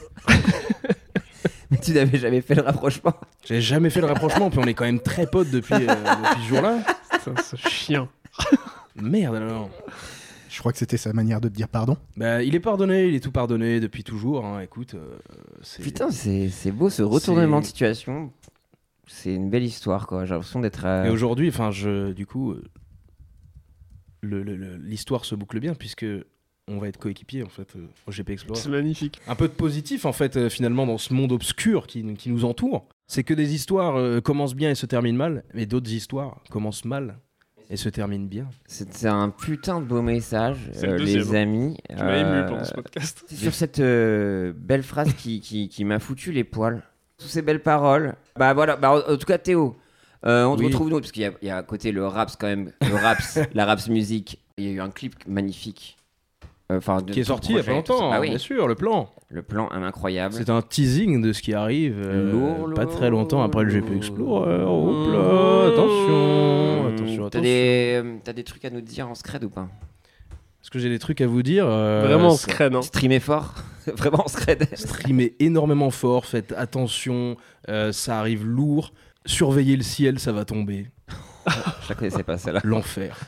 Speaker 4: Mais tu n'avais jamais fait le rapprochement?
Speaker 2: J'avais jamais fait le rapprochement, puis on est quand même très potes depuis ce jour-là.
Speaker 3: Putain, ce chien.
Speaker 2: Merde alors.
Speaker 5: Je crois que c'était sa manière de te dire pardon.
Speaker 2: Bah, il est pardonné, il est tout pardonné depuis toujours. Hein. Écoute,
Speaker 4: putain, c'est beau ce retournement de situation. C'est une belle histoire, quoi. J'ai l'impression d'être.
Speaker 2: Et aujourd'hui, enfin, du coup, l'histoire se boucle bien puisque on va être coéquipiers en fait au GP Explorer.
Speaker 3: C'est magnifique.
Speaker 2: Un peu de positif en fait finalement dans ce monde obscur qui nous entoure. C'est que des histoires commencent bien et se terminent mal, mais d'autres histoires commencent mal et se terminent bien.
Speaker 4: C'est un putain de beau message, les amis.
Speaker 3: Tu m'as ému pendant ce podcast.
Speaker 4: C'est sur cette belle phrase qui m'a foutu les poils. Toutes ces belles paroles. Bah voilà, en tout cas Théo, on te retrouve nous, parce qu'il y a à côté le raps quand même, la raps musique. Il y a eu un clip magnifique.
Speaker 2: Qui est sorti il y a pas longtemps, bien sûr, le plan.
Speaker 4: Le plan incroyable.
Speaker 2: C'est un teasing de ce qui arrive pas très longtemps après le GP Explorer. Hop là, attention.
Speaker 4: T'as des trucs à nous dire en scred ou pas?
Speaker 2: Est-ce que j'ai des trucs à vous dire
Speaker 3: Vraiment en scred, hein.
Speaker 4: Streamer fort. Vraiment en scred.
Speaker 2: Streamer énormément fort, faites attention, ça arrive lourd. Surveillez le ciel, ça va tomber.
Speaker 4: Je la connaissais pas celle-là.
Speaker 2: L'enfer.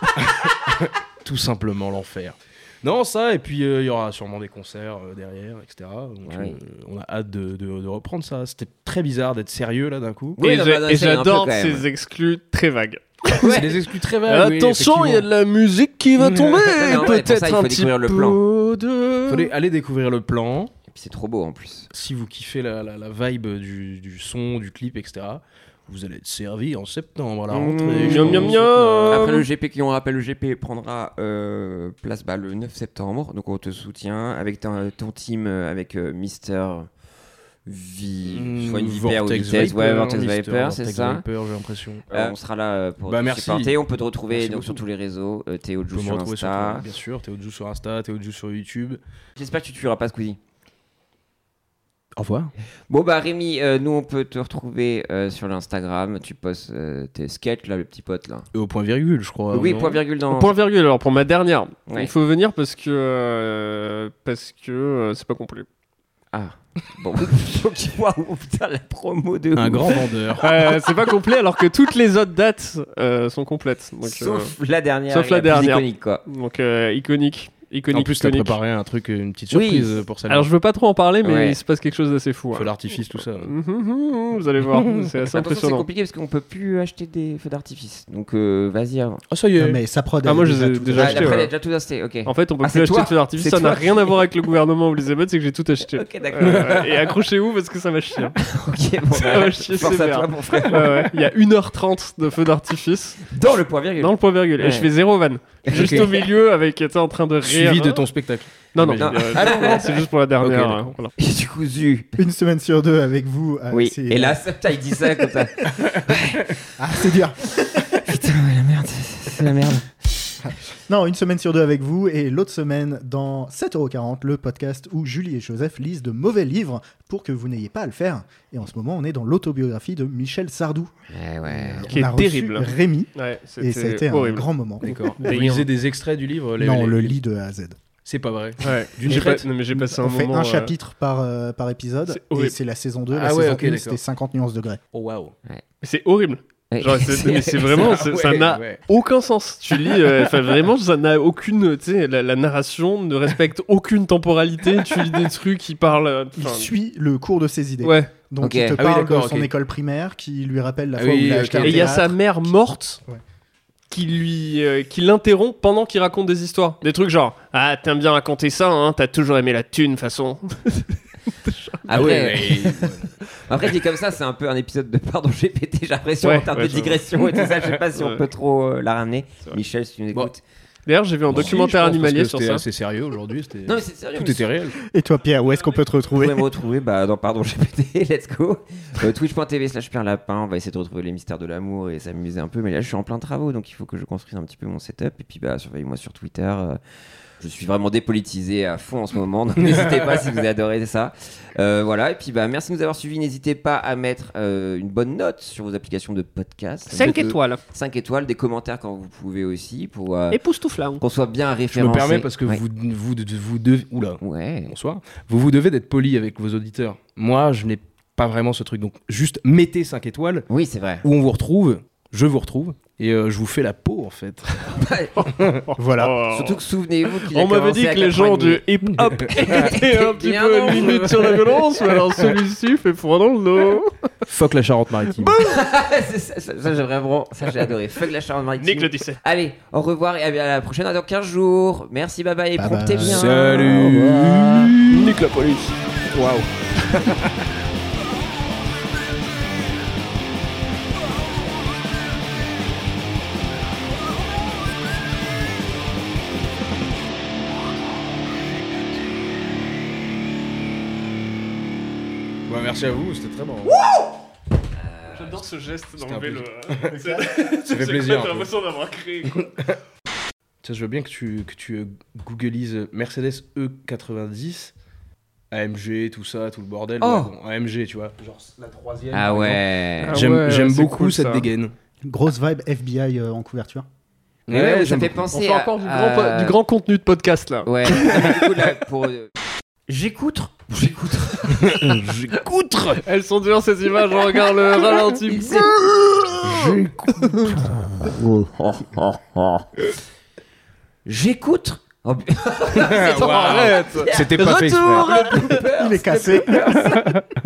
Speaker 2: Tout simplement l'enfer. Non, ça, et puis il y aura sûrement des concerts derrière, etc. Donc on a hâte de reprendre ça. C'était très bizarre d'être sérieux là d'un coup.
Speaker 3: Oui, et j'adore ces exclus très vagues.
Speaker 2: C'est des exclus très vagues.
Speaker 3: Attention, il y a de la musique qui va tomber.
Speaker 4: Non, ouais, pour ça,
Speaker 3: Peut-être
Speaker 4: il faut
Speaker 3: un petit
Speaker 4: découvrir le
Speaker 3: peu de...
Speaker 2: Faudrait aller découvrir le plan.
Speaker 4: Et puis c'est trop beau en plus.
Speaker 2: Si vous kiffez la vibe du son, du clip, etc., vous allez être servi en septembre à la rentrée.
Speaker 3: Miam, miam, miam.
Speaker 4: Après le GP, qui on rappelle, le GP prendra place le 9 septembre. Donc on te soutient avec ton team, avec Mister soit une vipère ou vitesse. Ouais, Vortex Viper, c'est ça.
Speaker 2: Viper, j'ai l'impression.
Speaker 4: On sera là pour te
Speaker 2: merci.
Speaker 4: supporter. On peut te retrouver
Speaker 2: Merci
Speaker 4: donc sur
Speaker 2: beaucoup.
Speaker 4: tous les réseaux. Théo
Speaker 2: Vous
Speaker 4: Jou
Speaker 2: pouvez me
Speaker 4: sur
Speaker 2: retrouver
Speaker 4: Insta.
Speaker 2: bien sûr, Théo Jou sur Insta, Théo Jou sur YouTube.
Speaker 4: J'espère que tu tueras pas Squeezie.
Speaker 2: Au revoir.
Speaker 4: Bon bah Rémi, nous on peut te retrouver sur l'Instagram. Tu postes tes sketchs là, le petit pote là.
Speaker 2: Et au point virgule, je crois.
Speaker 4: Oui,
Speaker 2: non
Speaker 4: point virgule dans.
Speaker 3: Point virgule, alors pour ma dernière.
Speaker 4: Ouais.
Speaker 3: Il faut venir parce que c'est pas complet.
Speaker 4: Ah. Bon, donc waouh, putain la promo de.
Speaker 2: Un
Speaker 4: ouf.
Speaker 2: grand vendeur.
Speaker 3: C'est pas complet alors que toutes les autres dates sont complètes. Donc,
Speaker 4: Sauf la dernière.
Speaker 3: sauf la
Speaker 4: plus
Speaker 3: dernière.
Speaker 4: iconique quoi.
Speaker 3: donc iconique.
Speaker 2: En plus, t'as
Speaker 3: iconique.
Speaker 2: préparé un truc, une petite
Speaker 4: Oui.
Speaker 2: surprise pour celle-là.
Speaker 3: Alors je veux pas trop en parler, mais
Speaker 4: Ouais.
Speaker 3: il se passe quelque chose d'assez fou.
Speaker 2: Feu
Speaker 3: hein.
Speaker 2: d'artifice, tout ça.
Speaker 3: Vous allez voir, c'est assez
Speaker 4: Attention, c'est
Speaker 3: impressionnant.
Speaker 4: compliqué parce qu'on peut plus acheter des feux d'artifice. Donc vas-y avant.
Speaker 2: Ah, ça y
Speaker 5: Non,
Speaker 2: est.
Speaker 5: mais ça prod.
Speaker 3: Ah, moi, je les ai
Speaker 5: tout
Speaker 3: déjà
Speaker 5: acheté.
Speaker 3: acheté,
Speaker 4: Après,
Speaker 3: ouais.
Speaker 4: elle a déjà tout acheté, ok.
Speaker 3: En fait, on peut
Speaker 4: Ah,
Speaker 3: plus
Speaker 4: c'est
Speaker 3: acheter
Speaker 4: toi
Speaker 3: de feux d'artifice.
Speaker 4: C'est
Speaker 3: Ça n'a
Speaker 4: toi.
Speaker 3: rien à voir avec le gouvernement ou les émeutes, c'est que j'ai tout acheté.
Speaker 4: Ok, d'accord.
Speaker 3: Et accrochez-vous parce que ça va chier.
Speaker 4: Ok, bon,
Speaker 3: Ça va chier
Speaker 4: force à
Speaker 3: sévère.
Speaker 4: toi, mon frère.
Speaker 3: Ouais. Il y a 1h30 de feux d'artifice
Speaker 4: Dans le point virgule.
Speaker 3: dans le point virgule. Et
Speaker 4: Ouais.
Speaker 3: je fais 0 van. Juste
Speaker 2: Ok.
Speaker 3: au milieu avec, tu sais, en train de rire.
Speaker 2: Suivi de ton spectacle.
Speaker 3: Non, non,
Speaker 2: J'imagine.
Speaker 4: Ah non, non.
Speaker 3: c'est juste pour la dernière.
Speaker 2: Ok, d'accord.
Speaker 3: Voilà.
Speaker 4: Et du coup, Zu.
Speaker 5: Une semaine sur deux avec vous.
Speaker 4: Oui,
Speaker 5: c'est-
Speaker 4: et là, putain, il dit ça comme ça.
Speaker 5: Ah, c'est dur.
Speaker 4: Putain, la merde, c'est la merde.
Speaker 5: Non, une semaine sur deux avec vous et l'autre semaine dans 7,40€, le podcast où Julie et Joseph lisent de mauvais livres pour que vous n'ayez pas à le faire. Et en ce moment, on est dans l'autobiographie de Michel Sardou.
Speaker 4: Ouais.
Speaker 3: Qui
Speaker 5: On a
Speaker 3: est
Speaker 5: reçu
Speaker 3: terrible.
Speaker 5: Rémi
Speaker 3: Ouais,
Speaker 5: et ça a été
Speaker 3: horrible.
Speaker 5: un grand moment.
Speaker 2: D'accord. Vous
Speaker 3: D'ailleurs.
Speaker 2: lisez des extraits du livre
Speaker 5: Non, on le lit de A à Z.
Speaker 2: C'est pas vrai.
Speaker 3: Ouais.
Speaker 2: D'une
Speaker 3: J'ai
Speaker 2: traite.
Speaker 3: pas- non, mais j'ai passé un
Speaker 5: On fait
Speaker 3: moment.
Speaker 5: un chapitre par épisode
Speaker 3: C'est
Speaker 5: et
Speaker 3: horrible.
Speaker 5: c'est la saison 2.
Speaker 2: Ah
Speaker 5: La
Speaker 2: ouais,
Speaker 5: saison
Speaker 2: ok,
Speaker 5: 1,
Speaker 2: d'accord.
Speaker 5: c'était 50 nuances degrés.
Speaker 2: Oh waouh.
Speaker 3: C'est horrible.
Speaker 4: Ouais.
Speaker 3: Genre, mais c'est vraiment,
Speaker 2: Ah
Speaker 3: ça
Speaker 2: ouais,
Speaker 3: n'a
Speaker 2: ouais.
Speaker 3: aucun sens. Tu lis, enfin vraiment, ça n'a aucune, tu sais, la narration ne respecte aucune temporalité. Tu lis des trucs qui parlent.
Speaker 5: Il
Speaker 3: enfin,
Speaker 5: suit le cours de ses idées.
Speaker 3: Ouais.
Speaker 5: Donc
Speaker 4: Ok.
Speaker 5: il te
Speaker 2: Ah oui,
Speaker 5: parle de
Speaker 2: d'accord,
Speaker 5: son
Speaker 2: ok.
Speaker 5: école primaire qui lui rappelle la
Speaker 2: Ah
Speaker 5: fois
Speaker 2: oui,
Speaker 5: où il a
Speaker 2: ok.
Speaker 5: acheté un
Speaker 3: Et il y a
Speaker 5: théâtre.
Speaker 3: sa mère morte.
Speaker 5: Ouais.
Speaker 3: Qui l'interrompt pendant qu'il raconte des histoires. Des trucs genre ah t'aimes bien raconter ça hein, t'as toujours aimé la thune façon.
Speaker 4: Après,
Speaker 2: mais-
Speaker 4: après, dit comme ça, c'est un peu un épisode de Pardon GPT, j'ai l'impression,
Speaker 3: Ouais,
Speaker 4: en termes
Speaker 3: ouais,
Speaker 4: de
Speaker 3: ça
Speaker 4: digression et tout ça. Je sais pas si on
Speaker 3: Ouais.
Speaker 4: peut trop la ramener.
Speaker 3: C'est vrai.
Speaker 4: Michel, si tu nous
Speaker 2: Bon.
Speaker 4: écoutes.
Speaker 3: D'ailleurs j'ai vu un
Speaker 2: Bon,
Speaker 3: documentaire
Speaker 2: si, je pense,
Speaker 3: animalier
Speaker 2: parce
Speaker 3: sur
Speaker 2: que
Speaker 3: ça.
Speaker 2: c'était assez sérieux aujourd'hui. C'était...
Speaker 4: Non, mais c'est sérieux.
Speaker 2: Tout
Speaker 4: mais
Speaker 2: était réel.
Speaker 5: Et toi, Pierre, où est-ce qu'on peut te
Speaker 4: Vous
Speaker 5: retrouver
Speaker 4: pouvez me retrouver dans Pardon GPT, let's go. Twitch.tv/Pierre Lapin, on va essayer de retrouver les mystères de l'amour et s'amuser un peu. Mais là, je suis en plein travaux, donc il faut que je construise un petit peu mon setup. Et puis, surveillez-moi sur Twitter. Je suis vraiment dépolitisé à fond en ce moment, donc n'hésitez pas si vous adorez ça. Voilà, et puis merci de nous avoir suivis. N'hésitez pas à mettre une bonne note sur vos applications de podcast.
Speaker 3: 5
Speaker 4: Faites-le.
Speaker 3: étoiles.
Speaker 4: 5 étoiles, des commentaires quand vous pouvez aussi, pour
Speaker 3: Époustouflant.
Speaker 4: qu'on soit bien
Speaker 2: Je
Speaker 4: référencé.
Speaker 2: me permets parce que
Speaker 4: Ouais.
Speaker 2: vous devez... Oula.
Speaker 4: Ouais.
Speaker 2: Bonsoir. Vous devez d'être poli avec vos auditeurs. Moi, je n'ai pas vraiment ce truc. Donc, juste mettez 5 étoiles
Speaker 4: Oui, c'est vrai.
Speaker 2: où on vous retrouve. Je vous retrouve. Et je vous fais la peau, en fait.
Speaker 5: Voilà.
Speaker 3: Oh.
Speaker 4: Surtout que souvenez-vous qu'il a
Speaker 3: On m'avait
Speaker 4: commencé
Speaker 3: dit
Speaker 4: à
Speaker 3: que les gens
Speaker 4: 4 ans et
Speaker 3: du
Speaker 4: demi.
Speaker 3: hip-hop étaient un petit
Speaker 4: Bien
Speaker 3: peu
Speaker 4: dangereux.
Speaker 3: limite sur la violence, mais alors celui-ci fait froid dans le dos.
Speaker 2: Fuck la Charente-Maritime.
Speaker 4: ça, j'ai vraiment, ça j'ai adoré. Fuck la Charente-Maritime.
Speaker 3: Nick le 17.
Speaker 4: Allez, au revoir et à la prochaine dans 15 jours. Merci, bye bye et
Speaker 5: Bye
Speaker 4: promptez
Speaker 5: bye.
Speaker 4: bien.
Speaker 2: Salut.
Speaker 4: Au revoir.
Speaker 2: Nique la police. Waouh. Ouais, merci à vous, c'était très marrant.
Speaker 3: J'adore ce geste
Speaker 2: C'était
Speaker 3: d'enlever
Speaker 2: un
Speaker 3: le.
Speaker 2: Ça fait plaisir.
Speaker 3: J'ai
Speaker 2: un peu.
Speaker 3: l'impression d'avoir créé. Quoi.
Speaker 2: Tiens, je veux bien que tu googlises Mercedes E90, AMG, tout ça, tout le bordel.
Speaker 4: Oh.
Speaker 2: Ouais, bon, AMG, tu vois. Genre la troisième.
Speaker 4: Ah
Speaker 2: par
Speaker 4: ouais.
Speaker 3: Ah
Speaker 2: J'aime
Speaker 3: ouais,
Speaker 2: j'aime
Speaker 3: c'est
Speaker 2: beaucoup
Speaker 3: cool,
Speaker 2: cette
Speaker 3: ça.
Speaker 2: dégaine.
Speaker 5: Grosse vibe FBI en couverture.
Speaker 4: Ouais, ça
Speaker 2: j'aime
Speaker 4: fait
Speaker 2: beaucoup.
Speaker 3: On
Speaker 4: penser
Speaker 3: fait
Speaker 4: à.
Speaker 3: encore du grand contenu de podcast là.
Speaker 4: Ouais. Du coup, là, pour. J'écoute.
Speaker 2: J'écoutre.
Speaker 3: Elles sont dures ces images, on regarde le ralenti.
Speaker 4: J'écoute. Oh,
Speaker 2: Waouh.
Speaker 3: Arrête.
Speaker 2: C'était pas fait exprès.
Speaker 5: Il est cassé.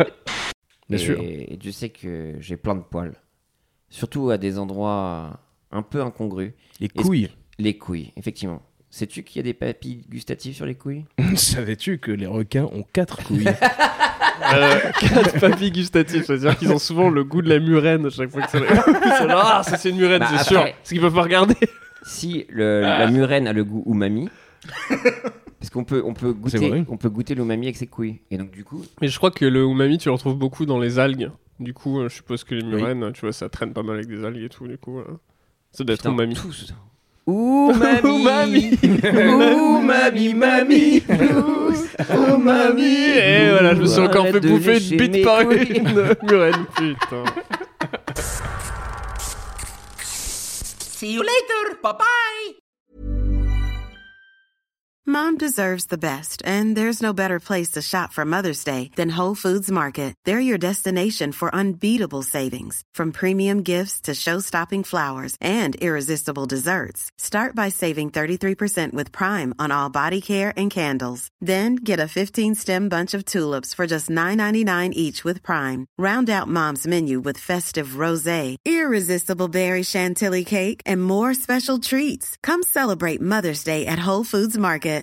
Speaker 2: Bien sûr.
Speaker 4: Et Dieu sait que j'ai plein de poils. Surtout à des endroits un peu incongru.
Speaker 2: Les couilles.
Speaker 4: Les couilles, effectivement. Sais-tu qu'il y a des papilles gustatives sur les couilles?
Speaker 2: Savais-tu que les requins ont 4 couilles?
Speaker 3: 4 papilles gustatives, c'est-à-dire qu'ils ont souvent le goût de la murène à chaque fois que ça ah, ça c'est une murène,
Speaker 4: Bah,
Speaker 3: c'est
Speaker 4: après,
Speaker 3: sûr. Parce qu'ils peuvent pas regarder.
Speaker 4: Si la murène a le goût umami, parce qu'on peut goûter l'umami avec ses couilles. Et donc du coup,
Speaker 3: Mais je crois que le umami, tu le retrouves beaucoup dans les algues. Du coup, je suppose que les murènes, tu vois, ça traîne pas mal avec des algues et tout. Du coup, ça doit être
Speaker 4: putain,
Speaker 3: umami.
Speaker 4: tous. Umami,
Speaker 3: Umami, mami, umami. Et voilà, je me suis encore fait
Speaker 4: Arrête de
Speaker 3: bouffer
Speaker 4: lécher
Speaker 3: une bite
Speaker 4: mes
Speaker 3: par
Speaker 4: couilles.
Speaker 3: une murène. Putain.
Speaker 7: See you later. Bye bye.
Speaker 1: Mom deserves the best, and there's no better place to shop for Mother's Day than Whole Foods Market. They're your destination for unbeatable savings, from premium gifts to show-stopping flowers and irresistible desserts. Start by saving 33% with Prime on all body care and candles. Then get a 15-stem bunch of tulips for just $9.99 each with Prime. Round out Mom's menu with festive rosé, irresistible berry chantilly cake, and more special treats. Come celebrate Mother's Day at Whole Foods Market.